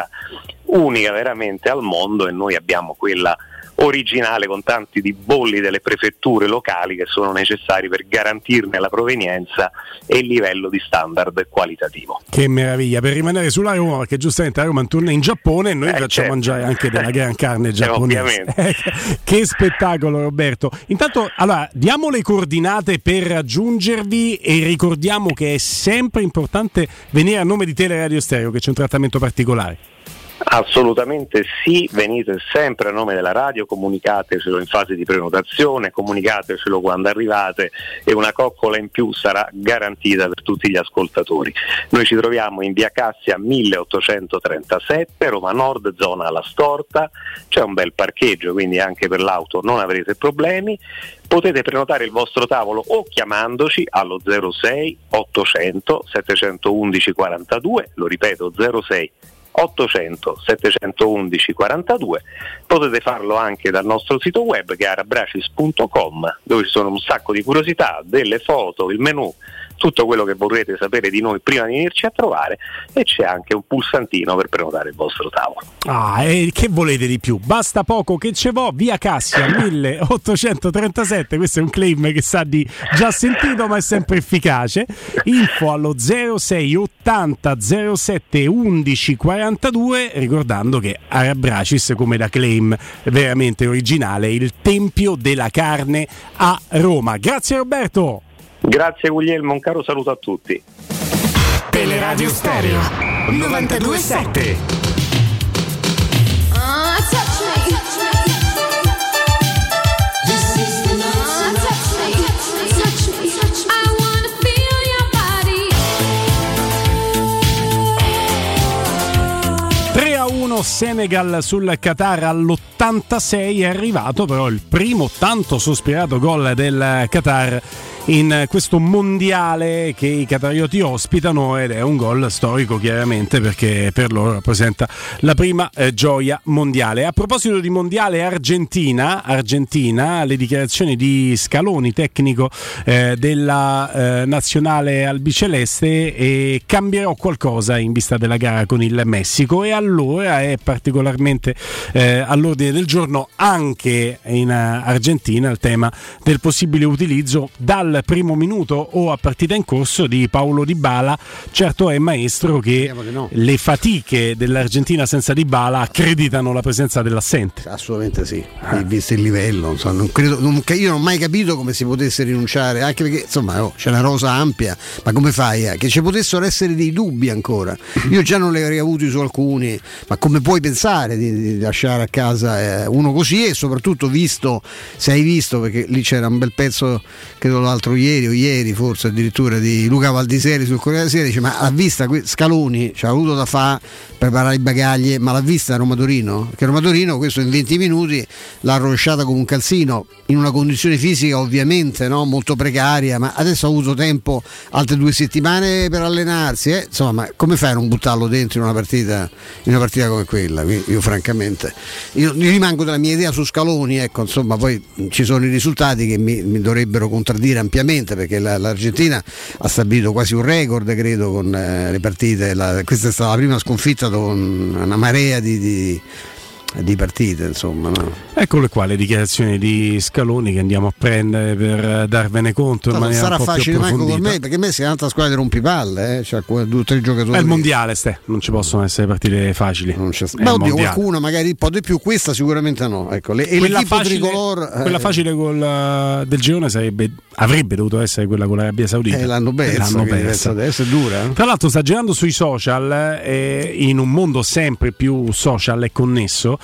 unica veramente al mondo, e noi abbiamo quella originale con tanti di bolli delle prefetture locali che sono necessari per garantirne la provenienza e il livello di standard qualitativo.
Che meraviglia, per rimanere sulla Roma, perché giustamente la Roma è un tournée in Giappone e noi facciamo mangiare anche della gran carne giapponese. Che spettacolo Roberto. Intanto allora diamo le coordinate per raggiungervi e ricordiamo che è sempre importante venire a nome di Teleradio Stereo, che c'è un trattamento particolare.
Assolutamente sì, venite sempre a nome della radio, comunicatecelo in fase di prenotazione, comunicatecelo quando arrivate, e una coccola in più sarà garantita per tutti gli ascoltatori. Noi ci troviamo in via Cassia 1837, Roma Nord, zona La Storta, c'è un bel parcheggio, quindi anche per l'auto non avrete problemi. Potete prenotare il vostro tavolo o chiamandoci allo 06 800 711 42, lo ripeto 06 800 711 42. Potete farlo anche dal nostro sito web che è arabracis.com, dove ci sono un sacco di curiosità, delle foto, il menù, tutto quello che vorrete sapere di noi prima di venirci a trovare, e c'è anche un pulsantino per prenotare il vostro tavolo.
E che volete di più? Basta poco che ce vo, via Cassia 1837, questo è un claim che sa di già sentito ma è sempre efficace. Info allo 06 80 07 11 42, ricordando che Arabracis, come da claim veramente originale, il tempio della carne a Roma. Grazie Roberto.
Grazie Guglielmo, un caro saluto a tutti.
Teleradio Stereo. 92.7.
Senegal sul Qatar all'86, è arrivato però il primo tanto sospirato gol del Qatar in questo mondiale che i qatarioti ospitano, ed è un gol storico chiaramente perché per loro rappresenta la prima gioia mondiale. A proposito di mondiale Argentina, le dichiarazioni di Scaloni, tecnico della nazionale albiceleste, e cambierò qualcosa in vista della gara con il Messico, e allora è particolarmente all'ordine del giorno anche in Argentina il tema del possibile utilizzo dal primo minuto o a partita in corso di Paulo Dybala. Certo è, maestro, che le fatiche dell'Argentina senza Dybala accreditano la presenza dell'assente.
Assolutamente sì, visto il livello, insomma, io non ho mai capito come si potesse rinunciare, anche perché insomma c'è una rosa ampia, ma come fai che ci potessero essere dei dubbi ancora? Io già non li avrei avuti su alcuni, ma come puoi pensare di lasciare a casa uno così? E soprattutto se hai visto, perché lì c'era un bel pezzo, credo l'altro ieri forse addirittura, di Luca Valdiseri sul Corriere della Sera, dice: ma l'ha vista Scaloni, ci ha avuto da fare preparare i bagagli, ma l'ha vista Roma Torino? Perché Roma Torino questo in 20 minuti l'ha rovesciata come un calzino, in una condizione fisica ovviamente molto precaria, ma adesso ha avuto tempo altre 2 settimane per allenarsi, insomma, ma come fai a non buttarlo dentro in una partita come quella? Io francamente io rimango della mia idea su Scaloni, insomma, poi ci sono i risultati che mi dovrebbero contraddire ampiamente, perché l'Argentina ha stabilito quasi un record, credo, con le partite. Questa è stata la prima sconfitta con una marea di partite, insomma, no?
Eccole qua le dichiarazioni di Scaloni che andiamo a prendere per darvene conto in maniera
sarà
un po'
facile
più
manco con me, perché me si è un'altra squadra di rompipalle, c'ha 2 o 3 giocatori.
È il mondiale, non ci possono essere partite facili.
Non c'è ma oddio, qualcuno magari un po' di più, questa sicuramente no. Ecco, l'equipo tricolor,
quella facile del girone avrebbe dovuto essere quella con l'Arabia Saudita.
L'hanno persa. Adesso è dura.
Tra l'altro sta girando sui social, in un mondo sempre più social e connesso.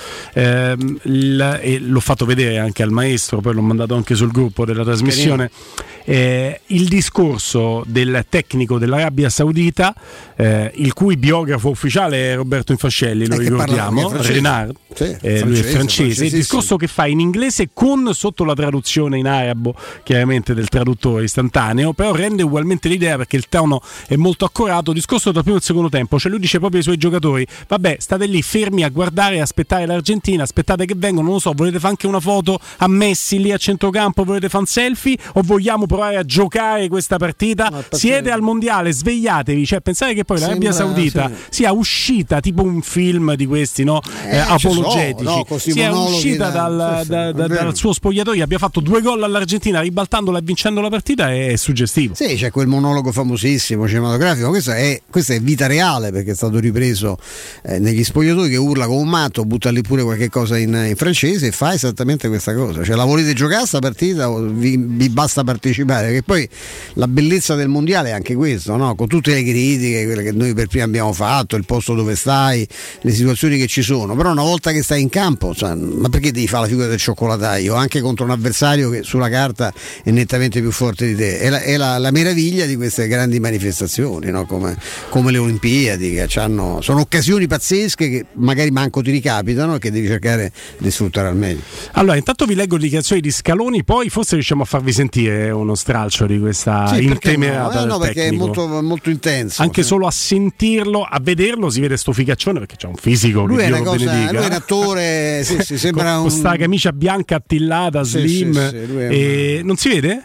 E l'ho fatto vedere anche al maestro, poi l'ho mandato anche sul gruppo della trasmissione, il discorso del tecnico dell'Arabia Saudita, il cui biografo ufficiale è Roberto Infascelli, lo ricordiamo, Renard, lui è francese, il discorso che fa in inglese con sotto la traduzione in arabo chiaramente del traduttore istantaneo, però rende ugualmente l'idea perché il tono è molto accorato. Discorso tra il primo e il secondo tempo, cioè lui dice proprio ai suoi giocatori: vabbè, state lì fermi a guardare e aspettare l'Argentina, aspettate che vengono, non lo so, volete fare anche una foto a Messi lì a centrocampo, volete fare un selfie o vogliamo provare a giocare questa partita? Siete al mondiale, svegliatevi. Cioè, pensare che poi l'Arabia Saudita sia uscita tipo un film di questi apologetici, sia uscita dal suo spogliatoio, abbia fatto 2 gol all'Argentina ribaltandola e vincendo la partita, è suggestivo.
Sì, c'è quel monologo famosissimo cinematografico, questa è vita reale, perché è stato ripreso negli spogliatoi, che urla come un matto, butta lì pure qualche cosa in francese e fa esattamente questa cosa. Cioè, la volete giocare sta partita o vi basta partecipare? Che poi la bellezza del mondiale è anche questo, no? Con tutte le critiche, quelle che noi per prima abbiamo fatto, il posto dove stai, le situazioni che ci sono, però una volta che stai in campo, ma perché devi fare la figura del cioccolataio anche contro un avversario che sulla carta è nettamente più forte di te? È la meraviglia di queste grandi manifestazioni, no? Come le Olimpiadi, che sono occasioni pazzesche che magari manco ti ricapitano e che devi cercare di sfruttare al meglio.
Allora, intanto vi leggo le dichiarazioni di Scaloni, poi forse riusciamo a farvi sentire uno stralcio di questa intemerata
no, perché è molto, molto intenso.
Anche solo a sentirlo, a vederlo, si vede sto figaccione, perché c'ha un fisico
lui
che
è
Dio
una
lo
cosa,
benedica.
lui è un attore, sì, sembra
con sta camicia bianca attillata, slim, e non si vede?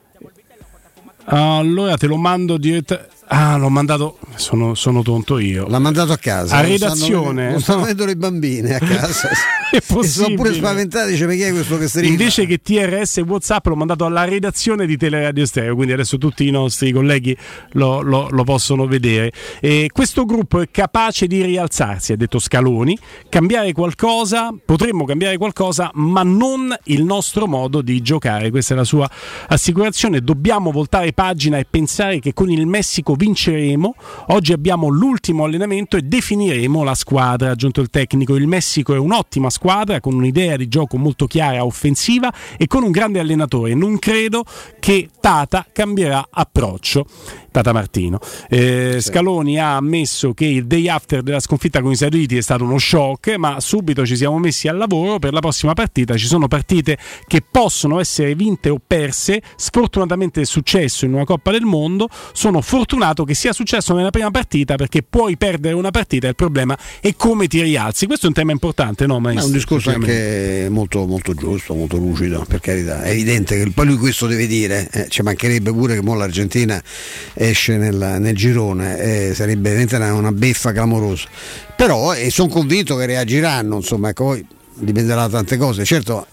Allora te lo mando direttamente. L'ho mandato, sono tonto io.
L'ha mandato a casa.
A redazione.
Non stanno vedendo le bambine a casa.
È possibile.
E sono pure spaventati, dice: ma chi è questo che sta
invece che TRS e WhatsApp l'ho mandato alla redazione di Teleradio Stereo, quindi adesso tutti i nostri colleghi lo possono vedere. E questo gruppo è capace di rialzarsi, ha detto Scaloni. Potremmo cambiare qualcosa, ma non il nostro modo di giocare. Questa è la sua assicurazione. Dobbiamo voltare pagina e pensare che con il Messico Messico, vinceremo. Oggi abbiamo l'ultimo allenamento e definiremo la squadra, ha aggiunto il tecnico. Il Messico è un'ottima squadra con un'idea di gioco molto chiara, offensiva e con un grande allenatore. Non credo che Tata cambierà approccio. Tata Martino. Scaloni ha ammesso che il day after della sconfitta con i Stati Uniti è stato uno shock, ma subito ci siamo messi al lavoro per la prossima partita. Ci sono partite che possono essere vinte o perse. Sfortunatamente è successo in una Coppa del Mondo. Sono fortunato che sia successo nella prima partita, perché puoi perdere una partita, il problema è come ti rialzi. Questo è un tema importante, no?
È un discorso anche molto, molto giusto, molto lucido, per carità. È evidente che poi lui questo deve dire, ci mancherebbe pure che mo l'Argentina esce nel girone, sarebbe veramente una beffa clamorosa, però sono convinto che reagiranno, insomma, ecco, poi dipenderà da tante cose. Certo,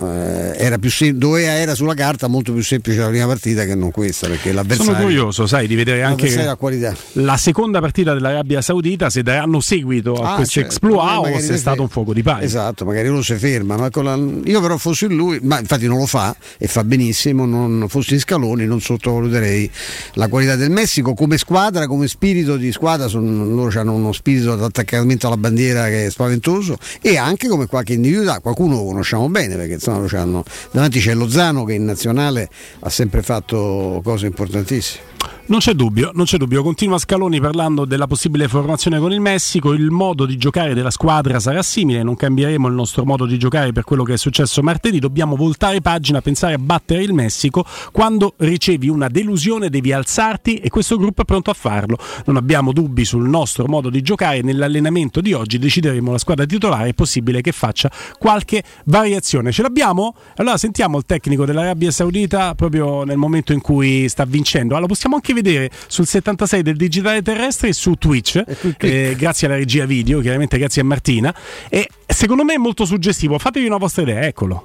era sulla carta molto più semplice la prima partita che non questa, perché l'avversario,
sono curioso, sai, di vedere anche la seconda partita dell'Arabia Saudita, se daranno seguito a questo exploit o se è stato un fuoco di paio.
Esatto, magari loro si fermano. Io però fossi lui, ma infatti non lo fa e fa benissimo, non fossi Scaloni non sottovaluterei la qualità del Messico come squadra, come spirito di squadra. Loro hanno uno spirito di attaccamento alla bandiera che è spaventoso, e anche come qualche individuo. Qualcuno lo conosciamo bene, perché insomma davanti c'è Lozano che in nazionale ha sempre fatto cose importantissime.
Non c'è dubbio. Continua Scaloni parlando della possibile formazione con il Messico. Il modo di giocare della squadra sarà simile, non cambieremo il nostro modo di giocare per quello che è successo martedì. Dobbiamo voltare pagina, pensare a battere il Messico. Quando ricevi una delusione devi alzarti, e questo gruppo è pronto a farlo. Non abbiamo dubbi sul nostro modo di giocare. Nell'allenamento di oggi decideremo la squadra titolare, è possibile che faccia qualche variazione. Ce l'abbiamo? Allora sentiamo il tecnico dell'Arabia Saudita proprio nel momento in cui sta vincendo. Allora possiamo anche vedere sul 76 del Digitale Terrestre e su Twitch, grazie alla regia video, chiaramente grazie a Martina, e secondo me è molto suggestivo. Fatevi una vostra idea, eccolo.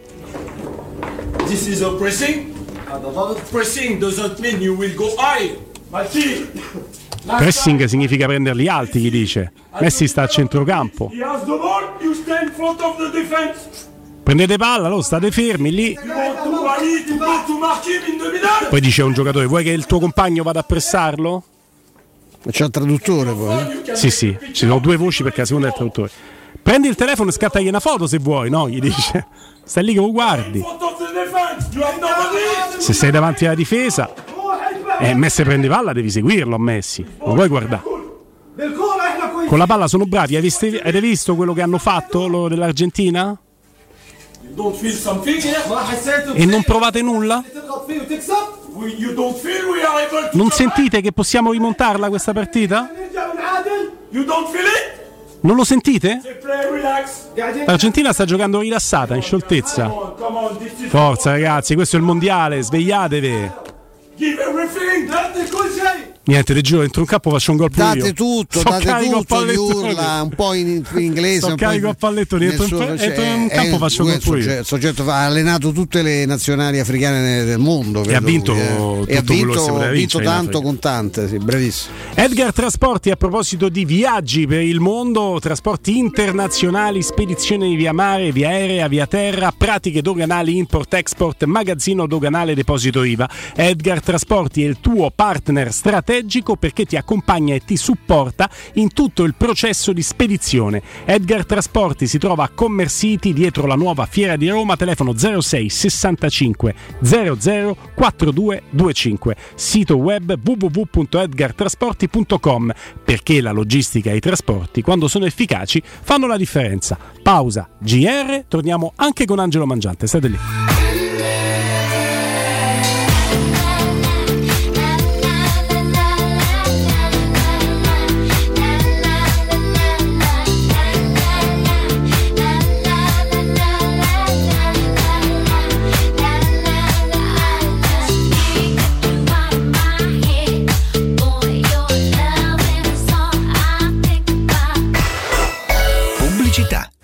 This is a pressing. Pressing doesn't mean you will go high.
Pressing significa prenderli alti, gli dice. Messi sta a centrocampo.
He has the ball, you stand in front of the defense.
Prendete palla, lo state fermi lì. Poi dice a un giocatore: vuoi che il tuo compagno vada a pressarlo?
C'è il traduttore poi.
Sì, ci sono due voci perché la seconda è il traduttore. Prendi il telefono e scattagli una foto se vuoi, no? Gli dice. Stai lì che lo guardi. Se sei davanti alla difesa Messi prende palla, devi seguirlo a Messi. Non puoi guardare. Con la palla sono bravi. Avete visto quello che hanno fatto loro dell'Argentina? E non provate nulla? Non sentite che possiamo rimontarla questa partita? Non lo sentite? L'Argentina sta giocando rilassata, in scioltezza. Forza ragazzi, questo è il mondiale, svegliatevi. Niente, ti giuro, entro un campo faccio un gol pure io.
Date tutto, gli urla un po' in inglese, un
carico a pallettoni, entro in campo faccio un gol pure io.
Il soggetto ha allenato tutte le nazionali africane del mondo
e ha vinto tutto,
vinto tanto con tante, sì, bravissimo.
Edgar Trasporti, a proposito di viaggi per il mondo, trasporti internazionali, spedizioni via mare, via aerea, via terra, pratiche doganali, import-export, magazzino doganale, deposito IVA. Edgar Trasporti è il tuo partner strategico perché ti accompagna e ti supporta in tutto il processo di spedizione. Edgar Trasporti si trova a Commercity, dietro la nuova Fiera di Roma, telefono 06 65 00 4225, sito web www.edgartrasporti.com, perché la logistica e i trasporti, quando sono efficaci, fanno la differenza. Pausa GR, torniamo anche con Angelo Mangiante, state lì.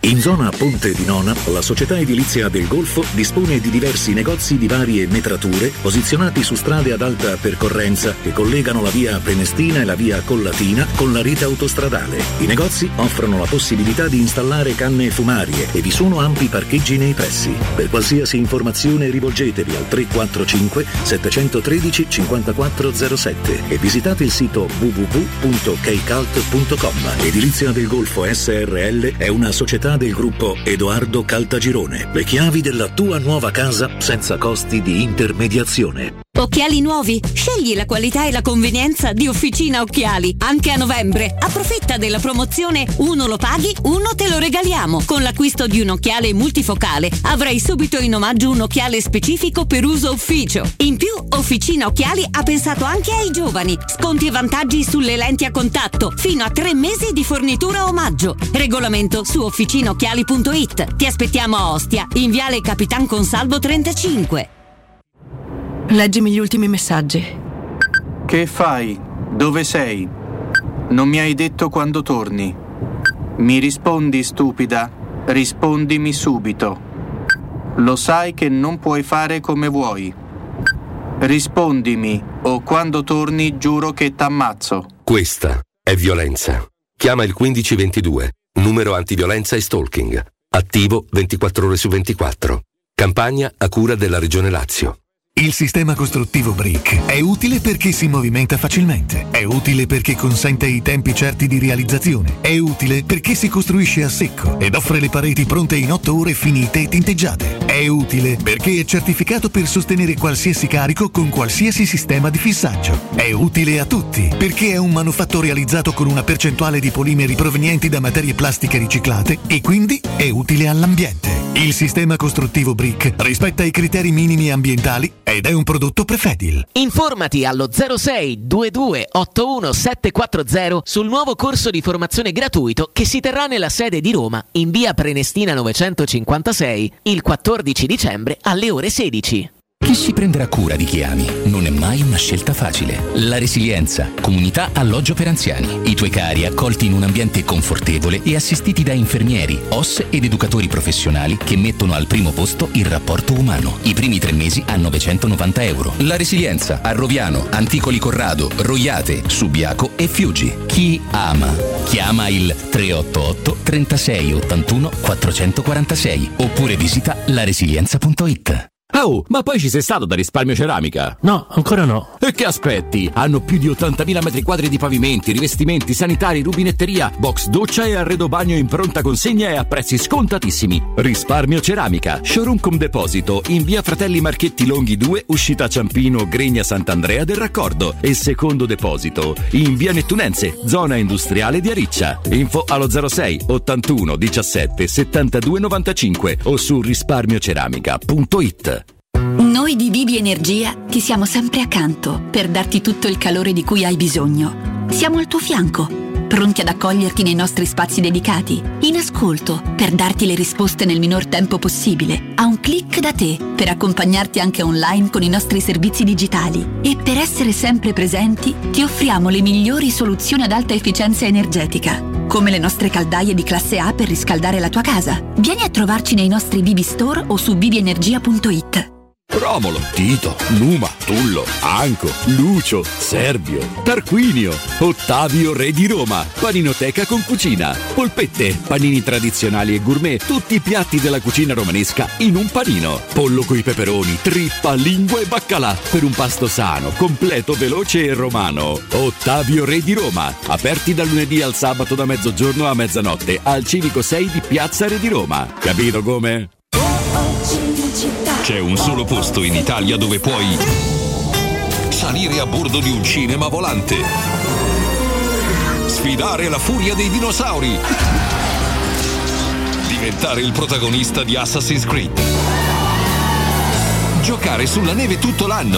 In zona Ponte di Nona, la società edilizia del Golfo dispone di diversi negozi di varie metrature posizionati su strade ad alta percorrenza che collegano la via Prenestina e la via Collatina con la rete autostradale. I negozi offrono la possibilità di installare canne fumarie e vi sono ampi parcheggi nei pressi. Per qualsiasi informazione rivolgetevi al 345 713 5407 e visitate il sito www.kcalt.com. Edilizia del Golfo SRL è una società del gruppo Edoardo Caltagirone. Le chiavi della tua nuova casa senza costi di intermediazione.
Occhiali nuovi? Scegli la qualità e la convenienza di Officina Occhiali. Anche a novembre. Approfitta della promozione uno lo paghi, uno te lo regaliamo. Con l'acquisto di un occhiale multifocale avrai subito in omaggio un occhiale specifico per uso ufficio. In più, Officina Occhiali ha pensato anche ai giovani. Sconti e vantaggi sulle lenti a contatto. Fino a 3 mesi di fornitura omaggio. Regolamento su officinaocchiali.it. Ti aspettiamo a Ostia, in viale Capitan Consalvo 35.
Leggimi gli ultimi messaggi.
Che fai? Dove sei? Non mi hai detto quando torni. Mi rispondi, stupida? Rispondimi subito. Lo sai che non puoi fare come vuoi. Rispondimi, o quando torni giuro che t'ammazzo.
Questa è violenza. Chiama il 1522, numero antiviolenza e stalking. Attivo 24 ore su 24. Campagna a cura della Regione Lazio.
Il sistema costruttivo Brick è utile perché si movimenta facilmente, è utile perché consente i tempi certi di realizzazione, è utile perché si costruisce a secco ed offre le pareti pronte in 8 ore finite e tinteggiate, è utile perché è certificato per sostenere qualsiasi carico con qualsiasi sistema di fissaggio, è utile a tutti perché è un manufatto realizzato con una percentuale di polimeri provenienti da materie plastiche riciclate e quindi è utile all'ambiente. Il sistema costruttivo Brick rispetta i criteri minimi ambientali ed è un prodotto Prefedil.
Informati allo 06 22 81 740 sul nuovo corso di formazione gratuito che si terrà nella sede di Roma in via Prenestina 956 il 14 dicembre alle ore 16.
Chi si prenderà cura di chi ami non è mai una scelta facile. La Resilienza, comunità alloggio per anziani. I tuoi cari accolti in un ambiente confortevole e assistiti da infermieri, OS ed educatori professionali che mettono al primo posto il rapporto umano. I primi 3 mesi a €990. La Resilienza a Roviano, Anticoli Corrado, Roiate, Subiaco e Fiuggi. Chi ama? Chiama il 388 36 81 446 oppure visita laresilienza.it.
Oh, ma poi ci sei stato da Risparmio Ceramica?
No, ancora no.
E che aspetti? Hanno più di 80.000 metri quadri di pavimenti, rivestimenti, sanitari, rubinetteria, box doccia e arredo bagno in pronta consegna e a prezzi scontatissimi. Risparmio Ceramica, showroom con deposito in via Fratelli Marchetti Longhi 2, uscita Ciampino, Gregna Sant'Andrea del Raccordo e secondo deposito in via Nettunense, zona industriale di Ariccia. Info allo 06 81 17 72 95 o su risparmioceramica.it.
Noi di Vivi Energia ti siamo sempre accanto per darti tutto il calore di cui hai bisogno. Siamo al tuo fianco, pronti ad accoglierti nei nostri spazi dedicati, in ascolto per darti le risposte nel minor tempo possibile, a un click da te, per accompagnarti anche online con i nostri servizi digitali. E per essere sempre presenti ti offriamo le migliori soluzioni ad alta efficienza energetica, come le nostre caldaie di classe A per riscaldare la tua casa. Vieni a trovarci nei nostri Vivi Store o su vivienergia.it.
Romolo, Tito, Numa, Tullo, Anco, Lucio, Servio, Tarquinio, Ottavio Re di Roma, paninoteca con cucina, polpette, panini tradizionali e gourmet, tutti i piatti della cucina romanesca in un panino, pollo coi peperoni, trippa, lingua e baccalà, per un pasto sano, completo, veloce e romano. Ottavio Re di Roma, aperti dal lunedì al sabato da mezzogiorno a mezzanotte al Civico 6 di Piazza Re di Roma. Capito come?
C'è un solo posto in Italia dove puoi salire a bordo di un cinema volante, sfidare la furia dei dinosauri, diventare il protagonista di Assassin's Creed, giocare sulla neve tutto l'anno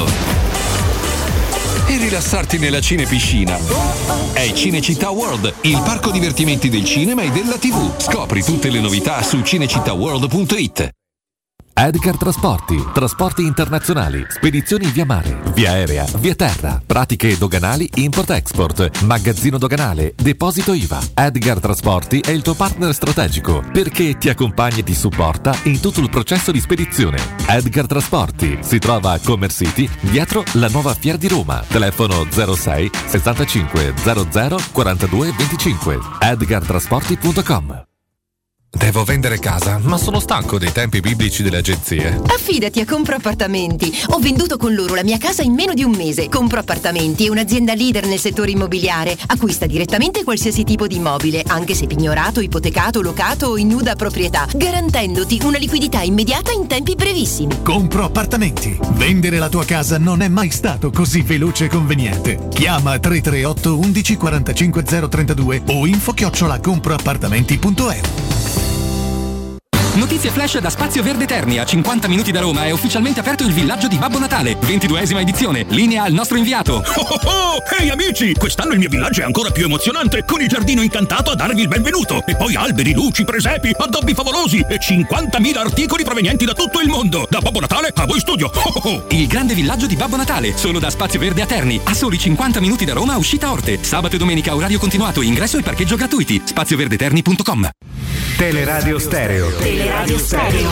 e rilassarti nella cinepiscina. È Cinecittà World, il parco divertimenti del cinema e della TV. Scopri tutte le novità su cinecittàworld.it.
Edgar Trasporti, trasporti internazionali, spedizioni via mare, via aerea, via terra, pratiche doganali import-export, magazzino doganale, deposito IVA. Edgar Trasporti è il tuo partner strategico perché ti accompagna e ti supporta in tutto il processo di spedizione. Edgar Trasporti si trova a Commerce City, dietro la nuova Fiera di Roma. Telefono 06 65 00 42 25. edgartrasporti.com.
Devo vendere casa, ma sono stanco dei tempi biblici delle agenzie.
Affidati a Compro Appartamenti. Ho venduto con loro la mia casa in meno di un mese. Compro Appartamenti è un'azienda leader nel settore immobiliare. Acquista direttamente qualsiasi tipo di immobile, anche se pignorato, ipotecato, locato o in nuda proprietà, garantendoti una liquidità immediata in tempi brevissimi.
Compro Appartamenti. Vendere la tua casa non è mai stato così veloce e conveniente. Chiama 338 11 45 032 o info@comproappartamenti.eu.
Notizie flash da Spazio Verde Terni. A 50 minuti da Roma è ufficialmente aperto il villaggio di Babbo Natale, 22esima edizione. Linea al nostro inviato.
Ehi amici, quest'anno il mio villaggio è ancora più emozionante, con il giardino incantato a darvi il benvenuto. E poi alberi, luci, presepi, addobbi favolosi e 50.000 articoli provenienti da tutto il mondo. Da Babbo Natale a voi studio.
Il grande villaggio di Babbo Natale, solo da Spazio Verde a Terni, a soli 50 minuti da Roma, uscita Orte. Sabato e domenica orario continuato, ingresso e parcheggio gratuiti. spazioverdeterni.com.
Teleradio Stereo.
Teleradio Stereo.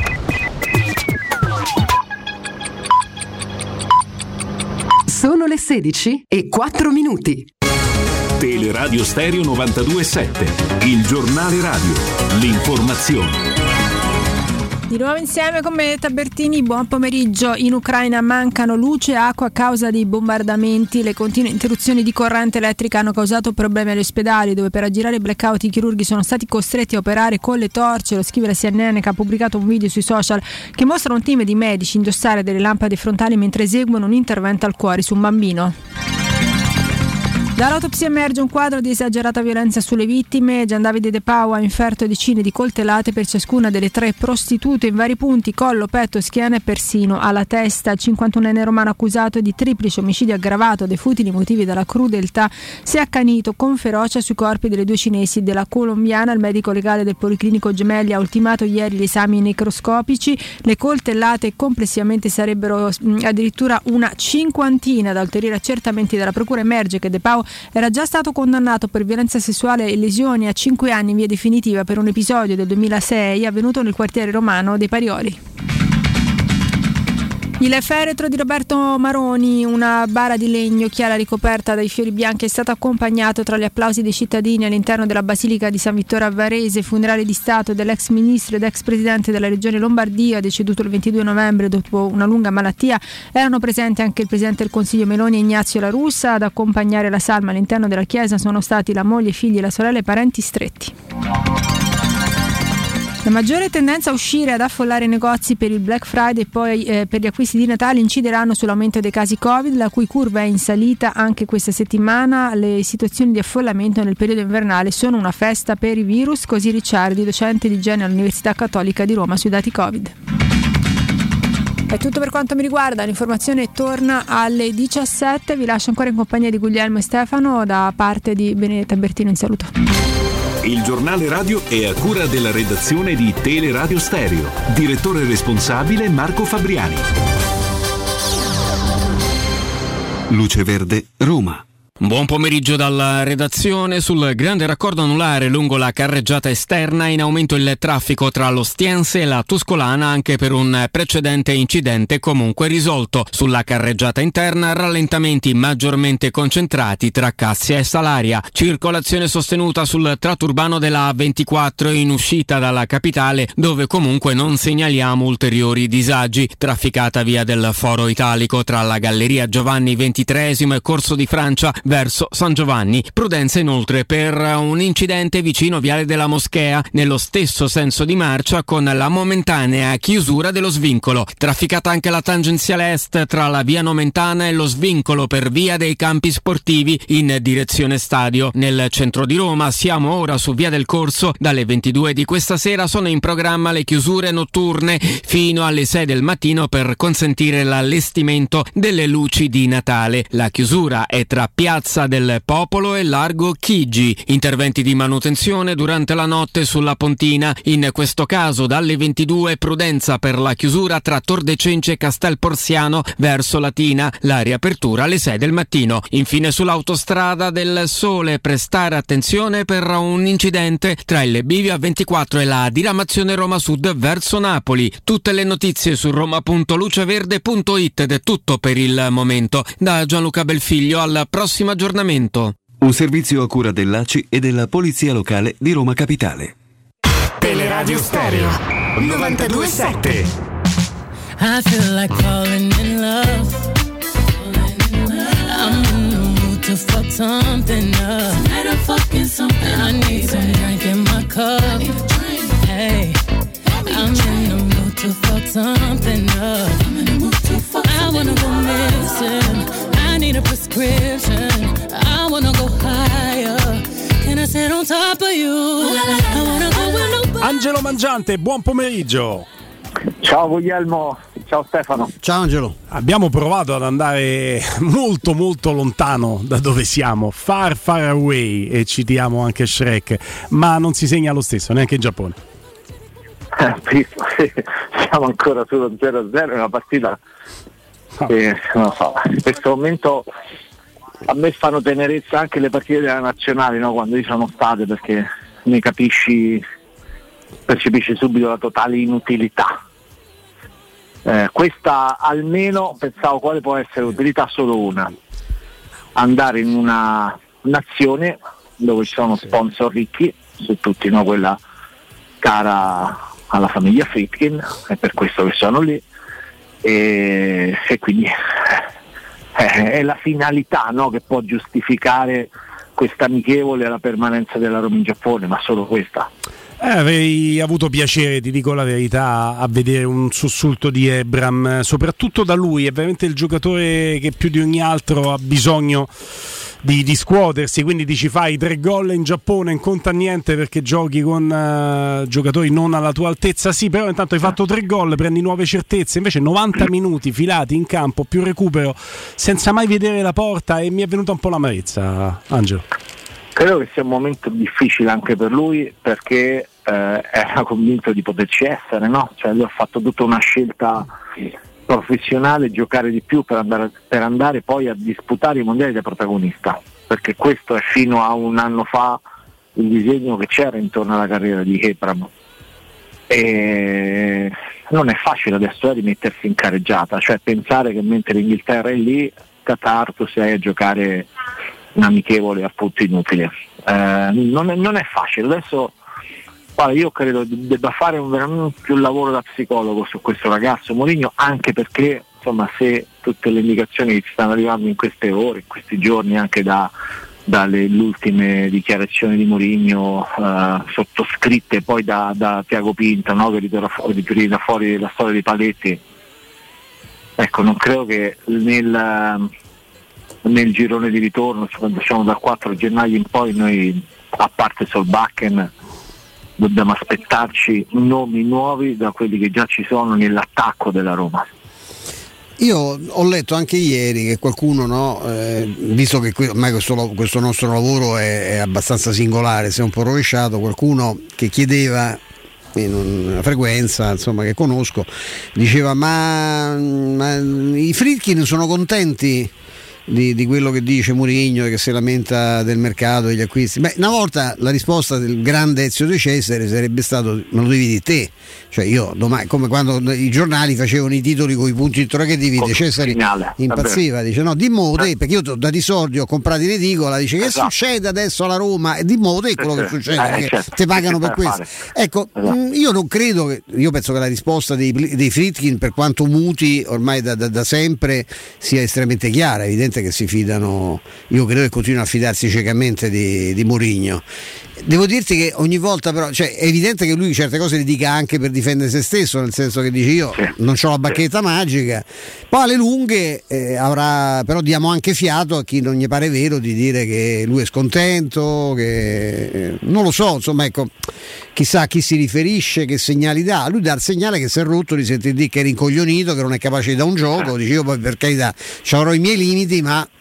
Sono le 16:04.
Teleradio Stereo 92.7, il giornale radio, l'informazione.
Di nuovo insieme con me Tabertini, buon pomeriggio. In Ucraina mancano luce e acqua a causa dei bombardamenti. Le continue interruzioni di corrente elettrica hanno causato problemi agli ospedali, dove per aggirare i blackout i chirurghi sono stati costretti a operare con le torce. Lo scrive la CNN, che ha pubblicato un video sui social che mostra un team di medici indossare delle lampade frontali mentre eseguono un intervento al cuore su un bambino. Dall'autopsia emerge un quadro di esagerata violenza sulle vittime. Gian Davide De Pau ha inferto decine di coltellate per ciascuna delle 3 prostitute in vari punti, collo, petto, schiena e persino alla testa. Il 51enne romano accusato di triplice omicidio aggravato dai futili motivi della crudeltà si è accanito con ferocia sui corpi delle 2 cinesi e della colombiana. Il medico legale del Policlinico Gemelli ha ultimato ieri gli esami necroscopici. Le coltellate complessivamente sarebbero addirittura una cinquantina. Da ulteriori accertamenti della procura emerge che De Pau era già stato condannato per violenza sessuale e lesioni a 5 anni in via definitiva per un episodio del 2006 avvenuto nel quartiere romano dei Parioli. Il feretro di Roberto Maroni, una bara di legno chiara ricoperta dai fiori bianchi, è stato accompagnato tra gli applausi dei cittadini all'interno della Basilica di San Vittore a Varese. Funerale di Stato dell'ex ministro ed ex presidente della regione Lombardia, deceduto il 22 novembre dopo una lunga malattia. Erano presenti anche il presidente del Consiglio Meloni e Ignazio La Russa. Ad accompagnare la salma all'interno della chiesa sono stati la moglie, i figli, la sorella e parenti stretti. La maggiore tendenza a uscire ad affollare i negozi per il Black Friday e poi per gli acquisti di Natale incideranno sull'aumento dei casi Covid, la cui curva è in salita anche questa settimana. Le situazioni di affollamento nel periodo invernale sono una festa per i virus, così Ricciardi, docente di igiene all'Università Cattolica di Roma, sui dati Covid. È tutto per quanto mi riguarda, l'informazione torna alle 17, vi lascio ancora in compagnia di Guglielmo e Stefano. Da parte di Benedetta Bertino un saluto.
Il giornale radio è a cura della redazione di Teleradio Stereo. Direttore responsabile Marco Fabriani.
Luce Verde, Roma.
Buon pomeriggio dalla redazione. Sul grande raccordo anulare lungo la carreggiata esterna, in aumento il traffico tra l'Ostiense e la Tuscolana anche per un precedente incidente comunque risolto. Sulla carreggiata interna rallentamenti maggiormente concentrati tra Cassia e Salaria. Circolazione sostenuta sul tratto urbano della A24 in uscita dalla capitale, dove comunque non segnaliamo ulteriori disagi. Trafficata via del Foro Italico tra la Galleria Giovanni XXIII e Corso di Francia verso San Giovanni. Prudenza inoltre per un incidente vicino Viale della Moschea, nello stesso senso di marcia, con la momentanea chiusura dello svincolo. Trafficata anche la tangenziale est tra la via Nomentana e lo svincolo per via dei Campi Sportivi in direzione stadio. Nel centro di Roma siamo ora su via del Corso. Dalle 22 di questa sera sono in programma le chiusure notturne fino alle 6 del mattino per consentire l'allestimento delle luci di Natale. La chiusura è tra Piazza Piazza del Popolo e largo Chigi. Interventi di manutenzione durante la notte sulla Pontina. In questo caso dalle 22 prudenza per la chiusura tra Tor de Cenci e Castel Porziano verso Latina. La riapertura alle 6 del mattino. Infine sull'autostrada del Sole prestare attenzione per un incidente tra il Bivio A24 e la diramazione Roma Sud verso Napoli. Tutte le notizie su roma.luceverde.it ed è tutto per il momento. Da Gianluca Belfiglio al prossimo aggiornamento.
Un servizio a cura dell'ACI e della Polizia Locale di Roma Capitale.
Teleradio Stereo 92.7.
I feel like falling in love. I'm in the mood to fuck something up. Tonight I'm fucking something. I need some drink in my cup. Hey, I'm in the mood to fuck something up. I wanna go missing. I need a prescription. I wanna go higher. Can I sit on top of you? I wanna go where nobody.
Angelo Mangiante, buon pomeriggio.
Ciao Guglielmo, ciao Stefano.
Ciao Angelo.
Abbiamo provato ad andare molto molto lontano da dove siamo, far away, e citiamo anche Shrek, ma non si segna lo stesso, neanche in Giappone.
Siamo ancora sullo 0-0, è una partita che non lo so, in questo momento a me fanno tenerezza anche le partite della nazionale, no? Quando ci sono state, perché ne percepisci subito la totale inutilità. Questa almeno pensavo quale può essere l'utilità, solo una: andare in una nazione dove ci sono sponsor ricchi, su tutti, no? Quella cara alla famiglia Friedkin, è per questo che sono lì, e quindi è la finalità, no? Che può giustificare questa amichevole alla permanenza della Roma in Giappone, ma solo questa.
Avrei avuto piacere, ti dico la verità, a vedere un sussulto di Ebram, soprattutto da lui. È veramente il giocatore che più di ogni altro ha bisogno di scuotersi, quindi dici fai 3 gol in Giappone, non conta niente perché giochi con giocatori non alla tua altezza, sì, però intanto hai fatto 3 gol, prendi nuove certezze. Invece 90 minuti filati in campo, più recupero, senza mai vedere la porta, e mi è venuta un po' l'amarezza, Angelo.
Credo che sia un momento difficile anche per lui, perché era convinto di poterci essere, no? Cioè lui ha fatto tutta una scelta professionale, giocare di più per andare poi a disputare i mondiali da protagonista, perché questo è fino a un anno fa il disegno che c'era intorno alla carriera di Ebram, e non è facile adesso rimettersi in careggiata, cioè pensare che mentre l'Inghilterra è lì, Qatar tu sei a giocare un amichevole appunto inutile. Non è facile. Adesso io credo debba fare veramente più lavoro da psicologo su questo ragazzo Mourinho, anche perché insomma, se tutte le indicazioni che ci stanno arrivando in queste ore, in questi giorni, anche dalle ultime dichiarazioni di Mourinho sottoscritte poi da Tiago Pinto, no? Che ritira fuori la storia dei paletti, ecco, non credo che nel girone di ritorno, quando siamo dal 4 gennaio in poi, noi, a parte Solbakken, dobbiamo aspettarci nomi nuovi da quelli che già ci sono nell'attacco della Roma.
Io ho letto anche ieri che qualcuno, no, visto che ormai questo nostro lavoro è abbastanza singolare, si è un po' rovesciato, qualcuno che chiedeva in una frequenza, insomma, che conosco, diceva ma i Friedkin sono contenti di quello che dice Mourinho, che si lamenta del mercato, degli acquisti? Beh, una volta la risposta del grande Ezio De Cesare sarebbe stato: me lo devi di te. Cioè io domani, come quando i giornali facevano i titoli con i punti interrogativi, De Cesare impazziva, dice no, dimmo te, perché io da soldi ho comprato in edicola, dice che succede adesso alla Roma, e dimmo te quello che succede, perché ti pagano per questo. Ecco, io non credo io penso che la risposta dei Friedkin, per quanto muti ormai da sempre, sia estremamente chiara. È evidente che si fidano, io credo che continuino a fidarsi ciecamente di Mourinho. Devo dirti che ogni volta però, cioè, è evidente che lui certe cose le dica anche per difendere se stesso, nel senso che dice io non c'ho la bacchetta magica, poi alle lunghe avrà, però diamo anche fiato a chi non gli pare vero di dire che lui è scontento, che non lo so, insomma, ecco, chissà a chi si riferisce, che segnali dà. Lui dà il segnale che si è rotto di sentire dire che è rincoglionito, che non è capace di dare un gioco, dice io poi per carità ci avrò i miei limiti, ma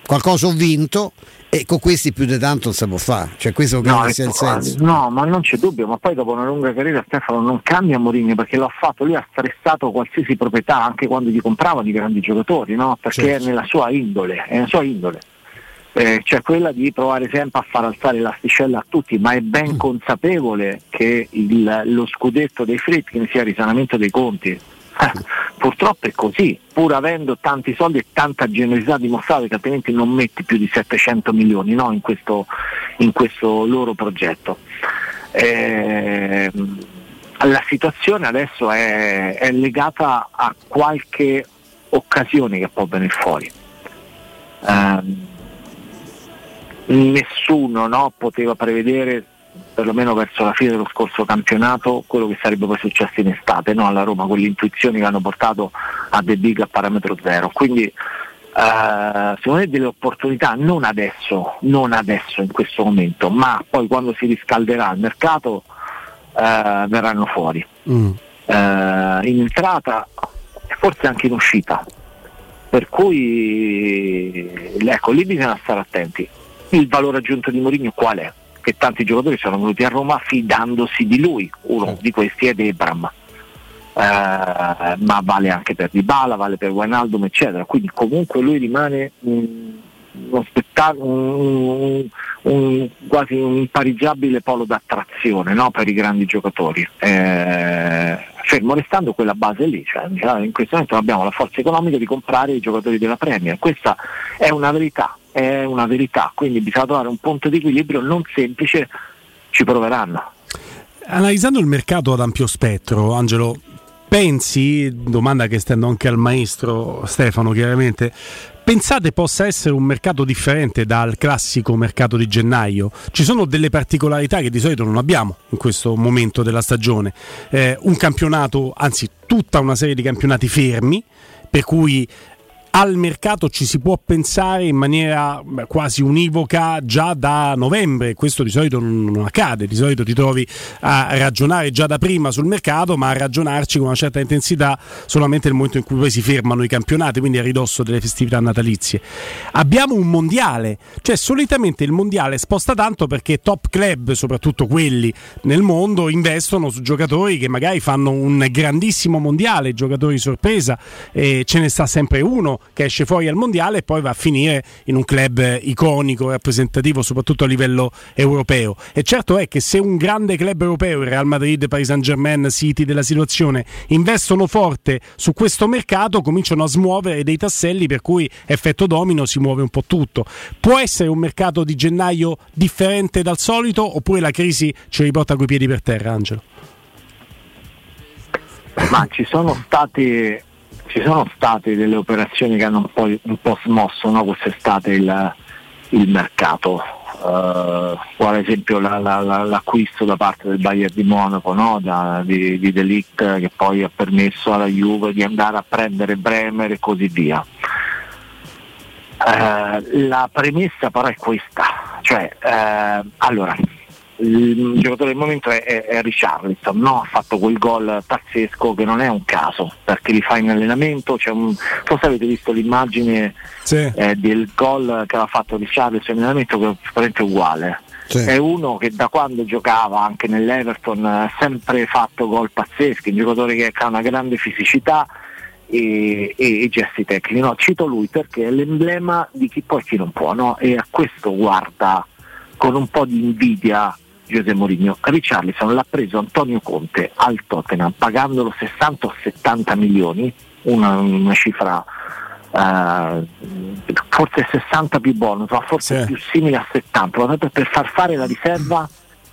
qualcosa ho vinto e con questi più di tanto non si può fare, cioè questo credo sia il senso.
No, ma non c'è dubbio, ma poi dopo una lunga carriera Stefano non cambia Mourinho, perché l'ha fatto, lui ha stressato qualsiasi proprietà anche quando gli compravano i grandi giocatori, no? Perché
certo.
è nella sua indole, cioè quella di provare sempre a far alzare l'asticella a tutti, ma è ben consapevole che lo scudetto dei Friedkin sia risanamento dei conti. Purtroppo è così, pur avendo tanti soldi e tanta generosità dimostrata, che altrimenti non metti più di 700 milioni, no, in questo loro progetto. La situazione adesso è legata a qualche occasione che può venire fuori. Nessuno, no, poteva prevedere, perlomeno verso la fine dello scorso campionato, quello che sarebbe poi successo in estate, no, alla Roma, quelle intuizioni che hanno portato a The Big a parametro zero. Quindi secondo me delle opportunità, non adesso in questo momento, ma poi quando si riscalderà il mercato verranno fuori in entrata e forse anche in uscita, per cui ecco, lì bisogna stare attenti. Il valore aggiunto di Mourinho qual è? Che tanti giocatori sono venuti a Roma fidandosi di lui, uno di questi è Debram, ma vale anche per Dybala, vale per Wijnaldum eccetera, quindi comunque lui rimane uno spettacolo, quasi un impareggiabile polo d'attrazione, no, per i grandi giocatori, fermo restando quella base lì, cioè in questo momento non abbiamo la forza economica di comprare i giocatori della Premier, questa è una verità, quindi bisogna trovare un punto di equilibrio non semplice, ci proveranno.
Analizzando il mercato ad ampio spettro, Angelo, pensi, domanda che stendo anche al maestro Stefano chiaramente, pensate possa essere un mercato differente dal classico mercato di gennaio? Ci sono delle particolarità che di solito non abbiamo in questo momento della stagione, un campionato, anzi tutta una serie di campionati fermi, per cui al mercato ci si può pensare in maniera quasi univoca già da novembre. Questo di solito non accade, di solito ti trovi a ragionare già da prima sul mercato, ma a ragionarci con una certa intensità solamente nel momento in cui poi si fermano i campionati, quindi a ridosso delle festività natalizie. Abbiamo un mondiale, cioè solitamente il mondiale sposta tanto perché top club, soprattutto quelli nel mondo, investono su giocatori che magari fanno un grandissimo mondiale, giocatori sorpresa, e ce ne sta sempre uno che esce fuori al mondiale e poi va a finire in un club iconico, rappresentativo soprattutto a livello europeo. E certo è che se un grande club europeo, il Real Madrid, Paris Saint-Germain, City della situazione, investono forte su questo mercato, cominciano a smuovere dei tasselli per cui effetto domino si muove un po' tutto. Può essere un mercato di gennaio differente dal solito oppure la crisi ci riporta coi piedi per terra, Angelo?
Ma ci sono state delle operazioni che hanno un po' smosso, no, quest'estate il mercato, ad esempio l'acquisto da parte del Bayern di Monaco, no, di De Ligt, che poi ha permesso alla Juve di andare a prendere Bremer e così via. La premessa però è questa, cioè allora il giocatore del momento è Richarlison, no? Ha fatto quel gol pazzesco che non è un caso, perché li fa in allenamento, forse avete visto l'immagine del gol che aveva fatto Richarlison in allenamento, che è praticamente uguale. Sì. È uno che da quando giocava anche nell'Everton ha sempre fatto gol pazzeschi, un giocatore che ha una grande fisicità e gesti tecnici, no? Cito lui perché è l'emblema di chi può e chi non può, no? E a questo guarda con un po' di invidia José Mourinho. Richarlison l'ha preso Antonio Conte al Tottenham pagandolo 60 o 70 milioni, una cifra forse 60 più bonus, ma forse più simile a 70, per far fare la riserva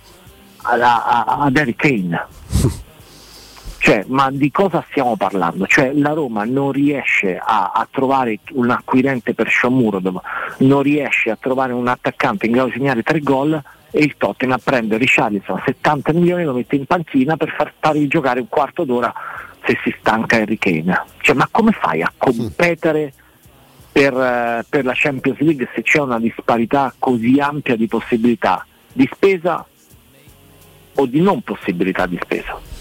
ad Harry Kane. Cioè, ma di cosa stiamo parlando? Cioè, la Roma non riesce a trovare un acquirente per Shomurodov, non riesce a trovare un attaccante in grado di segnare 3 gol, e il Tottenham prende Richarlison 70 milioni, lo mette in panchina per fargli giocare un quarto d'ora se si stanca Harry Kane. Cioè, ma come fai a competere per la Champions League se c'è una disparità così ampia di possibilità di spesa o di non possibilità di spesa?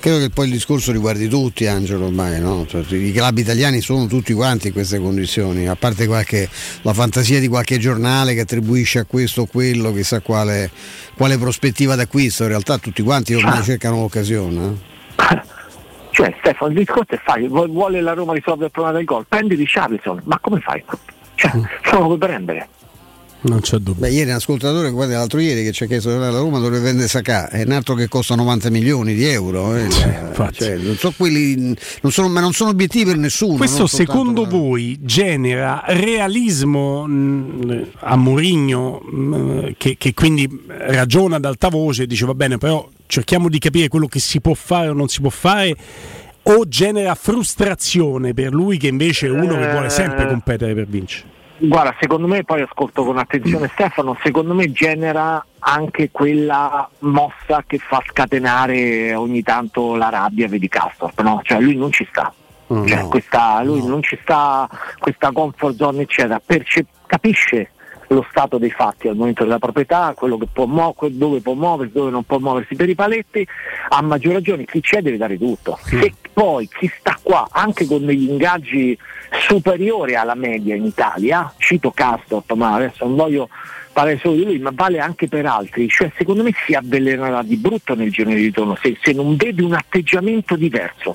Credo che poi il discorso riguardi tutti, Angelo, ormai, no? Cioè, i club italiani sono tutti quanti in queste condizioni, a parte la fantasia di qualche giornale che attribuisce a questo o quello chissà quale prospettiva d'acquisto. In realtà tutti quanti ormai cercano l'occasione.
Cioè, Stefano, il discorso è vuole la Roma risolvere il problema del gol, prendi Richarlison, ma come fai? Cioè, solo puoi prendere.
Non c'è dubbio.
Ieri un ascoltatore, guarda, l'altro ieri che ci ha chiesto la Roma dove vende Sacà, è un altro che costa 90 milioni di euro. Cioè, non so, quelli ma non sono obiettivi per nessuno.
Questo secondo voi genera realismo a Mourinho, che quindi ragiona ad alta voce e dice va bene, però cerchiamo di capire quello che si può fare o non si può fare, o genera frustrazione per lui che invece è uno che vuole sempre competere per vincere?
Guarda, secondo me, poi ascolto con attenzione Stefano, secondo me genera anche quella mossa che fa scatenare ogni tanto la rabbia, vedi Castor, no? Cioè lui non ci sta, non ci sta, questa comfort zone eccetera, capisce lo stato dei fatti al momento della proprietà, quello che può dove può muoversi, dove non può muoversi per i paletti, a maggior ragione chi c'è deve dare tutto. Se poi chi sta qua anche con degli ingaggi superiori alla media in Italia, cito Castor, ma adesso non voglio parlare solo di lui, ma vale anche per altri, cioè secondo me si avvelenerà di brutto nel girone di ritorno se non vede un atteggiamento diverso,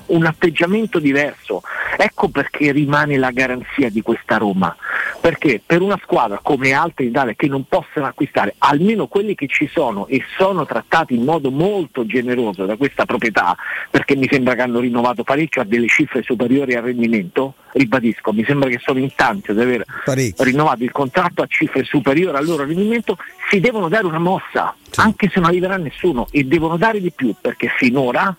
ecco perché rimane la garanzia di questa Roma, perché per una squadra come altre in Italia che non possono acquistare, almeno quelli che ci sono e sono trattati in modo molto generoso da questa proprietà, perché mi sembra che hanno rinnovato parecchio a delle cifre superiori al rendimento, ribadisco, mi sembra che sono in tanti ad aver rinnovato il contratto a cifre superiori al loro rendimento, si devono dare una mossa, anche se non arriverà nessuno, e devono dare di più, perché finora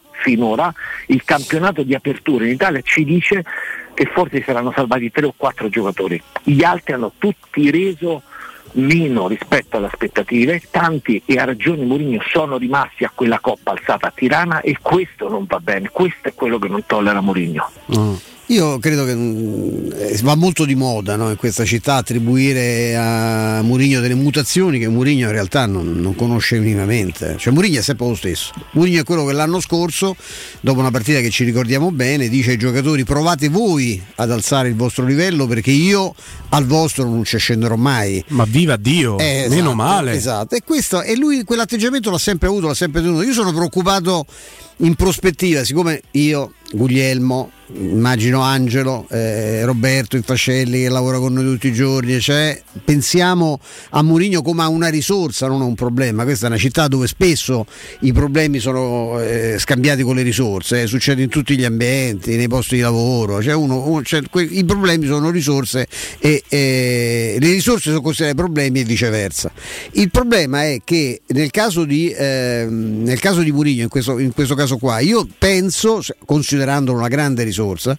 il campionato di apertura in Italia ci dice che forse saranno salvati 3 o 4 giocatori, gli altri hanno tutti reso meno rispetto alle aspettative, tanti, e ha ragione Mourinho, sono rimasti a quella coppa alzata a Tirana, e questo non va bene, questo è quello che non tollera Mourinho.
Io credo che va molto di moda, no, in questa città attribuire a Mourinho delle mutazioni che Mourinho in realtà non conosce minimamente. Cioè Mourinho è sempre lo stesso. Mourinho è quello che l'anno scorso, dopo una partita che ci ricordiamo bene, dice ai giocatori: provate voi ad alzare il vostro livello perché io al vostro non ci scenderò mai.
Ma viva Dio, meno male.
Esatto, e lui quell'atteggiamento l'ha sempre avuto, l'ha sempre tenuto. Io sono preoccupato in prospettiva, siccome io, Guglielmo, immagino Angelo, Roberto Infascelli che lavora con noi tutti i giorni, cioè pensiamo a Mourinho come a una risorsa, non a un problema. Questa è una città dove spesso i problemi sono scambiati con le risorse, succede in tutti gli ambienti, nei posti di lavoro, cioè i problemi sono risorse e le risorse sono considerate problemi e viceversa. Il problema è che nel caso di Mourinho, in questo caso qua, io penso, considerandolo una grande risorsa,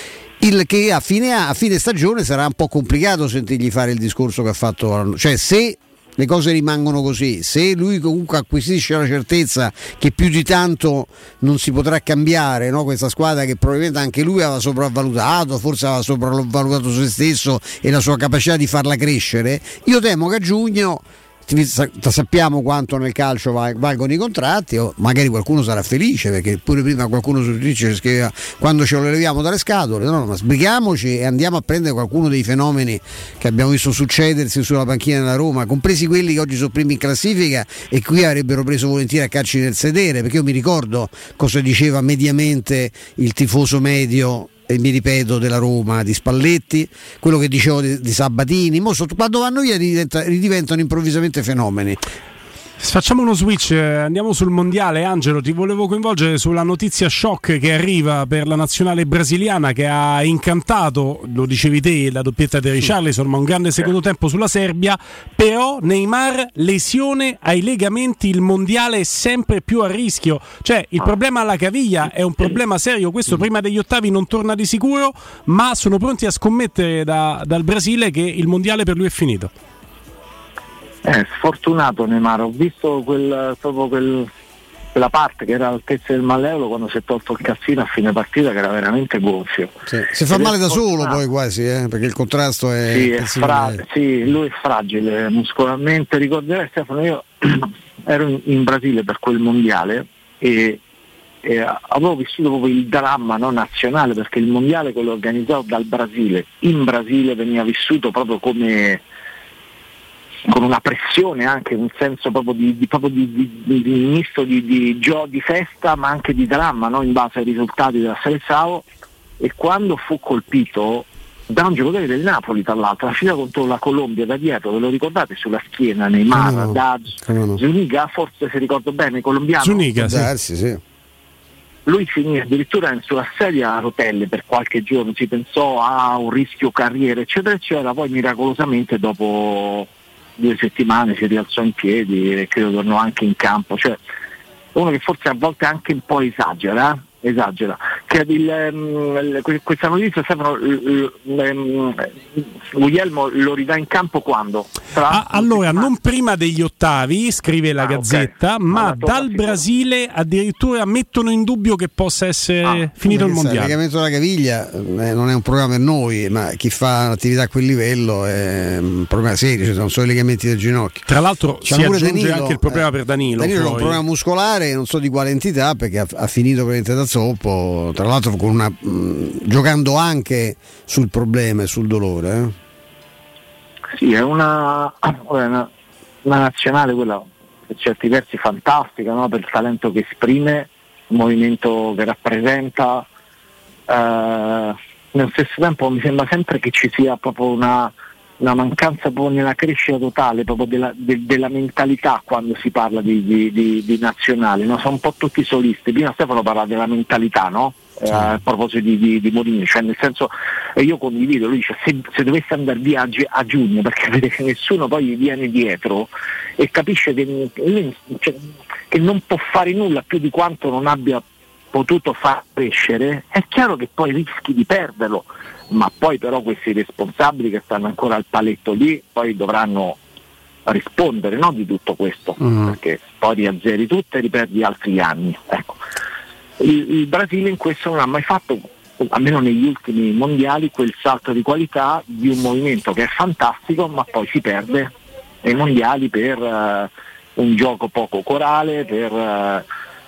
che a fine stagione sarà un po' complicato sentirgli fare il discorso che ha fatto, cioè se le cose rimangono così, se lui comunque acquisisce la certezza che più di tanto non si potrà cambiare, no? Questa squadra che probabilmente anche lui aveva sopravvalutato, forse aveva sopravvalutato se stesso e la sua capacità di farla crescere, io temo che a giugno sappiamo quanto nel calcio valgono i contratti, o magari qualcuno sarà felice, perché pure prima qualcuno su Twitch scriveva: quando ce lo leviamo dalle scatole, no, ma sbrighiamoci e andiamo a prendere qualcuno dei fenomeni che abbiamo visto succedersi sulla panchina della Roma, compresi quelli che oggi sono primi in classifica e qui avrebbero preso volentieri a calci nel sedere, perché io mi ricordo cosa diceva mediamente il tifoso medio, e mi ripeto, della Roma, di Spalletti, quello che dicevo di Sabatini, quando vanno via ridiventano improvvisamente fenomeni.
Facciamo uno switch, andiamo sul mondiale. Angelo, ti volevo coinvolgere sulla notizia shock che arriva per la nazionale brasiliana, che ha incantato, lo dicevi te, la doppietta di Richarlison, ma un grande secondo tempo sulla Serbia. Però Neymar, lesione ai legamenti, il mondiale è sempre più a rischio, cioè il problema alla caviglia è un problema serio. Questo prima degli ottavi non torna di sicuro, ma sono pronti a scommettere dal Brasile che il mondiale per lui è finito.
Sfortunato Neymar, ho visto quella parte che era all'altezza del malleolo quando si è tolto il calzino a fine partita, che era veramente gonfio.
Sì. Si fa male da solo poi quasi, perché il contrasto è...
Sì, lui è fragile muscolarmente. Ricorderai Stefano, io ero in Brasile per quel mondiale e avevo vissuto proprio il dramma nazionale, perché il mondiale, quello organizzato dal Brasile, in Brasile veniva vissuto proprio come con una pressione, anche un senso proprio di misto di festa ma anche di dramma, no? In base ai risultati della Seleção. E quando fu colpito da un giocatore del Napoli, tra l'altro, la finita contro la Colombia da dietro, ve lo ricordate, sulla schiena Neymar, Zuniga, forse se ricordo bene, colombiano.
Zuniga, sì.
Lui finì addirittura sulla sedia a rotelle per qualche giorno, si pensò a un rischio carriera eccetera eccetera, poi miracolosamente dopo 2 settimane si rialzò in piedi e credo tornò anche in campo. Cioè uno che forse a volte anche un po' esagera. Che questa notizia, Stefano, Guglielmo lo ridà in campo quando?
Allora, non prima degli ottavi, scrive la Gazzetta, okay. Ma dal Brasile addirittura mettono in dubbio che possa essere finito il mondiale.
Il legamento della caviglia non è un problema per noi, ma chi fa un'attività a quel livello è un problema serio, cioè, non sono i legamenti del ginocchio.
Tra l'altro si aggiunge Danilo, anche il problema per Danilo.
Danilo ha un problema muscolare, non so di quale entità, perché ha finito praticamente da zoppo, tra l'altro con giocando anche sul problema e sul dolore.
Sì, è una nazionale quella per certi versi fantastica, no? Per il talento che esprime, il movimento che rappresenta, nello stesso tempo mi sembra sempre che ci sia proprio una mancanza proprio nella crescita totale proprio della mentalità quando si parla di nazionale, no? Sono un po' tutti solisti. Prima Stefano parlava della mentalità, no? A proposito di Mourinho, cioè nel senso, io condivido, lui dice se dovesse andare via a giugno, perché vede che nessuno poi gli viene dietro e capisce che non può fare nulla più di quanto non abbia potuto far crescere, è chiaro che poi rischi di perderlo, ma poi però questi responsabili che stanno ancora al paletto lì poi dovranno rispondere, no, di tutto questo, perché poi riazzeri tutto e riperdi altri anni. Ecco. Il Brasile in questo non ha mai fatto, almeno negli ultimi mondiali, quel salto di qualità di un movimento che è fantastico ma poi si perde nei mondiali per un gioco poco corale, per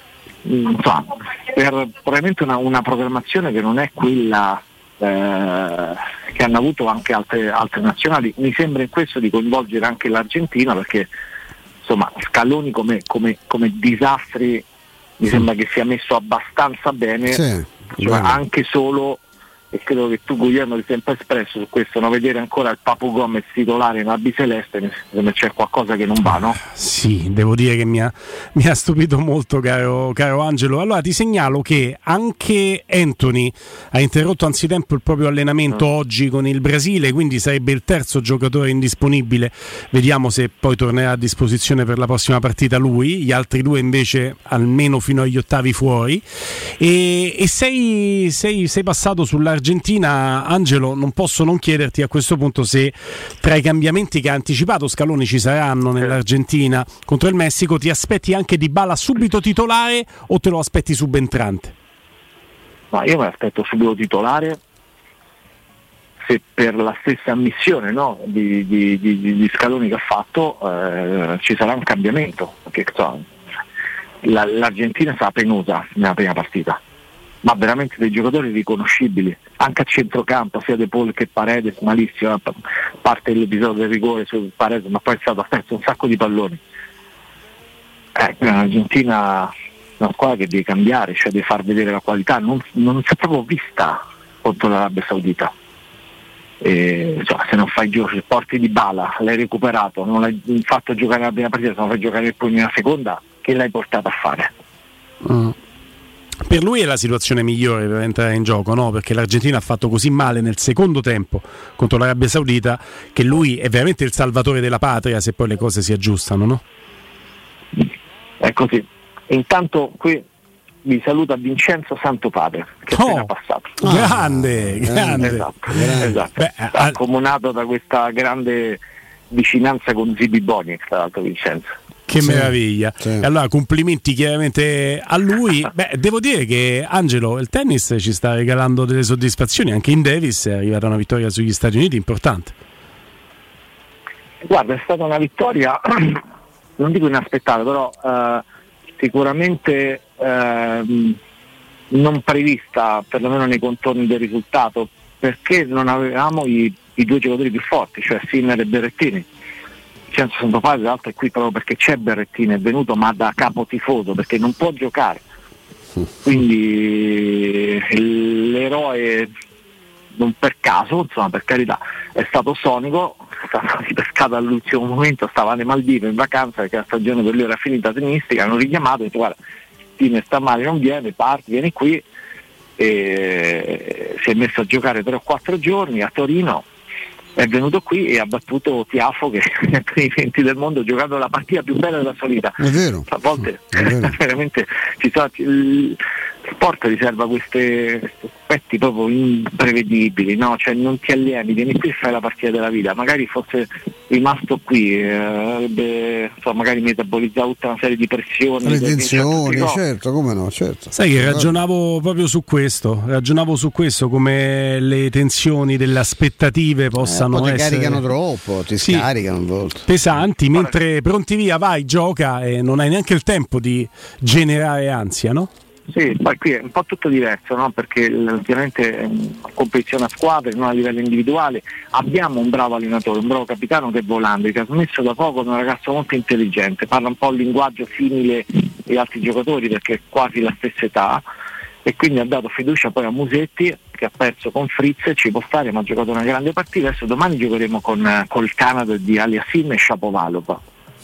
probabilmente una programmazione che non è quella che hanno avuto anche altre nazionali. Mi sembra in questo di coinvolgere anche l'Argentina, perché insomma Scaloni come disastri mi sembra che sia messo abbastanza bene, anche solo, e credo che tu Guglielmo ti sempre espresso su questo, no? Vedere ancora il Papu Gomez titolare in Albi Celeste, mi c'è qualcosa che non va, no?
Sì, devo dire che mi ha stupito molto, caro Angelo. Allora ti segnalo che anche Anthony ha interrotto anzitempo il proprio allenamento oggi con il Brasile, quindi sarebbe il terzo giocatore indisponibile. Vediamo se poi tornerà a disposizione per la prossima partita lui, gli altri due invece almeno fino agli ottavi fuori. E sei passato sull'Argentina, Angelo. Non posso non chiederti a questo punto se tra i cambiamenti che ha anticipato Scaloni ci saranno nell'Argentina contro il Messico ti aspetti anche Dybala subito titolare o te lo aspetti subentrante?
Ma io mi aspetto subito titolare, se per la stessa ammissione, no, di Scaloni che ha fatto ci sarà un cambiamento, perché l'Argentina sarà penosa nella prima partita, ma veramente dei giocatori riconoscibili anche a centrocampo, sia De Paul che Paredes, malissimo, a parte l'episodio del rigore su Paredes, ma poi è stato perso un sacco di palloni. L'Argentina è una squadra che deve cambiare, cioè deve far vedere la qualità, non si è proprio vista contro l'Arabia Saudita. Se non fai giocare, porti Dybala, l'hai recuperato, non l'hai fatto giocare la prima partita, se non fai giocare poi nella seconda, che l'hai portato a fare?
Per lui è la situazione migliore per entrare in gioco, no? Perché l'Argentina ha fatto così male nel secondo tempo contro l'Arabia Saudita che lui è veramente il salvatore della patria se poi le cose si aggiustano, no?
È così. Intanto qui vi saluta Vincenzo Santopadre, che è appena passato.
Grande.
Esatto. Beh, accomunato da questa grande vicinanza con Zibi Boniek, tra l'altro Vincenzo.
Che meraviglia. Allora complimenti chiaramente a lui. Beh, devo dire che Angelo, il tennis ci sta regalando delle soddisfazioni, anche in Davis è arrivata una vittoria sugli Stati Uniti importante.
Guarda, è stata una vittoria non dico inaspettata, però sicuramente non prevista, perlomeno nei contorni del risultato, perché non avevamo i due giocatori più forti, cioè Sinner e Berrettini. Vincenzo Santofaggi tra l'altro è qui proprio perché c'è Berrettini, è venuto ma da capo tifoso, perché non può giocare, quindi l'eroe non per caso, insomma, per carità, è stato Sonico, è stato ripescato all'ultimo momento, stava alle Maldive in vacanza perché la stagione per lui era finita tennistica, hanno richiamato e detto guarda, Tine sta male, non viene, parti, vieni qui, e si è messo a giocare 3 o 4 giorni a Torino, è venuto qui e ha battuto Tiafo che è tra i 20 del mondo, giocando la partita più bella della sua vita.
È vero.
A volte veramente il sport riserva questi aspetti proprio imprevedibili, no? Cioè non ti alleni, vieni qui e fai la partita della vita, magari fosse rimasto qui avrebbe magari metabolizzato tutta una serie di pressioni,
le tensioni, certo, come no, certo.
Sai che ragionavo proprio su questo, come le tensioni delle aspettative possano
ti
essere,
caricano troppo, ti scaricano un volto,
pesanti, mentre pronti via, vai, gioca e non hai neanche il tempo di generare ansia, no?
Sì, poi qui è un po' tutto diverso, no? Perché ovviamente è una competizione a squadre, non a livello individuale. Abbiamo un bravo allenatore, un bravo capitano che è Volandi, che ha smesso da poco, è un ragazzo molto intelligente, parla un po' il linguaggio simile agli altri giocatori perché è quasi la stessa età, e quindi ha dato fiducia poi a Musetti che ha perso con Fritz, ci può stare, ma ha giocato una grande partita. Adesso domani giocheremo col Canada di Aliassime e Shapovalov.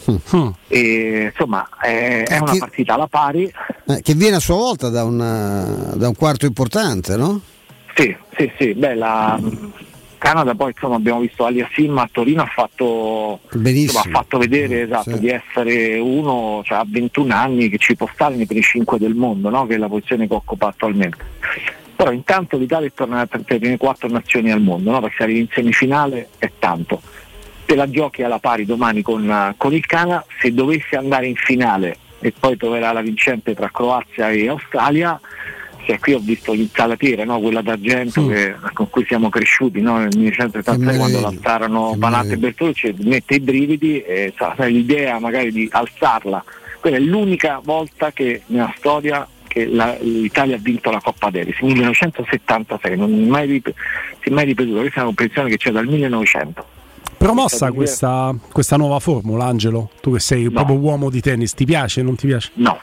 E insomma è una partita alla pari
che viene a sua volta da un quarto importante, no?
Sì, beh, la Canada poi insomma abbiamo visto Aliassime a Torino, ha fatto benissimo, ha fatto vedere di essere uno, cioè, a 21 anni che ci può stare nei primi 5 del mondo, no? Che è la posizione che occupa attualmente. Però intanto l'Italia è tornata tra le prime 4 nazioni al mondo, no? Perché se arrivi in semifinale è tanto. Te la giochi alla pari domani con il Canada, se dovessi andare in finale e poi troverà la vincente tra Croazia e Australia, cioè qui ho visto l'insalatiera, no? Quella d'argento con cui siamo cresciuti, no? Nel 1976 quando lanzarono Panatta e Bertolucci, mette i brividi e l'idea magari di alzarla. Quella è l'unica volta che nella storia che l'Italia ha vinto la Coppa Davis, 1976, non si è mai ripetuto, questa è una competizione che c'è dal 1900.
Promossa questa nuova formula, Angelo? Tu che sei proprio uomo di tennis, ti piace o non ti piace?
No.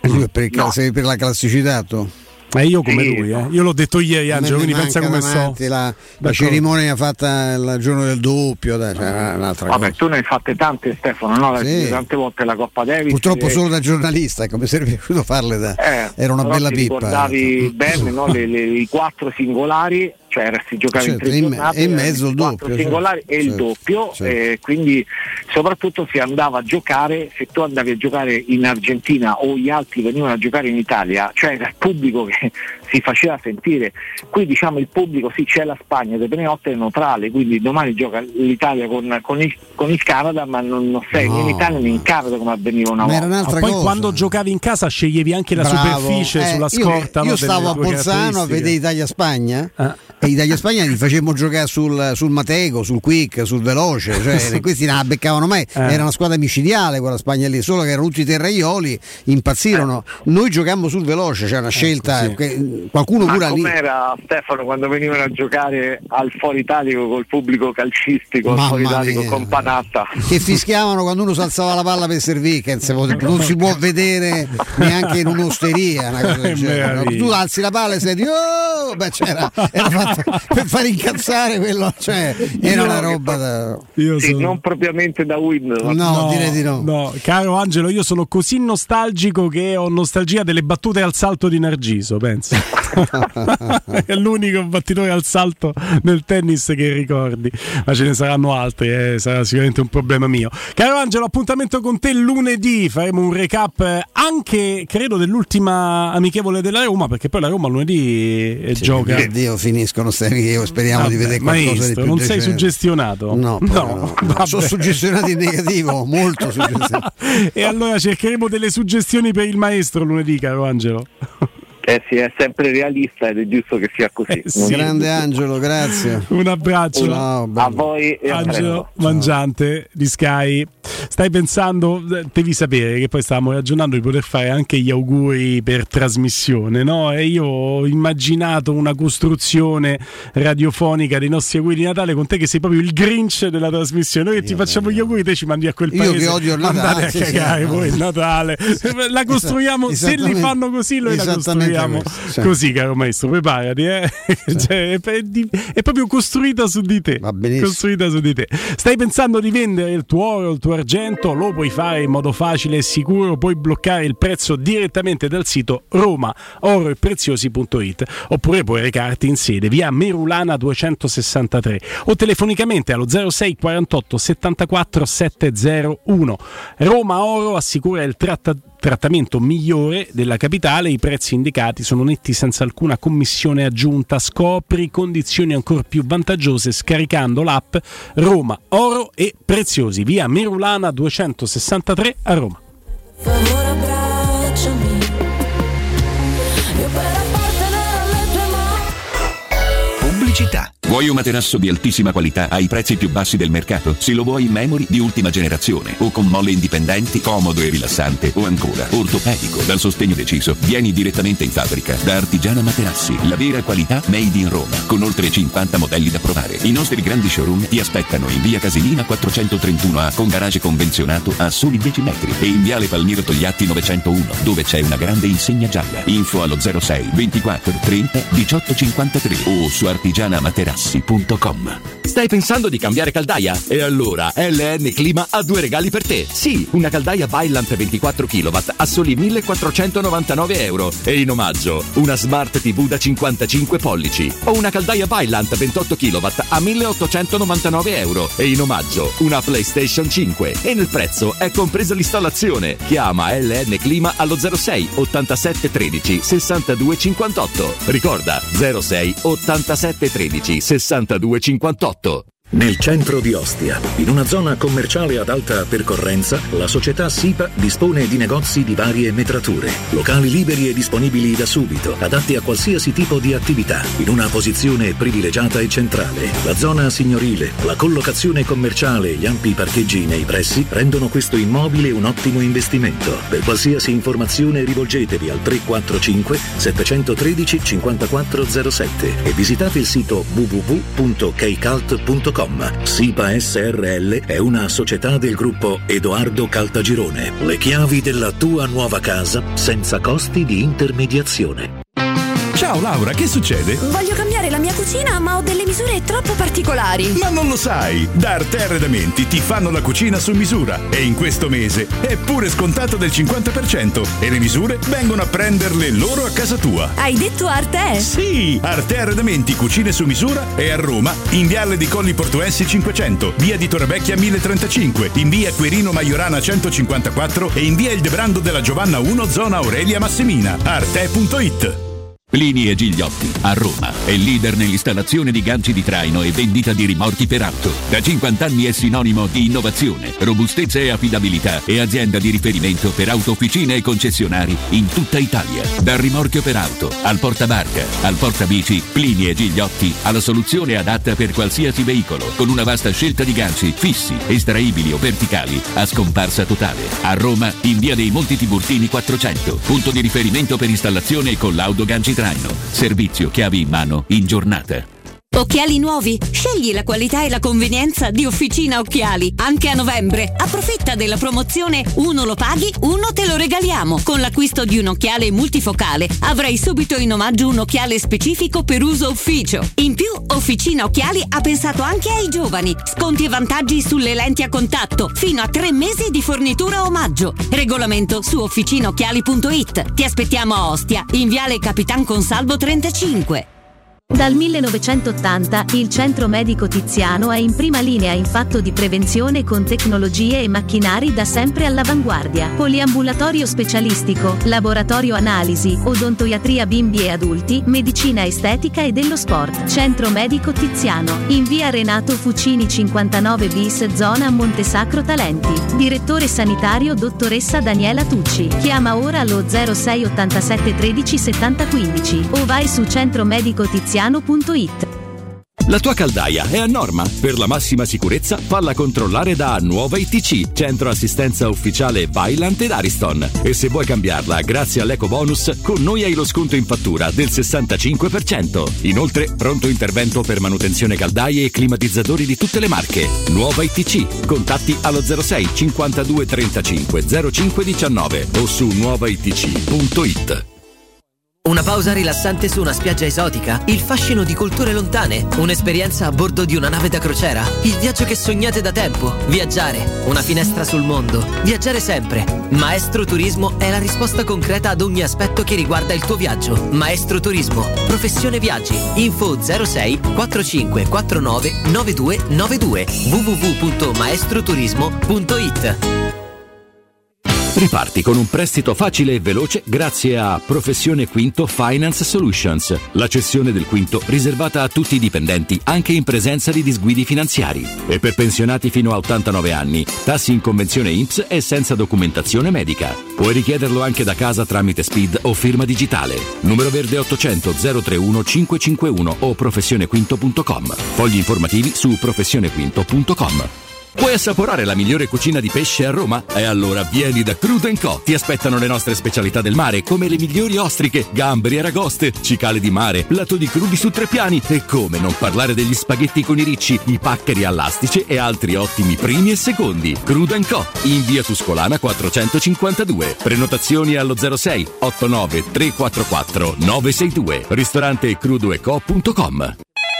Sei per la classicità tu?
Io come lui, io l'ho detto ieri, Angelo, quindi pensa come so.
La cerimonia fatta il giorno del doppio, c'era un'altra cosa.
Tu ne hai fatte tante, Stefano, no? Tante volte la Coppa Davis.
Purtroppo solo da giornalista, come sarebbe piaciuto farle era una bella pippa.
Ricordavi bene, no? i 4 singolari, cioè si giocava in 3 giornate
e in mezzo il doppio,
singolari e il doppio, quindi soprattutto si andava a giocare, se tu andavi a giocare in Argentina o gli altri venivano a giocare in Italia, cioè era il pubblico che si faceva sentire. Qui diciamo il pubblico, sì, c'è la Spagna, De Penotte è neutrale, quindi domani gioca l'Italia con il Canada, ma non sei né in Italia né in Canada come avveniva una volta.
Poi quando giocavi in casa sceglievi anche la superficie sulla scorta.
Io stavo a Bolzano a vedere Italia-Spagna e Italia-Spagna li facevamo giocare sul Matego, sul Quick, sul Veloce, cioè questi non la beccavano mai, era una squadra micidiale quella Spagna lì, solo che erano tutti terraioli, impazzirono. Noi giocammo sul Veloce, c'è una scelta, qualcuno pure lì.
Com'era, Stefano, quando venivano a giocare al Foro Italico col pubblico calcistico, al Foro Italico con Panatta,
che fischiavano quando uno si alzava la palla per servire, che non si può vedere neanche in un'osteria, una cosa del genere. Tu alzi la palla e senti era fatto per far incazzare quello, cioè era una roba
non propriamente da Windows.
No, direi di no.
No, caro Angelo, io sono così nostalgico che ho nostalgia delle battute al salto di Nargiso, penso. È l'unico battitore al salto nel tennis che ricordi, ma ce ne saranno altri, sarà sicuramente un problema mio. Caro Angelo, appuntamento con te lunedì, faremo un recap anche credo dell'ultima amichevole della Roma, perché poi la Roma lunedì gioca.
Dio, finiscono queste amichevole, speriamo di vedere qualcosa
maestro,
di più
non
decente.
Sei suggestionato?
No. Sono suggestionato in negativo, molto suggestionato.
E allora cercheremo delle suggestioni per il maestro lunedì, caro Angelo.
Sì, è sempre realista ed è giusto che sia così.
Sì. Grande Angelo, grazie.
Un abbraccio
a voi e
Angelo Mangiante di Sky. Stai pensando, devi sapere che poi stavamo ragionando di poter fare anche gli auguri per trasmissione, no? E io ho immaginato una costruzione radiofonica dei nostri auguri di Natale con te che sei proprio il Grinch della trasmissione. Noi che ti facciamo gli auguri, te ci mandi a quel paese.
Io che odio il Natale,
andate a cagare voi il Natale. La costruiamo, se li fanno così noi la costruiamo così, caro maestro, preparati, cioè, è proprio costruita su di te.
Va benissimo.
Costruita su di te. Stai pensando di vendere il tuo oro, il tuo argento? Lo puoi fare in modo facile e sicuro. Puoi bloccare il prezzo direttamente dal sito romaoroepreziosi.it oppure puoi recarti in sede via Merulana 263 o telefonicamente allo 06 48 74 701. Roma Oro assicura il trattamento migliore della capitale. I prezzi indicati sono netti senza alcuna commissione aggiunta. Scopri condizioni ancora più vantaggiose scaricando l'app Roma Oro e Preziosi, via Merulana 263 a Roma.
Pubblicità. Vuoi un materasso di altissima qualità ai prezzi più bassi del mercato? Se lo vuoi in memory di ultima generazione o con molle indipendenti, comodo e rilassante, o ancora ortopedico dal sostegno deciso, vieni direttamente in fabbrica da Artigiana Materassi, la vera qualità made in Roma, con oltre 50 modelli da provare. I nostri grandi showroom ti aspettano in via Casilina 431A con garage convenzionato a soli 10 metri e in viale Palmiro Togliatti 901 dove c'è una grande insegna gialla. Info allo 06 24 30 18 53 o su artigianamaterassi.com.
Stai pensando di cambiare caldaia? E allora LN Clima ha due regali per te. Sì, una caldaia Vaillant 24 kW a soli 1.499 euro e in omaggio una Smart TV da 55 pollici o una caldaia Vaillant 28 kW a 1.899 euro e in omaggio una PlayStation 5 e nel prezzo è compresa l'installazione. Chiama LN Clima allo 06 87 13 62 58. Ricorda 06 87 13 62 58.
Nel centro di Ostia, in una zona commerciale ad alta percorrenza, la società SIPA dispone di negozi di varie metrature, locali liberi e disponibili da subito, adatti a qualsiasi tipo di attività, in una posizione privilegiata e centrale. La zona signorile, la collocazione commerciale e gli ampi parcheggi nei pressi rendono questo immobile un ottimo investimento. Per qualsiasi informazione rivolgetevi al 345 713 5407 e visitate il sito www.kcalt.com. SIPA SRL è una società del gruppo Edoardo Caltagirone. Le chiavi della tua nuova casa senza costi di intermediazione.
Ciao Laura, che succede?
Voglio cambiare la mia cucina, ma ho delle misure troppo particolari.
Ma non lo sai! Da Arte Arredamenti ti fanno la cucina su misura e in questo mese è pure scontato del 50% e le misure vengono a prenderle loro a casa tua.
Hai detto Arte?
Sì! Arte Arredamenti Cucine su misura è a Roma, in Viale di Colli Portuensi 500, via di Torrevecchia 1035, in via Quirino Maiorana 154 e in via Il Debrando della Giovanna 1, zona Aurelia Massimina. Arte.it.
Plini e Gigliotti, a Roma, è leader nell'installazione di ganci di traino e vendita di rimorchi per auto. Da 50 anni è sinonimo di innovazione, robustezza e affidabilità e azienda di riferimento per autofficine e concessionari in tutta Italia. Dal rimorchio per auto, al portabarca, al portabici, Plini e Gigliotti ha la soluzione adatta per qualsiasi veicolo, con una vasta scelta di ganci fissi, estraibili o verticali, a scomparsa totale. A Roma, in via dei Monti Tiburtini 400, punto di riferimento per installazione e collaudo ganci traino. Servizio chiavi in mano in giornata.
Occhiali nuovi? Scegli la qualità e la convenienza di Officina Occhiali. Anche a novembre. Approfitta della promozione uno lo paghi, uno te lo regaliamo. Con l'acquisto di un occhiale multifocale avrai subito in omaggio un occhiale specifico per uso ufficio. In più, Officina Occhiali ha pensato anche ai giovani. Sconti e vantaggi sulle lenti a contatto. Fino a 3 mesi di fornitura omaggio. Regolamento su officinaocchiali.it. Ti aspettiamo a Ostia, in viale Capitan Consalvo 35.
Dal 1980 il Centro Medico Tiziano è in prima linea in fatto di prevenzione con tecnologie e macchinari da sempre all'avanguardia. Poliambulatorio specialistico, laboratorio analisi, odontoiatria bimbi e adulti, medicina estetica e dello sport. Centro Medico Tiziano, in via Renato Fucini 59 bis, zona Montesacro Talenti. Direttore sanitario dottoressa Daniela Tucci. Chiama ora allo 06 87 13 70 15 o vai su centromedicotiziano.it.
La tua caldaia è a norma? Per la massima sicurezza falla controllare da Nuova ITC, centro assistenza ufficiale Vaillant ed Ariston. E se vuoi cambiarla grazie all'eco bonus, con noi hai lo sconto in fattura del 65%. Inoltre pronto intervento per manutenzione caldaie e climatizzatori di tutte le marche. Nuova ITC, contatti allo 06 52 35 05 19 o su nuovaitc.it.
Una pausa rilassante su una spiaggia esotica? Il fascino di culture lontane? Un'esperienza a bordo di una nave da crociera? Il viaggio che sognate da tempo? Viaggiare, una finestra sul mondo. Viaggiare sempre. Maestro Turismo è la risposta concreta ad ogni aspetto che riguarda il tuo viaggio. Maestro Turismo, professione viaggi. Info 06 45 49 9292 www.maestroturismo.it.
Riparti con un prestito facile e veloce grazie a Professione Quinto Finance Solutions, la cessione del quinto riservata a tutti i dipendenti anche in presenza di disguidi finanziari. E per pensionati fino a 89 anni, tassi in convenzione INPS e senza documentazione medica. Puoi richiederlo anche da casa tramite SPID o firma digitale. Numero verde 800 031 551 o professionequinto.com. Fogli informativi su professionequinto.com. Vuoi assaporare la migliore cucina di pesce a Roma? E allora vieni da Crudo & Co. Ti aspettano le nostre specialità del mare, come le migliori ostriche, gamberi e aragoste, cicale di mare, lato di crudi su 3 piani e come non parlare degli spaghetti con i ricci, i paccheri all'astice e altri ottimi primi e secondi. Crudo & Co. in via Tuscolana 452. Prenotazioni allo 06 89 344 962. Ristorante crudoeco.com.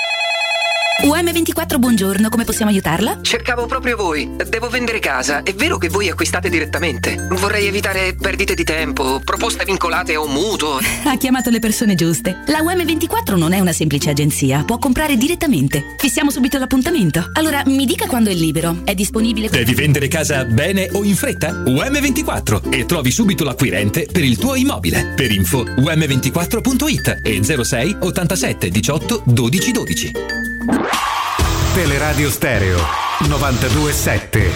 UM24, buongiorno, come possiamo aiutarla?
Cercavo proprio voi. Devo vendere casa. È vero che voi acquistate direttamente? Vorrei evitare perdite di tempo, proposte vincolate a un mutuo.
Ha chiamato le persone giuste. La UM24 non è una semplice agenzia, può comprare direttamente. Fissiamo subito l'appuntamento. Allora, mi dica quando è libero. È disponibile?
Devi vendere casa bene o in fretta? UM24 e trovi subito l'acquirente per il tuo immobile. Per info um24.it e 06 87 18 12 12.
Teleradio Stereo 92.7.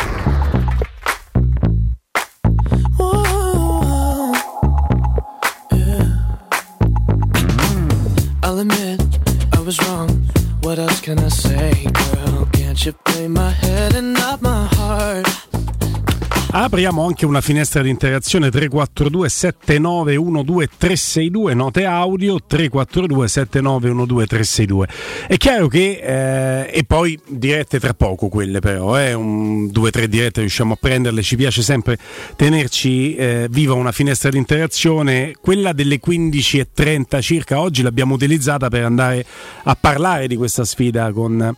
I'll admit I was wrong. What else can I say, girl? Can't you play my head and not my heart?
Apriamo anche una finestra di interazione 342 7912 362, note audio 342 7912 362. È chiaro che e poi dirette tra poco quelle, però 2-3 dirette riusciamo a prenderle, ci piace sempre tenerci viva una finestra di interazione. Quella delle 15:30 circa oggi l'abbiamo utilizzata per andare a parlare di questa sfida con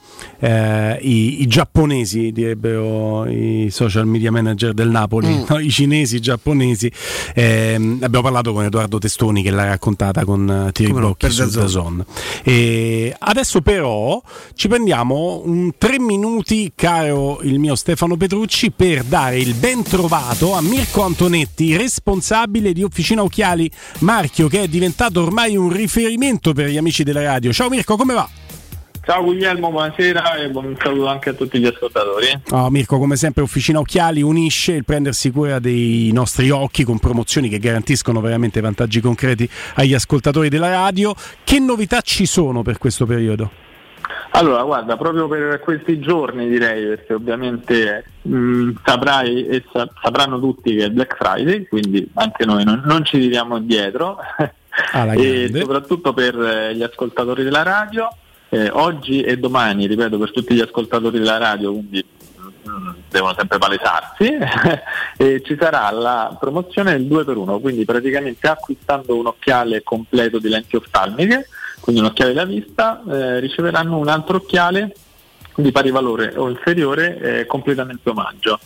i giapponesi, direbbero i social media manager del Napoli, no? I cinesi, i giapponesi. Abbiamo parlato con Edoardo Testoni che l'ha raccontata con Thierry Bocchi su DAZN. Adesso però ci prendiamo 3 minuti, caro il mio Stefano Petrucci, per dare il ben trovato a Mirko Antonetti, responsabile di Officina Occhiali, marchio che è diventato ormai un riferimento per gli amici della radio. Ciao Mirko, come va?
Ciao Guglielmo, buonasera e buon saluto anche a tutti gli ascoltatori.
Mirko, come sempre Officina Occhiali unisce il prendersi cura dei nostri occhi con promozioni che garantiscono veramente vantaggi concreti agli ascoltatori della radio. Che novità ci sono per questo periodo?
Allora, guarda, proprio per questi giorni direi, perché ovviamente saprai e sapranno tutti che è Black Friday, quindi anche noi non ci tiriamo indietro e soprattutto per gli ascoltatori della radio. Oggi e domani, ripeto, per tutti gli ascoltatori della radio, quindi devono sempre palesarsi e ci sarà la promozione del 2x1, quindi praticamente acquistando un occhiale completo di lenti oftalmiche, quindi un occhiale da vista, riceveranno un altro occhiale di pari valore o inferiore completamente omaggio.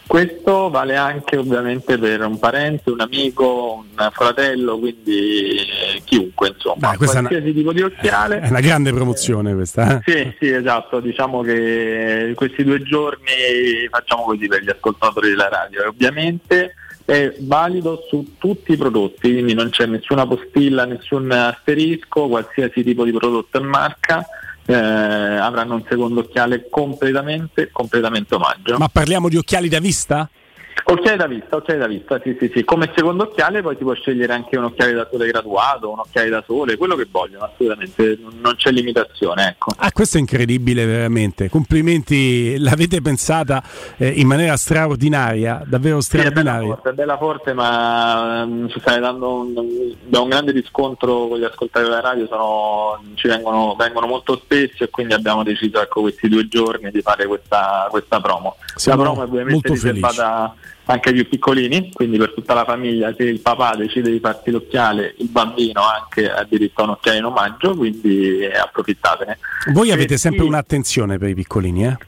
Questo vale anche ovviamente per un parente, un amico, un fratello, quindi chiunque, insomma. Qualsiasi tipo di occhiale.
È una grande promozione questa.
Sì, esatto. Diciamo che questi 2 giorni facciamo così per gli ascoltatori della radio. Ovviamente è valido su tutti i prodotti, quindi non c'è nessuna postilla, nessun asterisco, qualsiasi tipo di prodotto e marca. Avranno un secondo occhiale completamente omaggio.
Ma parliamo di occhiali da vista?
Occhiali da vista, sì. Come secondo occhiale poi si può scegliere anche un occhiale da sole graduato, un occhiale da sole, quello che vogliono, assolutamente, non c'è limitazione, ecco.
Questo è incredibile, veramente. Complimenti, l'avete pensata in maniera straordinaria, davvero straordinaria.
È bella forte, ma ci stai dando un grande riscontro con gli ascoltatori della radio, vengono molto spesso, e quindi abbiamo deciso, ecco, questi 2 giorni di fare questa promo.
Siamo
la promo è ovviamente riservata anche ai più piccolini, quindi per tutta la famiglia. Se il papà decide di farsi l'occhiale, il bambino anche ha diritto a un occhiale in omaggio, quindi approfittatene.
Voi avete sempre un'attenzione per i piccolini, eh?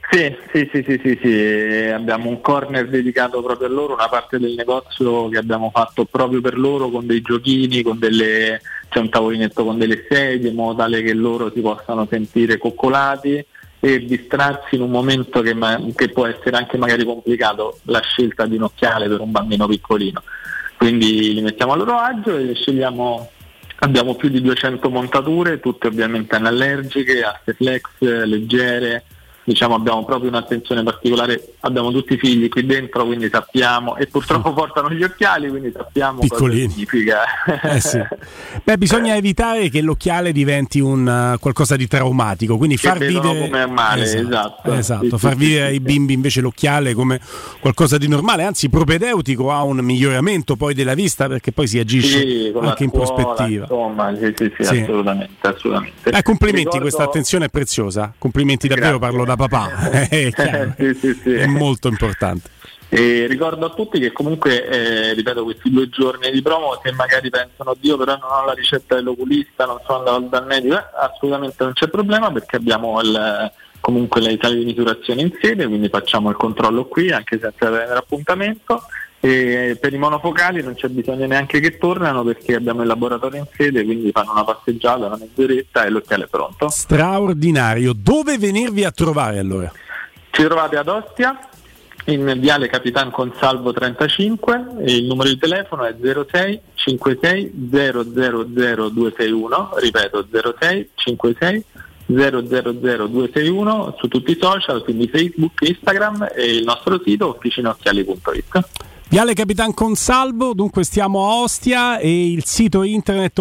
Sì, abbiamo un corner dedicato proprio a loro, una parte del negozio che abbiamo fatto proprio per loro, con dei giochini, c'è un tavolinetto con delle sedie, in modo tale che loro si possano sentire coccolati e distrarsi in un momento che può essere anche magari complicato, la scelta di un occhiale per un bambino piccolino. Quindi li mettiamo a loro agio e scegliamo. Abbiamo più di 200 montature, tutte ovviamente anallergiche, Asteflex, leggere. Diciamo, abbiamo proprio un'attenzione particolare, abbiamo tutti i figli qui dentro, quindi sappiamo, e purtroppo portano gli occhiali, quindi sappiamo
piccolini.
Cosa significa.
Sì. Bisogna evitare che l'occhiale diventi un qualcosa di traumatico, quindi far vivere
come male, esatto.
Far vivere ai bimbi invece l'occhiale come qualcosa di normale, anzi propedeutico a un miglioramento poi della vista, perché poi si agisce anche in prospettiva.
Insomma, sì. Assolutamente.
Complimenti, questa attenzione è preziosa, complimenti davvero.
Grazie.
Parlo da papà, è chiaro.
Sì.
È molto importante.
E ricordo a tutti che comunque, ripeto, questi 2 giorni di promo, se magari pensano, oddio, però non ho la ricetta dell'oculista, non sono andato dal medico, assolutamente non c'è problema, perché abbiamo comunque le sale di misurazione in sede, quindi facciamo il controllo qui anche senza prendere appuntamento. E per i monofocali non c'è bisogno neanche che tornano, perché abbiamo il laboratorio in sede, quindi fanno una passeggiata, una mezz'oretta e l'occhiale è pronto.
Straordinario. Dove venirvi a trovare allora?
Ci trovate ad Ostia, in viale Capitan Consalvo 35, e il numero di telefono è 06 56 000 261, ripeto 06 56 000 261, su tutti i social, quindi Facebook, Instagram, e il nostro sito officinaocchiali.it.
Viale Capitan Consalvo, dunque stiamo a Ostia, e il sito internet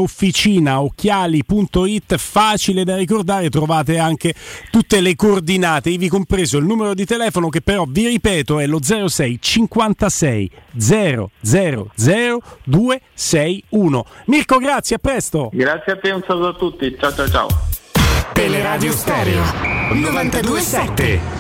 officinaocchiali.it, facile da ricordare, trovate anche tutte le coordinate, ivi compreso il numero di telefono, che però vi ripeto è lo 06 56 000 261. Mirko, grazie, a presto.
Grazie a te, un saluto a tutti, ciao.
Teleradio Stereo 92.7.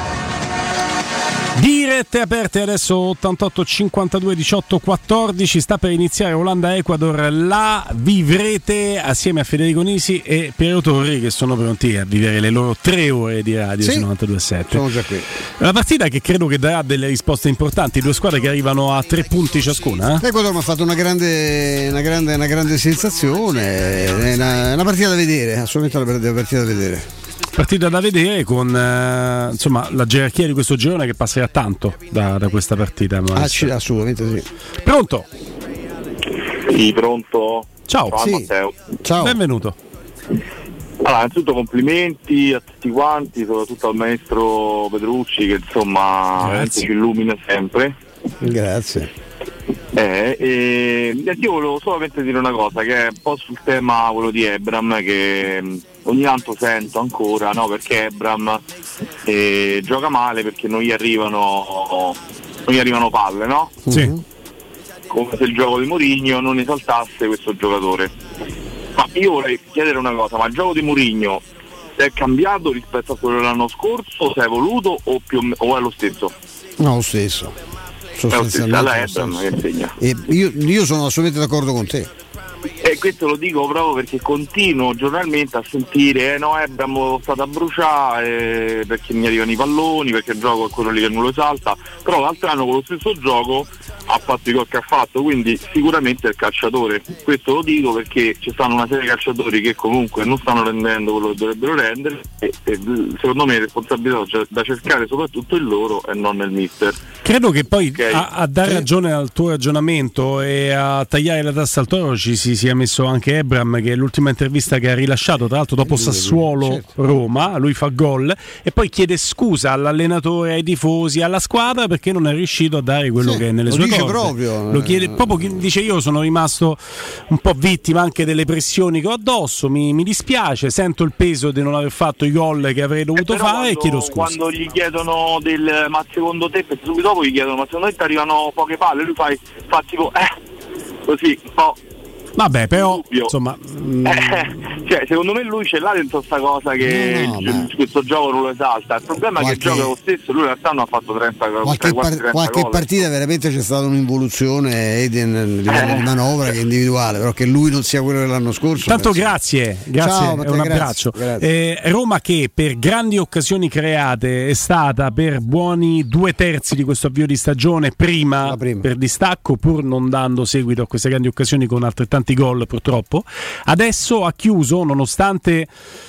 Dirette aperte adesso 88 52 18 14, sta per iniziare Olanda-Ecuador, la vivrete assieme a Federico Nisi e Piero Torri, che sono pronti a vivere le loro 3 ore di radio su 92.7.
Sono già qui.
Una partita che credo che darà delle risposte importanti, 2 squadre che arrivano a 3 punti ciascuna.
L'Ecuador mi ha fatto una grande sensazione, è una partita da vedere, assolutamente una partita da vedere.
Partita da vedere con insomma la gerarchia di questo girone che passerà tanto da questa partita.
Assolutamente sì.
Pronto?
Sì, pronto.
Ciao.
Matteo.
Ciao.
Benvenuto.
Allora, innanzitutto complimenti a tutti quanti, soprattutto al maestro Petrucci, che insomma ci illumina sempre.
Grazie.
Io volevo solamente dire una cosa, che è un po' sul tema quello di Ebram, che ogni tanto sento ancora, no? Perché Ebram gioca male perché non gli arrivano palle, no?
Sì.
Come se il gioco di Mourinho non esaltasse questo giocatore. Ma io vorrei chiedere una cosa, ma il gioco di Mourinho è cambiato rispetto a quello dell'anno scorso? Si è evoluto o è lo stesso?
No, lo stesso. Sostanzialmente
Ebram che insegna.
Io sono assolutamente d'accordo con te.
E questo lo dico proprio perché continuo giornalmente a sentire no, Ebram stato a bruciare perché mi arrivano i palloni, perché il gioco è quello lì che non lo esalta, però l'altro anno con lo stesso gioco ha fatto i gol che ha fatto, quindi sicuramente è il calciatore. Questo lo dico perché ci stanno una serie di calciatori che comunque non stanno rendendo quello che dovrebbero rendere e secondo me responsabilità da cercare soprattutto in loro e non nel mister.
Credo che poi a dare ragione al tuo ragionamento e a tagliare la testa al toro ci si sia messo anche Ebram, che è l'ultima intervista che ha rilasciato, tra l'altro dopo Sassuolo-Roma, lui fa gol e poi chiede scusa all'allenatore, ai tifosi, alla squadra perché non è riuscito a dare quello che è nelle sue corde.
Proprio.
Lo chiede proprio, dice io sono rimasto un po' vittima anche delle pressioni che ho addosso, mi dispiace, sento il peso di non aver fatto i gol che avrei dovuto fare e chiedo scusa.
Quando gli chiedono ma secondo te, perché subito dopo gli chiedono ma secondo te ti arrivano poche palle, lui fa tipo così un po'.
Vabbè, però insomma
cioè secondo me lui ce l'ha dentro sta cosa che questo gioco non lo esalta. Il problema è che gioca lo stesso, lui in realtà non ha fatto 30
qualche partita veramente c'è stata un'involuzione di manovra che è individuale, però che lui non sia quello dell'anno scorso.
Tanto grazie
Ciao,
e un abbraccio.
Grazie.
Roma che per grandi occasioni create è stata per buoni 2/3 di questo avvio di stagione prima per distacco, pur non dando seguito a queste grandi occasioni con altrettanti gol purtroppo. Adesso ha chiuso, nonostante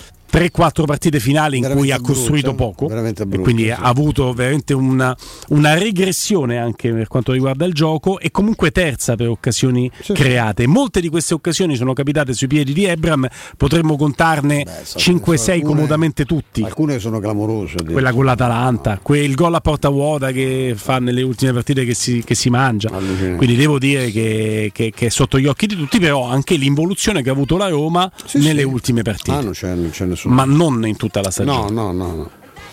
3-4 partite finali in
veramente
cui ha costruito poco
brutto,
e quindi ha avuto veramente una regressione anche per quanto riguarda il gioco, e comunque terza per occasioni create. Molte di queste occasioni sono capitate sui piedi di Ebram, potremmo contarne 5-6 comodamente tutti.
Alcune sono clamorose.
Quella con l'Atalanta, il gol a porta vuota che fa nelle ultime partite che si mangia. Quindi devo dire che è sotto gli occhi di tutti, però anche l'involuzione che ha avuto la Roma nelle ultime partite.
Non c'è nessun,
ma non in tutta la stagione.
No.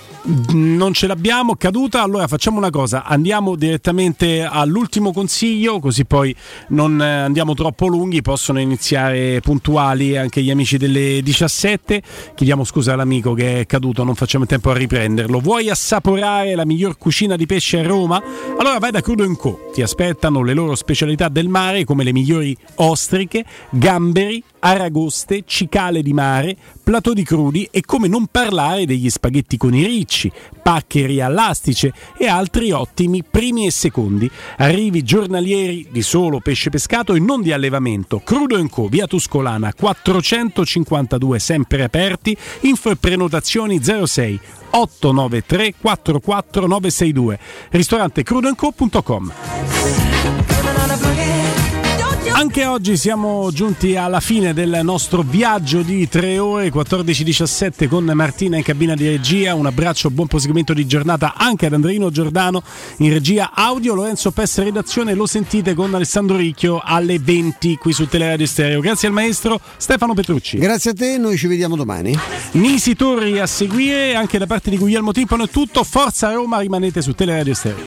Non ce l'abbiamo caduta. Allora facciamo una cosa, andiamo direttamente all'ultimo consiglio, così poi non andiamo troppo lunghi, possono iniziare puntuali anche gli amici delle 17. Chiediamo scusa all'amico che è caduto, non facciamo tempo a riprenderlo. Vuoi assaporare la miglior cucina di pesce a Roma? Allora vai da Crudo & Co. Ti aspettano le loro specialità del mare, come le migliori ostriche, gamberi, aragoste, cicale di mare, platò di crudi, e come non parlare degli spaghetti con i ricci, paccheri all'astice e altri ottimi primi e secondi. Arrivi giornalieri di solo pesce pescato e non di allevamento. Crudo & Co, via Tuscolana 452, sempre aperti. Info e prenotazioni 06 893 44 962. Ristorante crudoandco.com. Anche oggi siamo giunti alla fine del nostro viaggio di 3 ore, 14:17 con Martina in cabina di regia. Un abbraccio, buon proseguimento di giornata anche ad Andrino Giordano in regia audio, Lorenzo Pessa redazione. Lo sentite con Alessandro Ricchio alle 20 qui su Teleradio Stereo. Grazie al maestro Stefano Petrucci.
Grazie a te, noi ci vediamo domani.
Nisi Torri a seguire, anche da parte di Guglielmo Timpano è tutto. Forza Roma, rimanete su Teleradio Stereo.